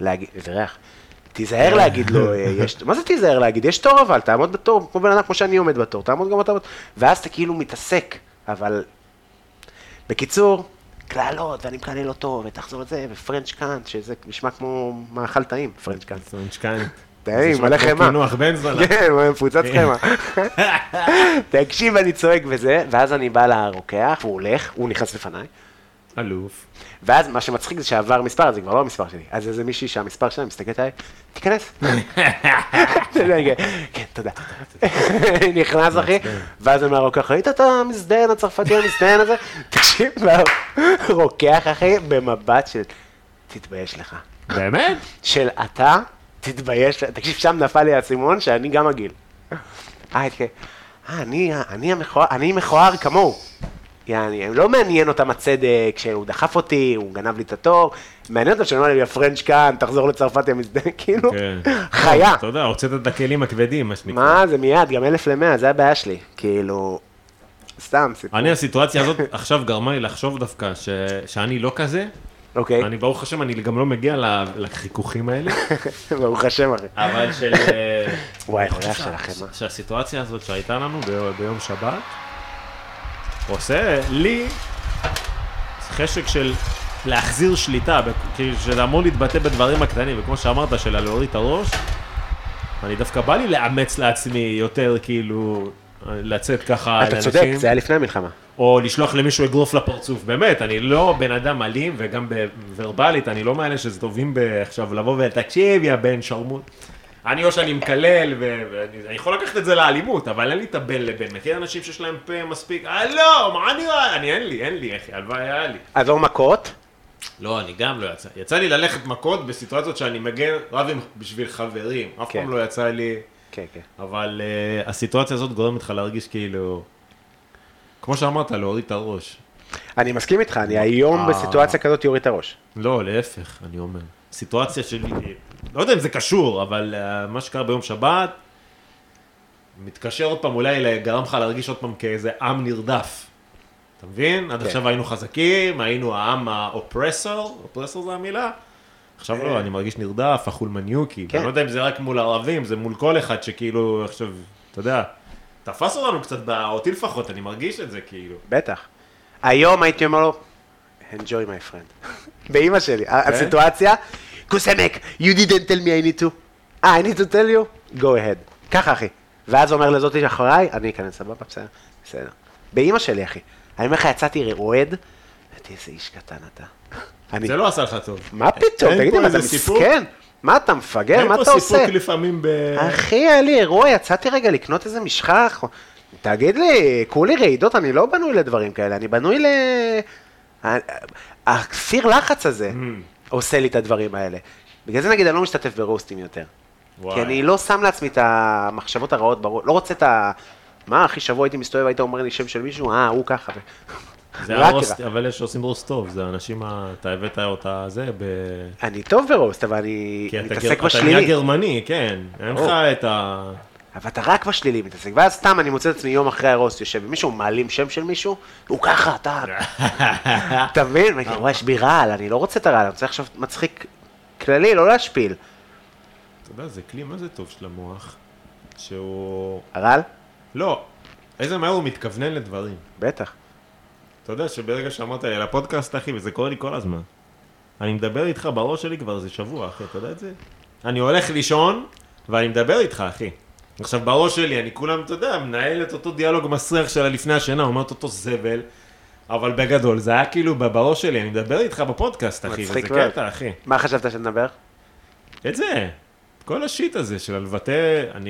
תיזהר להגיד לו, מה זה תיזהר להגיד? יש תור אבל, תעמוד בתור, כמו בן אדם, כמו שאני עומד בתור, תעמוד גם אתה בתור, ואז אתה כאילו מתעסק, אבל, בקיצור, כללות, ואני מקלל אותו, ותחזור את זה, ופרנץ' קאנט, שזה נשמע כמו מאכל טעים, פרנץ' קאנט. פרנץ' קאנט. טעים, מלא חמה. זה קינוח בן זונה. כן, מפוצץ חמה. תקשיב, אני צועק וזה, ואז אני בא לרוקח, והוא הולך, הוא נכנס לפניי. אלוף. ואז מה שמצחיק זה שעבר מספר, זה כבר לא המספר שלי. אז איזה מישהי שהמספר שלה מסתכלת עליי, תיכנס. כן, תודה. נכנס אחי, אז אני מהרוקח, ראית את המזדיין הצרפתי המזדיין הזה? תקשיב, רוקח אחי במבט של, תתבייש לך. באמת? של אתה, תתבייש לך. תקשיב, שם נפל לי הסימון שאני גם הגיל. אני מכוער כמוהו. יעני, לא מעניין אותם הצדק, שהוא דחף אותי, הוא גנב לי את התור, מעניין אותם שאני אומר לי, הפרנץ' קאנט, תחזור לצרפת המזדן, כאילו, חיה. אתה יודע, הוצאת את הכלים הכבדים, מה שנקרא. מה, זה מיד, גם 1,100, זה הבעיה שלי, כאילו, סתם סיפור. אני, הסיטואציה הזאת עכשיו גרמה לי לחשוב דווקא, שאני לא כזה, אוקיי. אני ברוך השם, אני גם לא מגיע לחיכוכים האלה. ברוך השם, אחי. אבל וואי, הולך שלכם, מה? שהסיטואציה הזאת שהייתה לנו ביום שבת, עושה לי חשק של להחזיר שליטה, שזה אמור להתבטא בדברים הקטנים, וכמו שאמרת, של להוריד את הראש, אני דווקא בא לי לאמץ לעצמי יותר, כאילו, לצאת ככה לאנשים. אתה צודק, זה היה לפני המלחמה. או לשלוח למישהו אגרוף לפרצוף, באמת, אני לא בן אדם אלים, וגם בוורבלית, אני לא מאלה שזה טובים עכשיו לבוא ולתקשיב, יא בן שרמוט. אני או שאני מקלל, ואני יכול לקחת את זה לאלימות, אבל אין לי את הבן לבן. מכיר אנשים שיש להם פה מספיק, לא, מה אני רואה? אין לי, אחי, הלוואי היה לי. עבור מכות? לא, אני גם לא יצא. יצא לי ללכת מכות בסיטואציות שאני מגן רבים בשביל חברים. אף פעם לא יצא לי. כן, כן. אבל הסיטואציה הזאת גורמת לך להרגיש כאילו, כמו שאמרת, להוריד את הראש. אני מסכים איתך, אני היום בסיטואציה כזאת יוריד את הראש. לא, להפך, אני אומר. סיטואציה שלי, לא יודע אם זה קשור, אבל מה שקרה ביום שבת, מתקשר עוד פעם, אולי גרם לך להרגיש עוד פעם כאיזה עם נרדף. אתה מבין? עד עכשיו היינו חזקים, היינו העם האופרסור, אופרסור זה המילה. עכשיו לא, אני מרגיש נרדף, החולמניוקי. אני לא יודע אם זה רק מול ערבים, זה מול כל אחד שכאילו, עכשיו, אתה יודע, תפס אותנו קצת, אותי לפחות, אני מרגיש את זה כאילו. בטח. היום הייתי אומר לו, enjoy my friend. באמא שלי, הסיטואציה, קוסמק, you didn't tell me I need to. I need to tell you, go ahead. ככה אחי. ואז אומר לזאתי שאחריי, אני אכנס, סבבה, בסדר. באמא שלי אחי. אני אומר לך, יצאתי רועד, ואתי איזה איש קטן אתה. זה לא עשה לך טוב. מה פתאום? תגיד לי, מה אתה מסכן? מה אתה מפגר? מה אתה עושה? אין פה סיפוק לפעמים אחי, היה לי אירוע, יצאתי רגע לקנות איזה משכח. תגיד לי, כולי רעידות, אני לא בנוי לדברים כאלה, אני בנוי הסיר לחץ הזה עושה לי את הדברים האלה. בגלל זה נגיד, אני לא משתתף ברוסטים יותר. כי אני לא שם לעצמי את המחשבות הרעות בראש, לא רוצה את מה, אחי, שבוע הייתי מסתובב, היית אומר לי שם של מישהו, הוא ככה. זה הרוסט, אבל יש שעושים רוסט טוב, זה האנשים, אתה הבאת אותה, זה אני טוב ברוסט, אבל אני מתעסק בשלילי. אתה נהיה גרמני, כן, אין לך את אבל אתה רק בשלילי מתעסק, ואז סתם אני מוצא את עצמי יום אחרי הרוסט יושב, ומישהו מעלים שם של מישהו, הוא ככה, אתה מבין? וואי, יש בי רעל, אני לא רוצה את הרעל, אני רוצה עכשיו מצחיק כללי, לא להשפיל. אתה יודע, זה כלי מה זה טוב של המוח, שהוא... הרעל? לא, איזה מהר הוא מתכוונן לדברים. בטח. אתה יודע שברגע שאמרת לי על הפודקאסט, אחי, וזה קורה לי כל הזמן. אני מדבר איתך בראש שלי כבר איזה שבוע, אחי, אתה יודע את זה? אני הולך לישון, ואני מדבר איתך, אחי. עכשיו, בראש שלי, אני כולם, אתה יודע, מנהל את אותו דיאלוג מסריח שלה לפני השינה, אומרת אותו זבל, אבל בגדול, זה היה כאילו בראש שלי, אני מדבר איתך בפודקאסט, אחי, וזה קטע, אחי. מה חשבת שנדבר? את זה, כל השיט הזה של לבטא, אני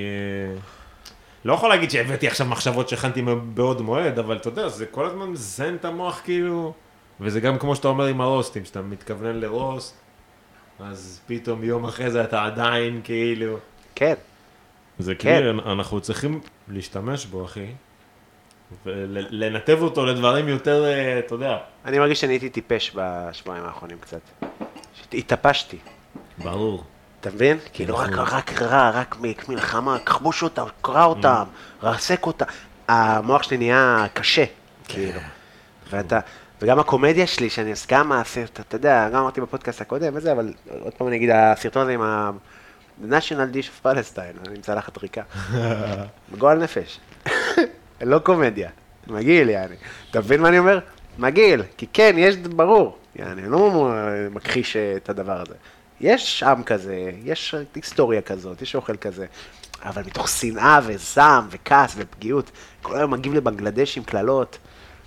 לא יכול להגיד שהבאתי עכשיו מחשבות שהכנתי בעוד מועד, אבל אתה יודע, זה כל הזמן מזן את המוח כאילו, וזה גם כמו שאתה אומר עם הרוסטים, שאתה מתכוונן לרוסט, אז פתאום יום אחרי זה אתה עדיין כאילו... כן. זה כאילו, אנחנו צריכים להשתמש בו, אחי, ולנתב אותו לדברים יותר, אתה יודע. אני מרגיש שאני הייתי טיפש בשבועיים האחרונים קצת. התאפשתי. ברור. אתה מבין? כאילו רק רע, רק מלחמה, כחבוש אותם, קרא אותם, רסק אותם. המוח שלי נהיה קשה, כאילו. וגם הקומדיה שלי, שאני גם אתה יודע, גם אמרתי בפודקאסט הקודם וזה, אבל עוד פעם אני אגיד, הסרטון הזה עם The National Dish of Palestine, אני אמצא לך דריקה. מגועל נפש. לא קומדיה. מגעיל, יעני. אתה מבין מה אני אומר? מגעיל. כי כן, יש ברור. יעני, אני לא מכחיש את הדבר הזה. יש עם כזה, יש היסטוריה כזאת, יש אוכל כזה. אבל מתוך שנאה וזעם וכעס ופגיעות, כל היום מגיב לבנגלדש עם כללות.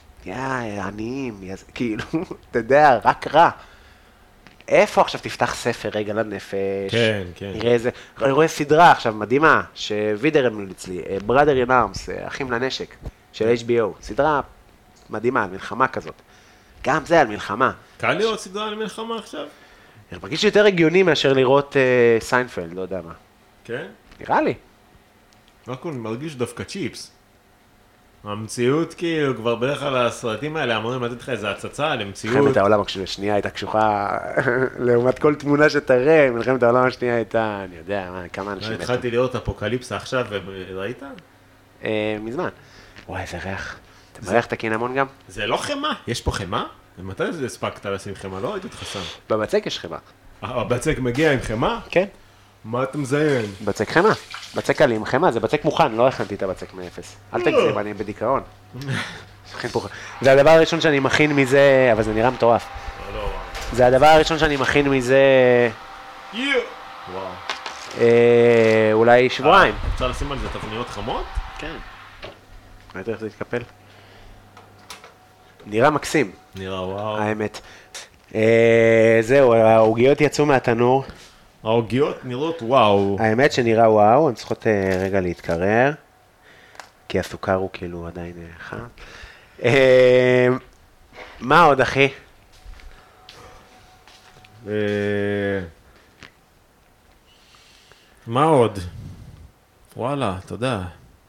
עניים, כאילו, אתה יודע, רק רע. איפה עכשיו תפתח ספר רגע לנפש? כן, כן. נראה איזה, אני רואה סדרה עכשיו מדהימה, שווידר המליץ לי, Brother in Arms, אחים לנשק, של HBO, סדרה מדהימה, על מלחמה כזאת. גם זה על מלחמה. קל לראות סדרה על מלחמה עכשיו? אני מרגיש יותר הגיוני מאשר לראות סיינפלד, לא יודע מה. כן? נראה לי. רק אני מרגיש דווקא צ'יפס. המציאות כאילו, כבר בדרך כלל הסרטים האלה אמורים לתת לך איזו הצצה למציאות. מלחמת העולם השנייה הייתה קשוחה, לעומת כל תמונה שתראה, מלחמת העולם השנייה הייתה, אני יודע, כמה אנשים... התחלתי לראות אפוקליפסה עכשיו, וראית? מזמן. וואי, איזה ריח. אתה מריח את הקינמון גם? זה לא חמה, יש פה חמה? ומתי זה הספקת לשים חמה? לא ראיתי אותך שם. בבצק יש חמה. הבצק מגיע עם חמה? כן. מה אתה מזיין? בצק חמה. בצק עלי עם חמה, זה בצק מוכן, לא הכנתי את הבצק מאפס. אל תגזים, אני בדיכאון. זה הדבר הראשון שאני מכין מזה, אבל זה נראה מטורף. זה הדבר הראשון שאני מכין מזה... אולי שבועיים. אפשר לשים על זה תבניות חמות? כן. ראית איך זה יתקפל? נראה מקסים. נראה וואו. האמת. זהו, העוגיות יצאו מהתנור. העוגיות נראות וואו. האמת שנראה וואו, הן צריכות רגע להתקרר, כי הסוכר הוא כאילו עדיין חם. מה עוד, אחי? מה עוד? וואלה, תודה.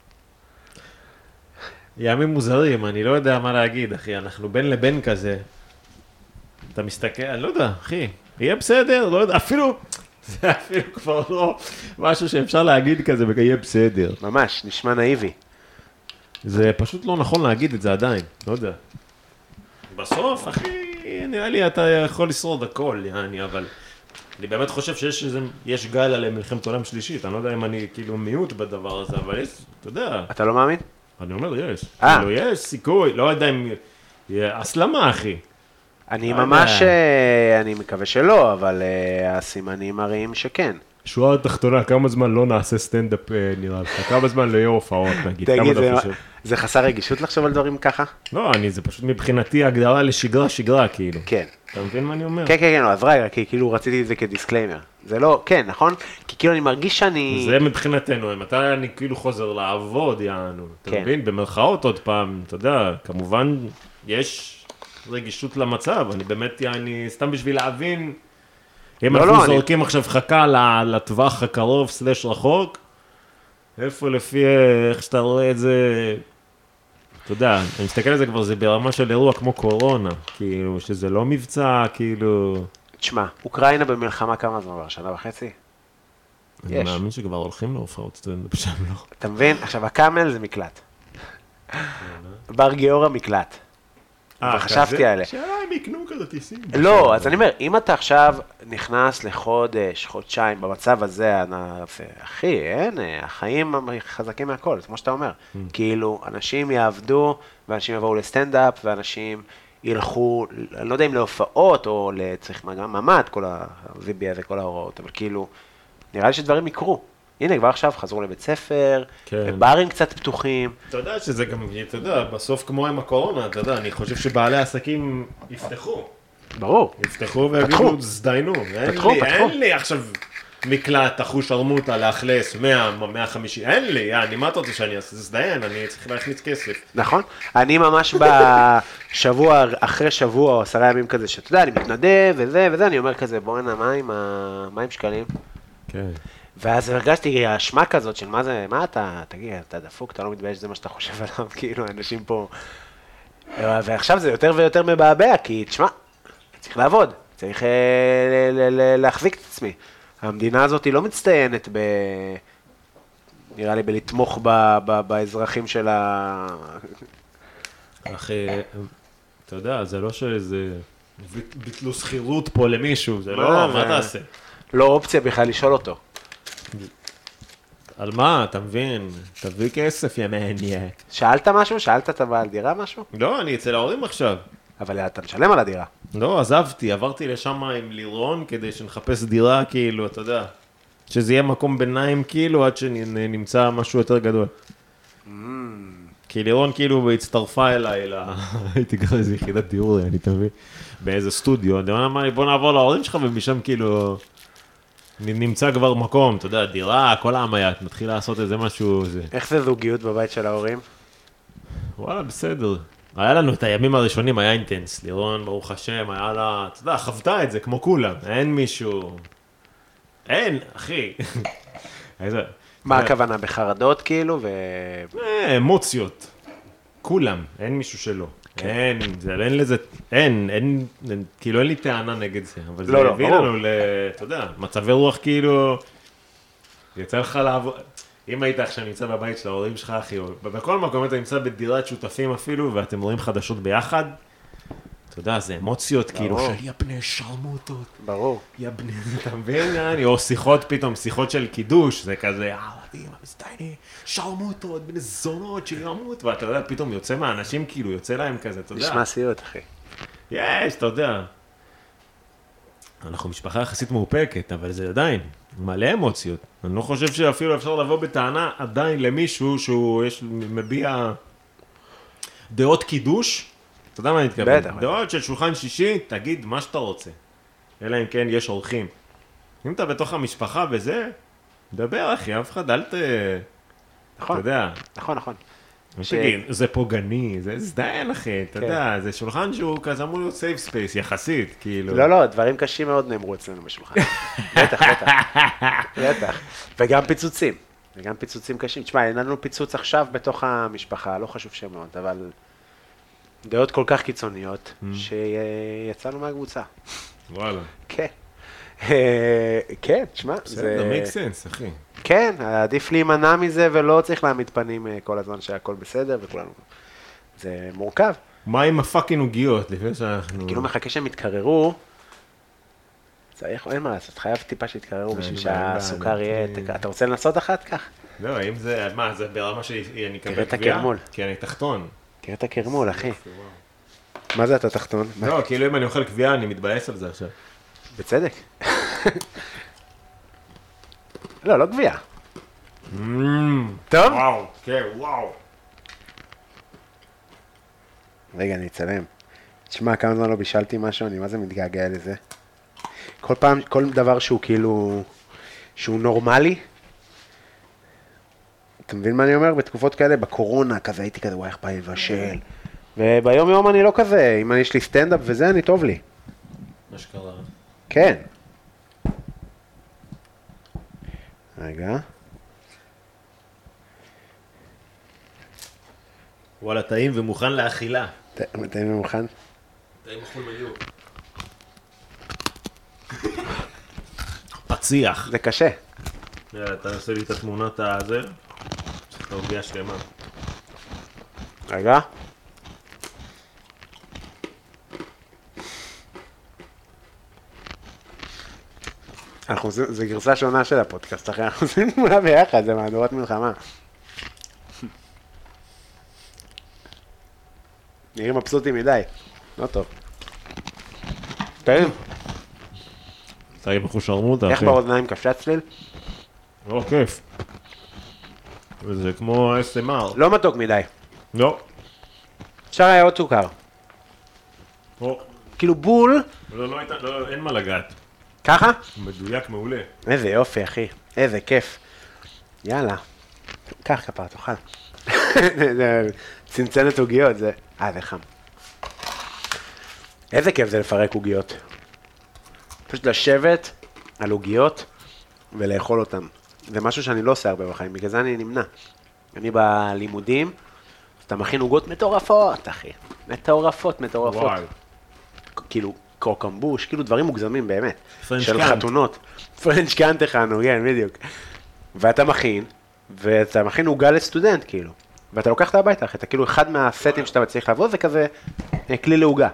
ימים מוזרים, אני לא יודע מה להגיד, אחי, אנחנו בין לבין כזה. אתה מסתכל, אני לא יודע, אחי, יהיה בסדר, לא יודע, אפילו, זה אפילו כבר לא משהו שאפשר להגיד כזה, ויהיה בסדר. ממש, נשמע נאיבי. זה פשוט לא נכון להגיד את זה עדיין, לא יודע. בסוף, אחי, נראה לי אתה יכול לשרוד הכל, יעני, אבל אני באמת חושב שיש גל על מלחמת עולם שלישית, אני לא יודע אם אני כאילו מיעוט בדבר הזה, אבל יש, אתה יודע. אתה לא מאמין? אני אומר, יש. כאילו, יש סיכוי, לא יודע אם יהיה הסלמה, אחי. אני ממש, אני מקווה שלא, אבל הסימנים מראים שכן. שורה התחתונה, כמה זמן לא נעשה סטנדאפ נראה לך? כמה זמן לא יהיה הופעות, נגיד? תגיד, זה חסר רגישות לחשוב על דברים ככה? לא, זה פשוט מבחינתי הגדרה לשגרה, כאילו. כן. אתה מבין מה אני אומר? כן, כן, כן, אז רגע, כי כאילו רציתי את זה כדיסקליימר. זה לא, כן, נכון? כי כאילו אני מרגיש שאני... זה מבחינתנו, מתי אני כאילו חוזר לעבוד, יענו. אתה מבין? במרכאות עוד פעם, אתה יודע, כמובן יש רגישות למצב, אני באמת, אני סתם בשביל להבין, אם אנחנו זורקים עכשיו חכה לטווח הקרוב סלש רחוק, איפה לפי איך שאתה רואה את זה, אתה יודע, אני מסתכל על זה כבר, זה ברמה של אירוע כמו קורונה, כאילו, שזה לא מבצע, כאילו... תשמע, אוקראינה במלחמה כמה זמן עבר? שנה וחצי? אני מאמין שכבר הולכים להופעות סטנדאפ שם, לא? אתה מבין? עכשיו, הקאמל זה מקלט. בר גיורא מקלט. וחשבתי עליה. שאלה הם יקנו כזה טיסים. לא, אז אני אומר, אם אתה עכשיו נכנס לחודש, חודשיים, במצב הזה, אחי, אין, החיים חזקים מהכל, זה כמו שאתה אומר. כאילו, אנשים יעבדו, ואנשים יבואו לסטנדאפ, ואנשים ילכו, אני לא יודע אם להופעות, או צריך גם ממד, כל ה-VBA וכל ההוראות, אבל כאילו, נראה לי שדברים יקרו. הנה, כבר עכשיו חזרו לבית ספר, כן. ברים קצת פתוחים. אתה יודע שזה גם, אתה יודע, בסוף כמו עם הקורונה, אתה יודע, אני חושב שבעלי העסקים יפתחו. ברור. יפתחו ויגידו, זדיינו. פתחו. אין לי עכשיו מקלט, אחוש ארמוטה, לאכלס, 100, 150, אין לי, יעני, מה אתה רוצה שאני אעשה? זדיין, אני צריך להכניס כסף. נכון. אני ממש בשבוע, אחרי שבוע או 10 ימים כזה, שאתה יודע, אני מתנדב וזה, אני אומר כזה, בוא הנה, מה עם שקלים? כן. ואז הרגשתי אשמה כזאת של מה זה, מה אתה, תגיד, אתה דפוק, אתה לא מתבייש, זה מה שאתה חושב עליו, כאילו, אנשים פה... ועכשיו זה יותר ויותר מבעבע, כי תשמע, צריך לעבוד, צריך להחזיק את עצמי. המדינה הזאת היא לא מצטיינת נראה לי, בלתמוך באזרחים של אחי, אתה יודע, זה לא שזה... ביטלו שכירות פה למישהו, זה לא, מה תעשה? לא אופציה בכלל לשאול אותו. על מה, אתה מבין? תביא כסף, יא מעניין. שאלת משהו? שאלת את הבעל דירה משהו? לא, אני אצל ההורים עכשיו. אבל אתה משלם על הדירה. לא, עזבתי, עברתי לשם עם לירון כדי שנחפש דירה, כאילו, אתה יודע. שזה יהיה מקום ביניים, כאילו, עד שנמצא משהו יותר גדול. כי לירון, כאילו, הצטרפה אליי, הייתי גר איזו יחידת דיור, אני תביא, באיזה סטודיו. לירון אמר לי, בוא נעבור להורים שלך, ומשם, כאילו, נמצא כבר מקום, אתה יודע, דירה, כל העמיית, נתחיל לעשות איזה משהו, זה. איך זה זוגיות בבית של ההורים? וואלה, בסדר. היה לנו את הימים הראשונים, היה אינטנס. לירון, ברוך השם, היה לה, אתה יודע, חוותה את זה כמו כולם. אין מישהו... אין, אחי. מה הכוונה? בחרדות כאילו? אמוציות. כולם, אין מישהו שלא. אין, אין לזה, אין, כאילו אין לי טענה נגד זה. אבל זה הביא לנו אתה יודע, מצבי רוח כאילו... יצא לך לעבוד... אם היית עכשיו נמצא בבית של ההורים שלך, אחי, או בכל מקום אתה נמצא בדירת שותפים אפילו, ואתם רואים חדשות ביחד, אתה יודע, זה אמוציות, כאילו, של יא בני שרמוטות. ברור. יא בני, אתה מבין, או שיחות פתאום, שיחות של קידוש, זה כזה, אמא, מסתייני, שרמוטות, בני זונות שימות, ואתה יודע, פתאום יוצא מהאנשים, כאילו, יוצא להם כזה, אתה יודע. נשמע סיוט, אחי. יש, אתה יודע. אנחנו משפחה יחסית מאופקת, אבל זה עדיין מלא אמוציות. אני לא חושב שאפילו אפשר לבוא בטענה עדיין למישהו שהוא מביע דעות קידוש. אתה יודע מה אני מתכוון? בטח. דעות של שולחן שישי, תגיד מה שאתה רוצה. אלא אם כן יש אורחים. אם אתה בתוך המשפחה וזה, דבר אחי, אף אחד אל נכון. אתה יודע. נכון. תגיד, זה פוגעני, זה זדיין אחי, אתה יודע, זה שולחן שהוא כזה אמור להיות סייף ספייס, יחסית, כאילו. לא, דברים קשים מאוד נאמרו אצלנו בשולחן. בטח. וגם פיצוצים קשים. תשמע, אין לנו פיצוץ עכשיו בתוך המשפחה, לא חשוב שם מאוד, אבל דעות כל כך קיצוניות, שיצאנו מהקבוצה. וואלה. כן. כן, תשמע, זה make sense, אחי. כן, עדיף להימנע מזה ולא צריך להעמיד פנים כל הזמן שהכל בסדר וכולנו. זה מורכב. מה עם הפאקינג עוגיות לפני שאנחנו... כאילו מחכה שהם יתקררו, אין מה לעשות, חייב טיפה שיתקררו בשביל שהסוכר יהיה... אתה רוצה לנסות אחת כך? לא, אם זה... מה, זה ברמה שאני אקבל תראה את קביעה? הקרמול. כי אני תחתון. תראה את הקרמול, אחי. מה זה אתה תחתון? לא, כאילו אם אני אוכל קביעה, אני מתבאס על זה עכשיו. בצדק. לא גביע. טוב? וואו, כן, וואו. רגע, אני אצלם. תשמע, כמה זמן לא בישלתי משהו, אני מה זה מתגעגע לזה. כל פעם, כל דבר שהוא כאילו, שהוא נורמלי, אתה מבין מה אני אומר? בתקופות כאלה, בקורונה, כזה הייתי כזה, וואי, איך בא לבשל. וביום יום אני לא כזה, אם יש לי סטנדאפ וזה, אני טוב לי. מה שקרה. כן. רגע. וואלה, טעים ומוכן לאכילה. טעים ומוכן? טעים אכול מליוק. פציח. זה קשה. אתה עושה לי את התמונת הזה, שאתה עוגיה שלמה. רגע. זה גרסה שונה של הפודקאסט, אחרי אנחנו עושים תמונה ביחד, זה מהדורת מלחמה. נראים מבסוטים מדי, לא טוב. טעים. אתה עם אחושרמוטה, אחי. איך באוזניים קפצה צליל? לא, כיף. וזה כמו SMR. לא מתוק מדי. לא. אפשר היה עוד סוכר. לא, כאילו בול, אין מה לגעת. ככה? מדויק מעולה. איזה יופי, אחי. איזה כיף. יאללה. קח כפר, תאכל. זה צנצנת עוגיות, זה... זה חם. איזה כיף זה לפרק עוגיות. פשוט לשבת על עוגיות ולאכול אותן. זה משהו שאני לא עושה הרבה בחיים, בגלל זה אני נמנע. אני בלימודים, אתה מכין עוגות מטורפות, אחי. מטורפות. וואי. כאילו, קרוקמבוש, כאילו דברים מוגזמים באמת. פרנץ' של קאנט. חתונות. פרנץ' קאנט הכנו, כן, בדיוק. ואתה מכין עוגה לסטודנט, כאילו. ואתה לוקח את הביתה, אחי, אתה כאילו אחד מהסטים שאתה צריך לעבוד, זה כזה כלי לעוגה.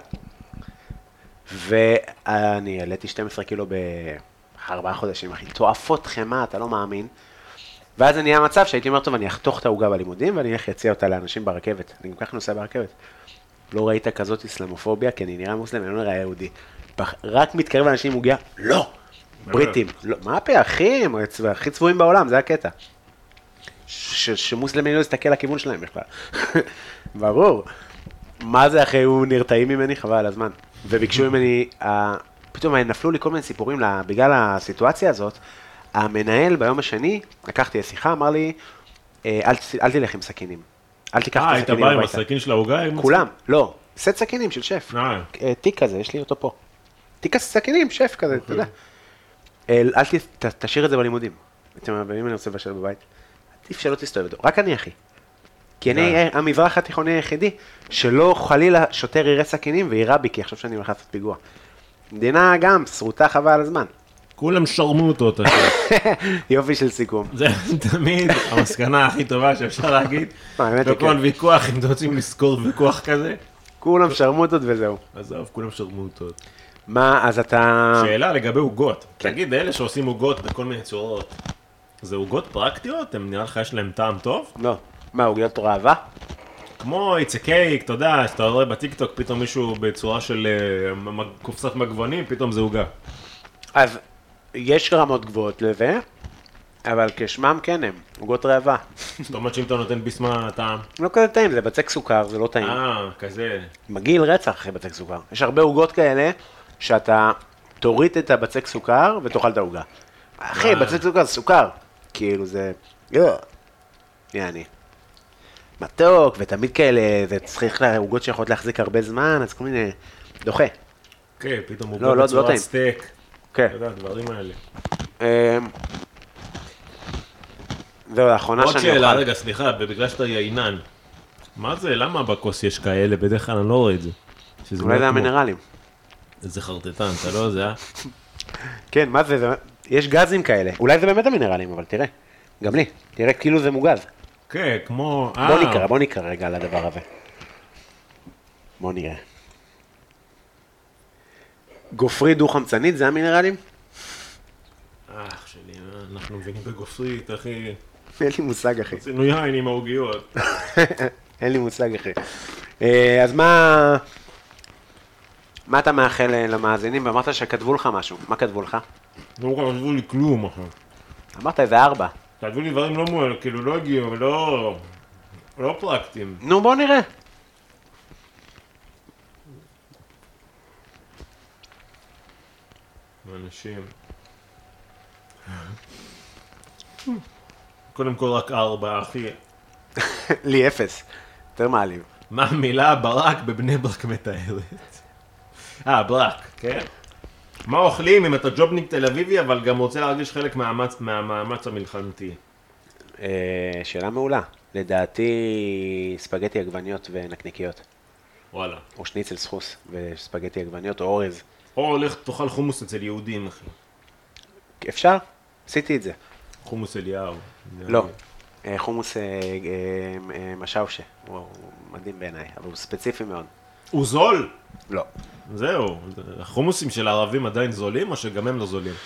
ואני העליתי 12 קילו ב4 חודשים, אחי. תועפות חמה, אתה לא מאמין. ואז זה נהיה מצב שהייתי אומר, טוב, אני אחתוך את העוגה בלימודים, ואני אלך להציע אותה לאנשים ברכבת. אני גם כך נוסע ברכבת. לא ראית כזאת איסלאמופוביה, כי אני נראה מוסלם, אני לא נראה יהודי. רק מתקרב לאנשים עם עוגיה, לא! בריטים. לא, מה הפה, אחי? הם הכי צבועים בעולם, זה הקטע. שמוסלמים לא יסתכל לכיוון שלהם בכלל. ברור. מה זה אחרי הוא נרתעים ממני? חבל על הזמן. וביקשו ממני, פתאום נפלו לי כל מיני סיפורים, בגלל הסיטואציה הזאת, המנהל ביום השני, לקחתי שיחה, אמר לי, אל תלך עם סכינים. אל תיקח את היית הסכינים בא עם הביתה. הסכין של העוגה? כולם, לא. סט סכינים של שף. תיק כזה, יש לי אותו פה. תיק סכינים, שף כזה, אתה יודע. תשאיר את זה בלימודים. אם אני רוצה לבשל בבית, עדיף שלא תסתובב אותו. רק אני, אחי. כי אני המזרח התיכוני היחידי, שלא חלילה שוטר יראה סכינים ויראה בי, כי עכשיו שאני הולך לעשות פיגוע. מדינה גם, שרוטה חבל הזמן. כולם שרמו אותו. יופי של סיכום. זה תמיד המסקנה הכי טובה שאפשר להגיד. בכל ויכוח, אם אתם רוצים לזכור ויכוח כזה. כולם שרמוטות וזהו. עזוב, כולם שרמוטות. מה, אז אתה... שאלה לגבי עוגות. תגיד, אלה שעושים עוגות בכל מיני צורות, זה עוגות פרקטיות? הם נראה לך יש להם טעם טוב? לא. מה, עוגיות ראווה? כמו it's a cake, אתה יודע, שאתה רואה בטיקטוק פתאום מישהו בצורה של קופסת מגבונים, פתאום זה עוגה. אז יש רמות גבוהות לזה, אבל כשמם כן הם, עוגות ראווה. זאת אומרת שאם אתה נותן ביסמה טעם? לא כזה טעים, זה בצק סוכר, זה לא טעים. כזה. מגעיל רצח אחרי בצק סוכר. יש הרבה עוגות כאלה, שאתה תוריד את הבצק סוכר ותאכל את העוגה. אחי, בצק סוכר זה סוכר. כאילו זה... יעני. מתוק, ותמיד כאלה, זה צריך לעוגות שיכולות להחזיק הרבה זמן, אז כל מיני... דוחה. כן, פתאום עוגות בצורת סטייק. כן. אתה יודע, הדברים האלה. זהו, האחרונה שאני אוכל. עוד שאלה, רגע, סליחה, בגלל שאתה יעינן. מה זה, למה בכוס יש כאלה? בדרך כלל אני לא רואה את זה. אולי זה המינרלים. איזה חרטטן, אתה לא יודע? כן, מה זה? יש גזים כאלה. אולי זה באמת המינרלים, אבל תראה. גם לי. תראה, כאילו זה מוגז. כן, כמו... בוא נקרא רגע על הדבר הזה. בוא נראה. גופרית דו-חמצנית, זה המינרלים? אח שלי, אנחנו מבינים בגופרית, אחי. אין לי מושג, אחי. עשינו יין עם העוגיות. אין לי מושג, אחי. אז מה אתה מאחל למאזינים? אמרת שכתבו לך משהו. מה כתבו לך? לא כתבו לי כלום, אחי. אמרת איזה 4. כתבו לי דברים לא מועל, כאילו לא הגיעו, לא פרקטיים. נו, בוא נראה. אנשים. קודם כל רק 4, אחי. לי 0. יותר מעליב. מה המילה ברק בבני ברק מתארת? ברק, כן? מה אוכלים אם אתה ג'ובניק תל אביבי, אבל גם רוצה להרגיש חלק מהמאמץ המלחמתי? שאלה מעולה. לדעתי ספגטי עגבניות ונקניקיות. וואלה. או שניצל סחוס וספגטי עגבניות או אורז. או הולך תאכל חומוס אצל יהודים, אחי. אפשר? עשיתי את זה. חומוס אליהו. לא. חומוס משאושה. הוא מדהים בעיניי, אבל הוא ספציפי מאוד. הוא זול? לא. זהו. החומוסים של הערבים עדיין זולים, או שגם הם לא זולים?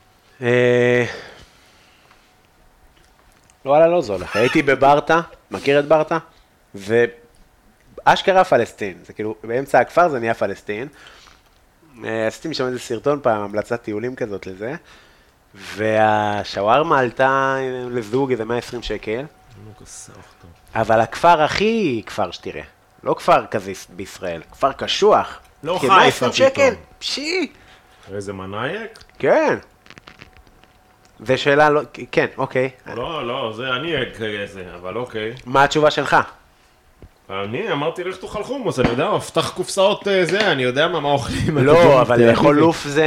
וואלה, לא זול. הייתי בברטה, מכיר את ברטה? ואשכרה פלסטין. זה כאילו, באמצע הכפר זה נהיה פלסטין. עשיתי משם איזה סרטון פעם, המלצת טיולים כזאת לזה, והשווארמה עלתה לזוג איזה 120 שקל, אבל הכפר הכי כפר שתראה, לא כפר כזה בישראל, כפר קשוח. לא כן, חיפה 120 שקל, פתאום. פשי. איזה מנאייק? כן. זה שאלה לא, כן, אוקיי. לא, זה אני כזה, אבל אוקיי. מה התשובה שלך? אני אמרתי לך תאכל חומוס, אני יודע, מפתח קופסאות זה, אני יודע מה אוכלים. לא, אבל לאכול לוף זה...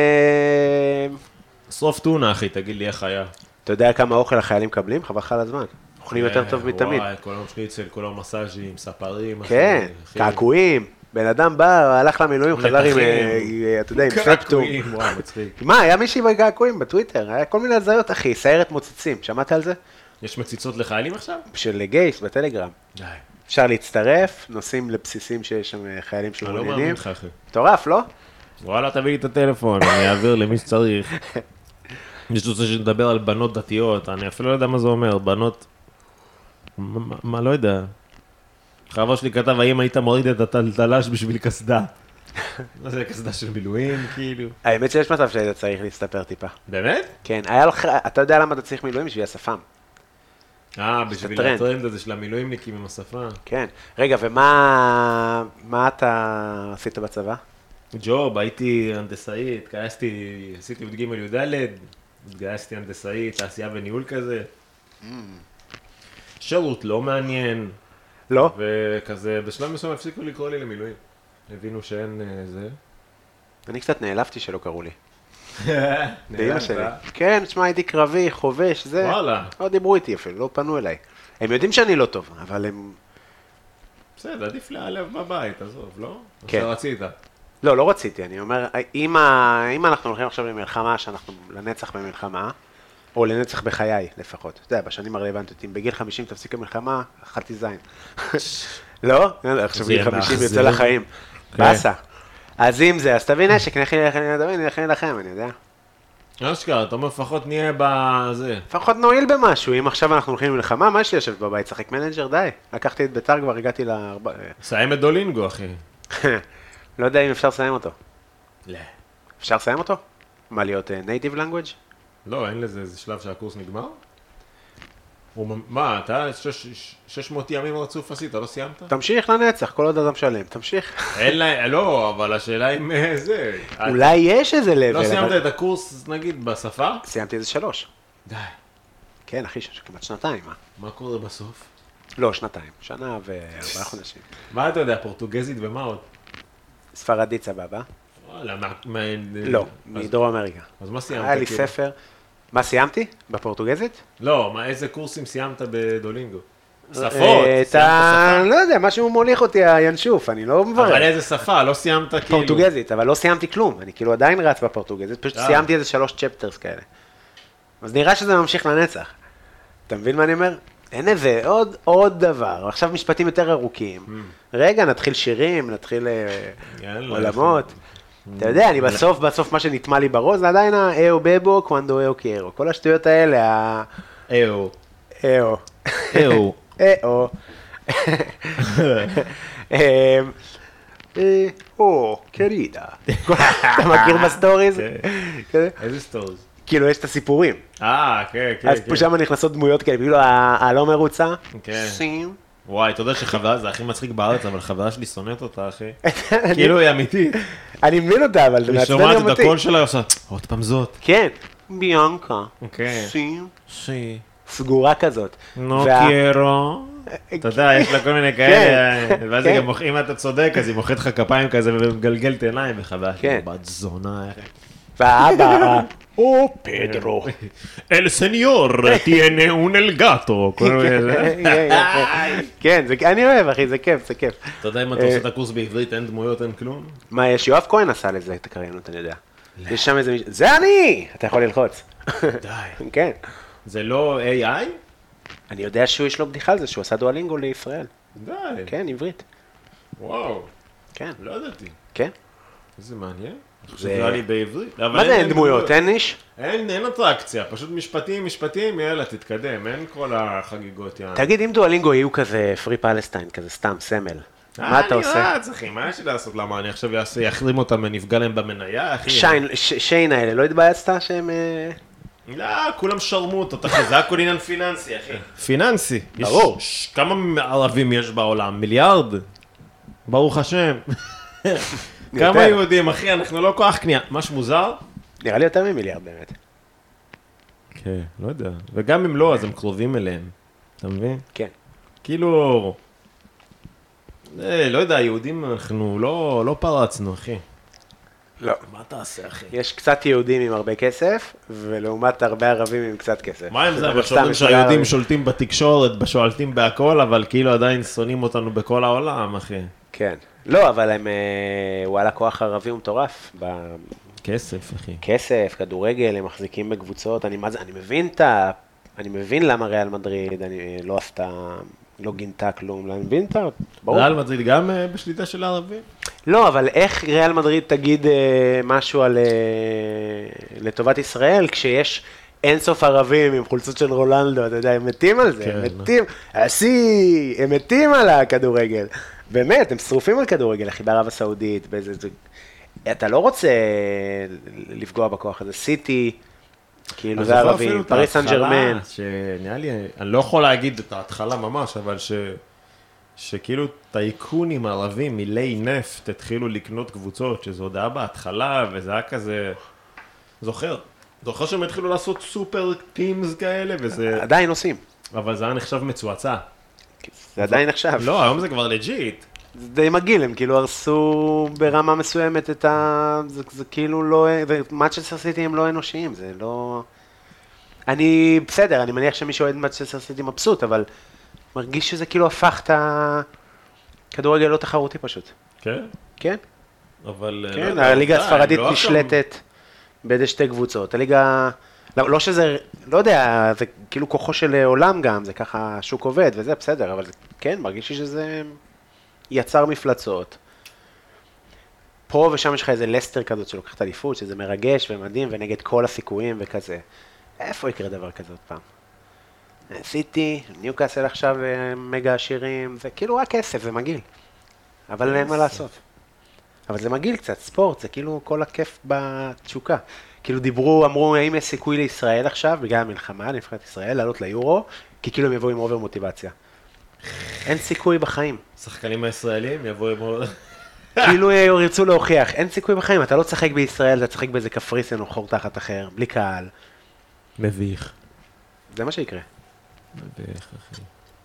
סוף טונה, אחי, תגיד לי איך היה. אתה יודע כמה אוכל החיילים מקבלים? חבל לך על הזמן. אוכלים יותר טוב מתמיד. וואי, כל היום שניצל, כל היום מסאז'ים, ספרים. כן, אחי. קעקועים. בן אדם בא, הלך למילואים, חזר עם, אתה יודע, עם ספטום. קעקועים, וואי, מצחיק. מה, היה מישהי בקעקועים בטוויטר, היה כל מיני הזיות, אחי, סיירת מוצצים, שמעת על זה? יש מציצות לחיילים עכשיו? של גייס בטלגרם. די. אפשר להצטרף, נוסעים לבסיסים שיש שם חיילים אני לא מאמין שמעוניינים. לך, אחי. מטורף, לא? וואלה, תביא לי את הטלפון, אני אעביר למי שצריך. יש רוצה שנדבר על בנות דתיות, אני אפילו לא יודע מה זה אומר, בנות... מה, לא יודע. חבר שלי כתב, האם היית מוריד את הטלטלש בשביל קסדה? מה זה קסדה של מילואים, כאילו? האמת שיש מצב שהיית צריך להסתפר טיפה. באמת? כן, היה לך, אתה יודע למה אתה צריך מילואים? בשביל השפם. בשביל טרנד. הטרנד הזה של המילואימניקים עם השפה. כן. רגע, מה אתה עשית בצבא? ג'וב, הייתי הנדסאי, עשיתי י"ג י"ד, התגייסתי הנדסאי, תעשייה וניהול כזה. שירות לא מעניין, לא? וכזה, בשלב מסוים הפסיקו לקרוא לי למילואים. הבינו שאין זה. אני קצת נעלבתי שלא קראו לי. באמא נעלמת? שלי. כן, תשמע, הייתי קרבי, חובש, זה. וואלה. לא דיברו איתי אפילו, לא פנו אליי. הם יודעים שאני לא טוב, אבל הם... בסדר, עדיף להיעלב בבית, עזוב, לא? כן. או שרצית. לא רציתי, אני אומר, אם אנחנו הולכים עכשיו למלחמה, שאנחנו לנצח במלחמה, או לנצח בחיי לפחות, אתה יודע, בשנים הרלוונטיות, אם בגיל 50 תפסיק המלחמה, אכלתי זין. לא? עכשיו זה גיל יהיה 50 יוצא מאכזב. לחיים. באסה. אז אם זה, אז תביא נשק, נלך לכם, אני יודע. אשכרה, אתה אומר, לפחות נהיה בזה. לפחות נועיל במשהו, אם עכשיו אנחנו הולכים למלחמה, מה יש לי לשבת בבית? שחק מנג'ר, די. לקחתי את ביתר, כבר הגעתי סיים את דולינגו, אחי. לא יודע אם אפשר לסיים אותו. לא. אפשר לסיים אותו? מה, להיות native language? לא, אין לזה איזה שלב שהקורס נגמר? מה, אתה 600 ימים רצוף עשית, לא סיימת? תמשיך לנצח, כל עוד אתה משלם, תמשיך. אין לה, לא, אבל השאלה אם זה... אולי יש איזה level, לא סיימת אבל... את הקורס, נגיד, בשפה? סיימתי איזה 3. די. כן, אחי, כמעט שנתיים, מה? מה קורה בסוף? לא, שנתיים. שנה ו4 חודשים. מה אתה יודע, פורטוגזית ומה עוד? ספרדית סבבה. וואלה, לא, מדרום אמריקה. אז מה סיימת? היה לי כאילו? ספר. מה סיימתי? בפורטוגזית? לא, מה, איזה קורסים סיימת בדולינגו? שפות? אתה, סיימת לא יודע, משהו מוליך אותי הינשוף, אני לא שפה? מברר. אבל איזה שפה? לא סיימת כאילו... פורטוגזית, אבל לא סיימתי כלום, אני כאילו עדיין רץ בפורטוגזית, פשוט אה. סיימתי איזה 3 צ'פטרס כאלה. אז נראה שזה ממשיך לנצח. אתה מבין מה אני אומר? אין איזה, עוד דבר, עכשיו משפטים יותר ארוכים. רגע, נתחיל שירים, נתחיל יאללה, עולמות. אתה יודע, אני בסוף מה שנטמע לי בראש, זה עדיין האו בבו, קוונדו האו קיירו. כל השטויות האלה, אהו. האו. אהו. האו. או, קרידה. אתה מכיר בסטוריז? כזה? איזה סטורס? כאילו, יש את הסיפורים. כן, כן. אז פה שם נכנסות דמויות כאלה, כאילו הלא מרוצה. כן. שים. וואי, אתה יודע שחברה זה הכי מצחיק בארץ, אבל חברה שלי שונאת אותה, אחי. כאילו היא אמיתית. אני מבין אותה, אבל זה היא מעצבן שומעת גם את אותי. הקול שלה, עושה, עוד פעם זאת. כן. ביאנקה. כן. שים. שי. סגורה כזאת. נו וה- קיירו. אתה יודע, יש לה כל מיני כאלה, ואז היא גם, אם אתה צודק, אז היא מוחאת לך כפיים כזה ומגלגלת עיניים וחברה. כן. בת זונה. והאבא, או פדרו. אל סניור, תהנה און אל גאטו. כן, אני אוהב, אחי, זה כיף, זה כיף. אתה יודע, אם אתה עושה את הקורס בעברית, אין דמויות, אין כלום? מה יש? יואב כהן עשה לזה את הקריינות, אני יודע. יש שם איזה מישהו, זה אני! אתה יכול ללחוץ. די. כן. זה לא AI? אני יודע שהוא יש לו בדיחה על זה, שהוא עשה דואלינגו לישראל. די. כן, עברית. וואו, כן. לא ידעתי. כן. איזה מעניין. זה- זה נראה לי בעברית. מה זה אין דמויות? אין איש? אין אטרקציה, פשוט משפטים, יאללה, תתקדם, אין כל החגיגות יענו. תגיד, אם דואלינגו יהיו כזה פרי פלסטיין, כזה סתם סמל, מה אתה עושה? אחי, מה יש לי לעשות? למה אני עכשיו יחרים אותם ונפגע להם במניה, אחי? שיין האלה, לא התבייצת שהם... לא, כולם שרמוט, אחי, זה הכל עניין פיננסי, אחי. פיננסי. ברור. כמה ערבים יש בעולם? מיליארד? ברוך השם. כמה יהודים, אחי, אנחנו לא כוח קנייה. משהו מוזר? נראה לי יותר ממיליארד באמת. כן, לא יודע. וגם אם לא, אז הם קרובים אליהם. אתה מבין? כן. כאילו... לא יודע, יהודים אנחנו לא פרצנו, אחי. לא. מה תעשה, אחי? יש קצת יהודים עם הרבה כסף, ולעומת הרבה ערבים עם קצת כסף. מה עם זה? אבל שומעים שהיהודים שולטים בתקשורת, שולטים בהכל, אבל כאילו עדיין שונאים אותנו בכל העולם, אחי. כן. לא, אבל הם... וואלה, כוח ערבי הוא מטורף. כסף, אחי. כסף, כדורגל, הם מחזיקים בקבוצות. אני מבין למה ריאל מדריד לא עשתה... לא גינתה כלום, אני מבין אותה, ברור. ריאל מדריד גם בשליטה של הערבים? לא, אבל איך ריאל מדריד תגיד משהו לטובת ישראל, כשיש אינסוף ערבים עם חולצות של רולנדו, אתה יודע, הם מתים על זה, כן, הם מתים, הם מתים על הכדורגל. באמת, הם שרופים על כדורגל, אחי, בערב הסעודית, אתה לא רוצה לפגוע בכוח הזה, סיטי, כאילו זה ערבים, פריס סן ג'רמן. שנראה לי, אני לא יכול להגיד את ההתחלה ממש, אבל שכאילו טייקונים ערבים מילי נפט התחילו לקנות קבוצות, שזה עוד היה בהתחלה, וזה היה כזה, זוכר שהם התחילו לעשות סופר טימס כאלה, וזה... עדיין עושים. אבל זה היה נחשב מצועצע. זה עדיין נחשב. לא, היום זה כבר לג'יט. זה די מגעיל, הם כאילו הרסו ברמה מסוימת את ה... זה כאילו לא... מצ'סטר סיטי הם לא אנושיים, זה לא... בסדר, אני מניח שמי שאוהד מצ'סטר סיטי מבסוט, אבל מרגיש שזה כאילו הפך את הכדורגל לא תחרותי פשוט. כן? כן? אבל... כן, הליגה הספרדית נשלטת בידי שתי קבוצות. הליגה... לא שזה... לא יודע, זה כאילו כוחו של עולם גם, זה ככה שוק עובד וזה בסדר, אבל כן, מרגיש לי שזה... יצר מפלצות. פה ושם יש לך איזה לסטר כזאת שלוקחת אליפות, שזה מרגש ומדהים ונגד כל הסיכויים וכזה. איפה יקרה דבר כזה עוד פעם? סיטי, ניוקאסל עכשיו מגה עשירים, זה כאילו רק כסף, זה מגעיל. אבל אין מה לעשות. אבל זה מגעיל קצת, ספורט, זה כאילו כל הכיף בתשוקה. כאילו אמרו, האם יש סיכוי לישראל עכשיו, בגלל המלחמה, לנבחרת ישראל, לעלות ליורו, כי כאילו הם יבואו עם אובר מוטיבציה. אין סיכוי בחיים. שחקנים הישראלים יבואו עם אובר... כאילו ירצו להוכיח, אין סיכוי בחיים, אתה לא תשחק בישראל, אתה תשחק באיזה קפריסין או חור תחת אחר, בלי קהל. מביך. זה מה שיקרה. מביך, אחי.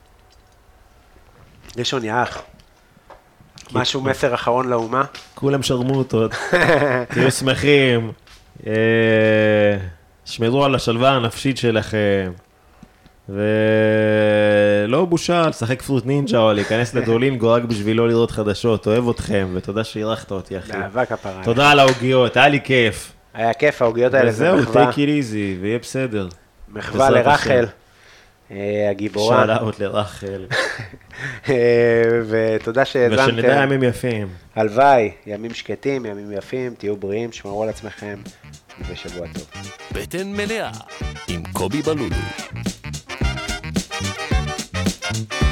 יש עוני אח. משהו מסר אחרון לאומה? כולם שרמוטות. תהיו שמחים. שמרו על השלווה הנפשית שלכם. ולא בושה לשחק פרוט נינג'ה או להיכנס לדולינגו רק בשביל לא לראות חדשות. אוהב אתכם ותודה שאירחת אותי, אחי. באהבה כפרה. תודה על ההוגיות, היה לי כיף. היה כיף, ההוגיות האלה זה מחווה. וזהו, take it easy ויהיה בסדר. מחווה לרחל, הגיבורה. שאלות לרחל. ותודה שהזמתם. ושנדע ימים יפים. הלוואי, ימים שקטים, ימים יפים, תהיו בריאים, שמרו על עצמכם, ושבוע טוב. בטן מלאה עם קובי בלולו.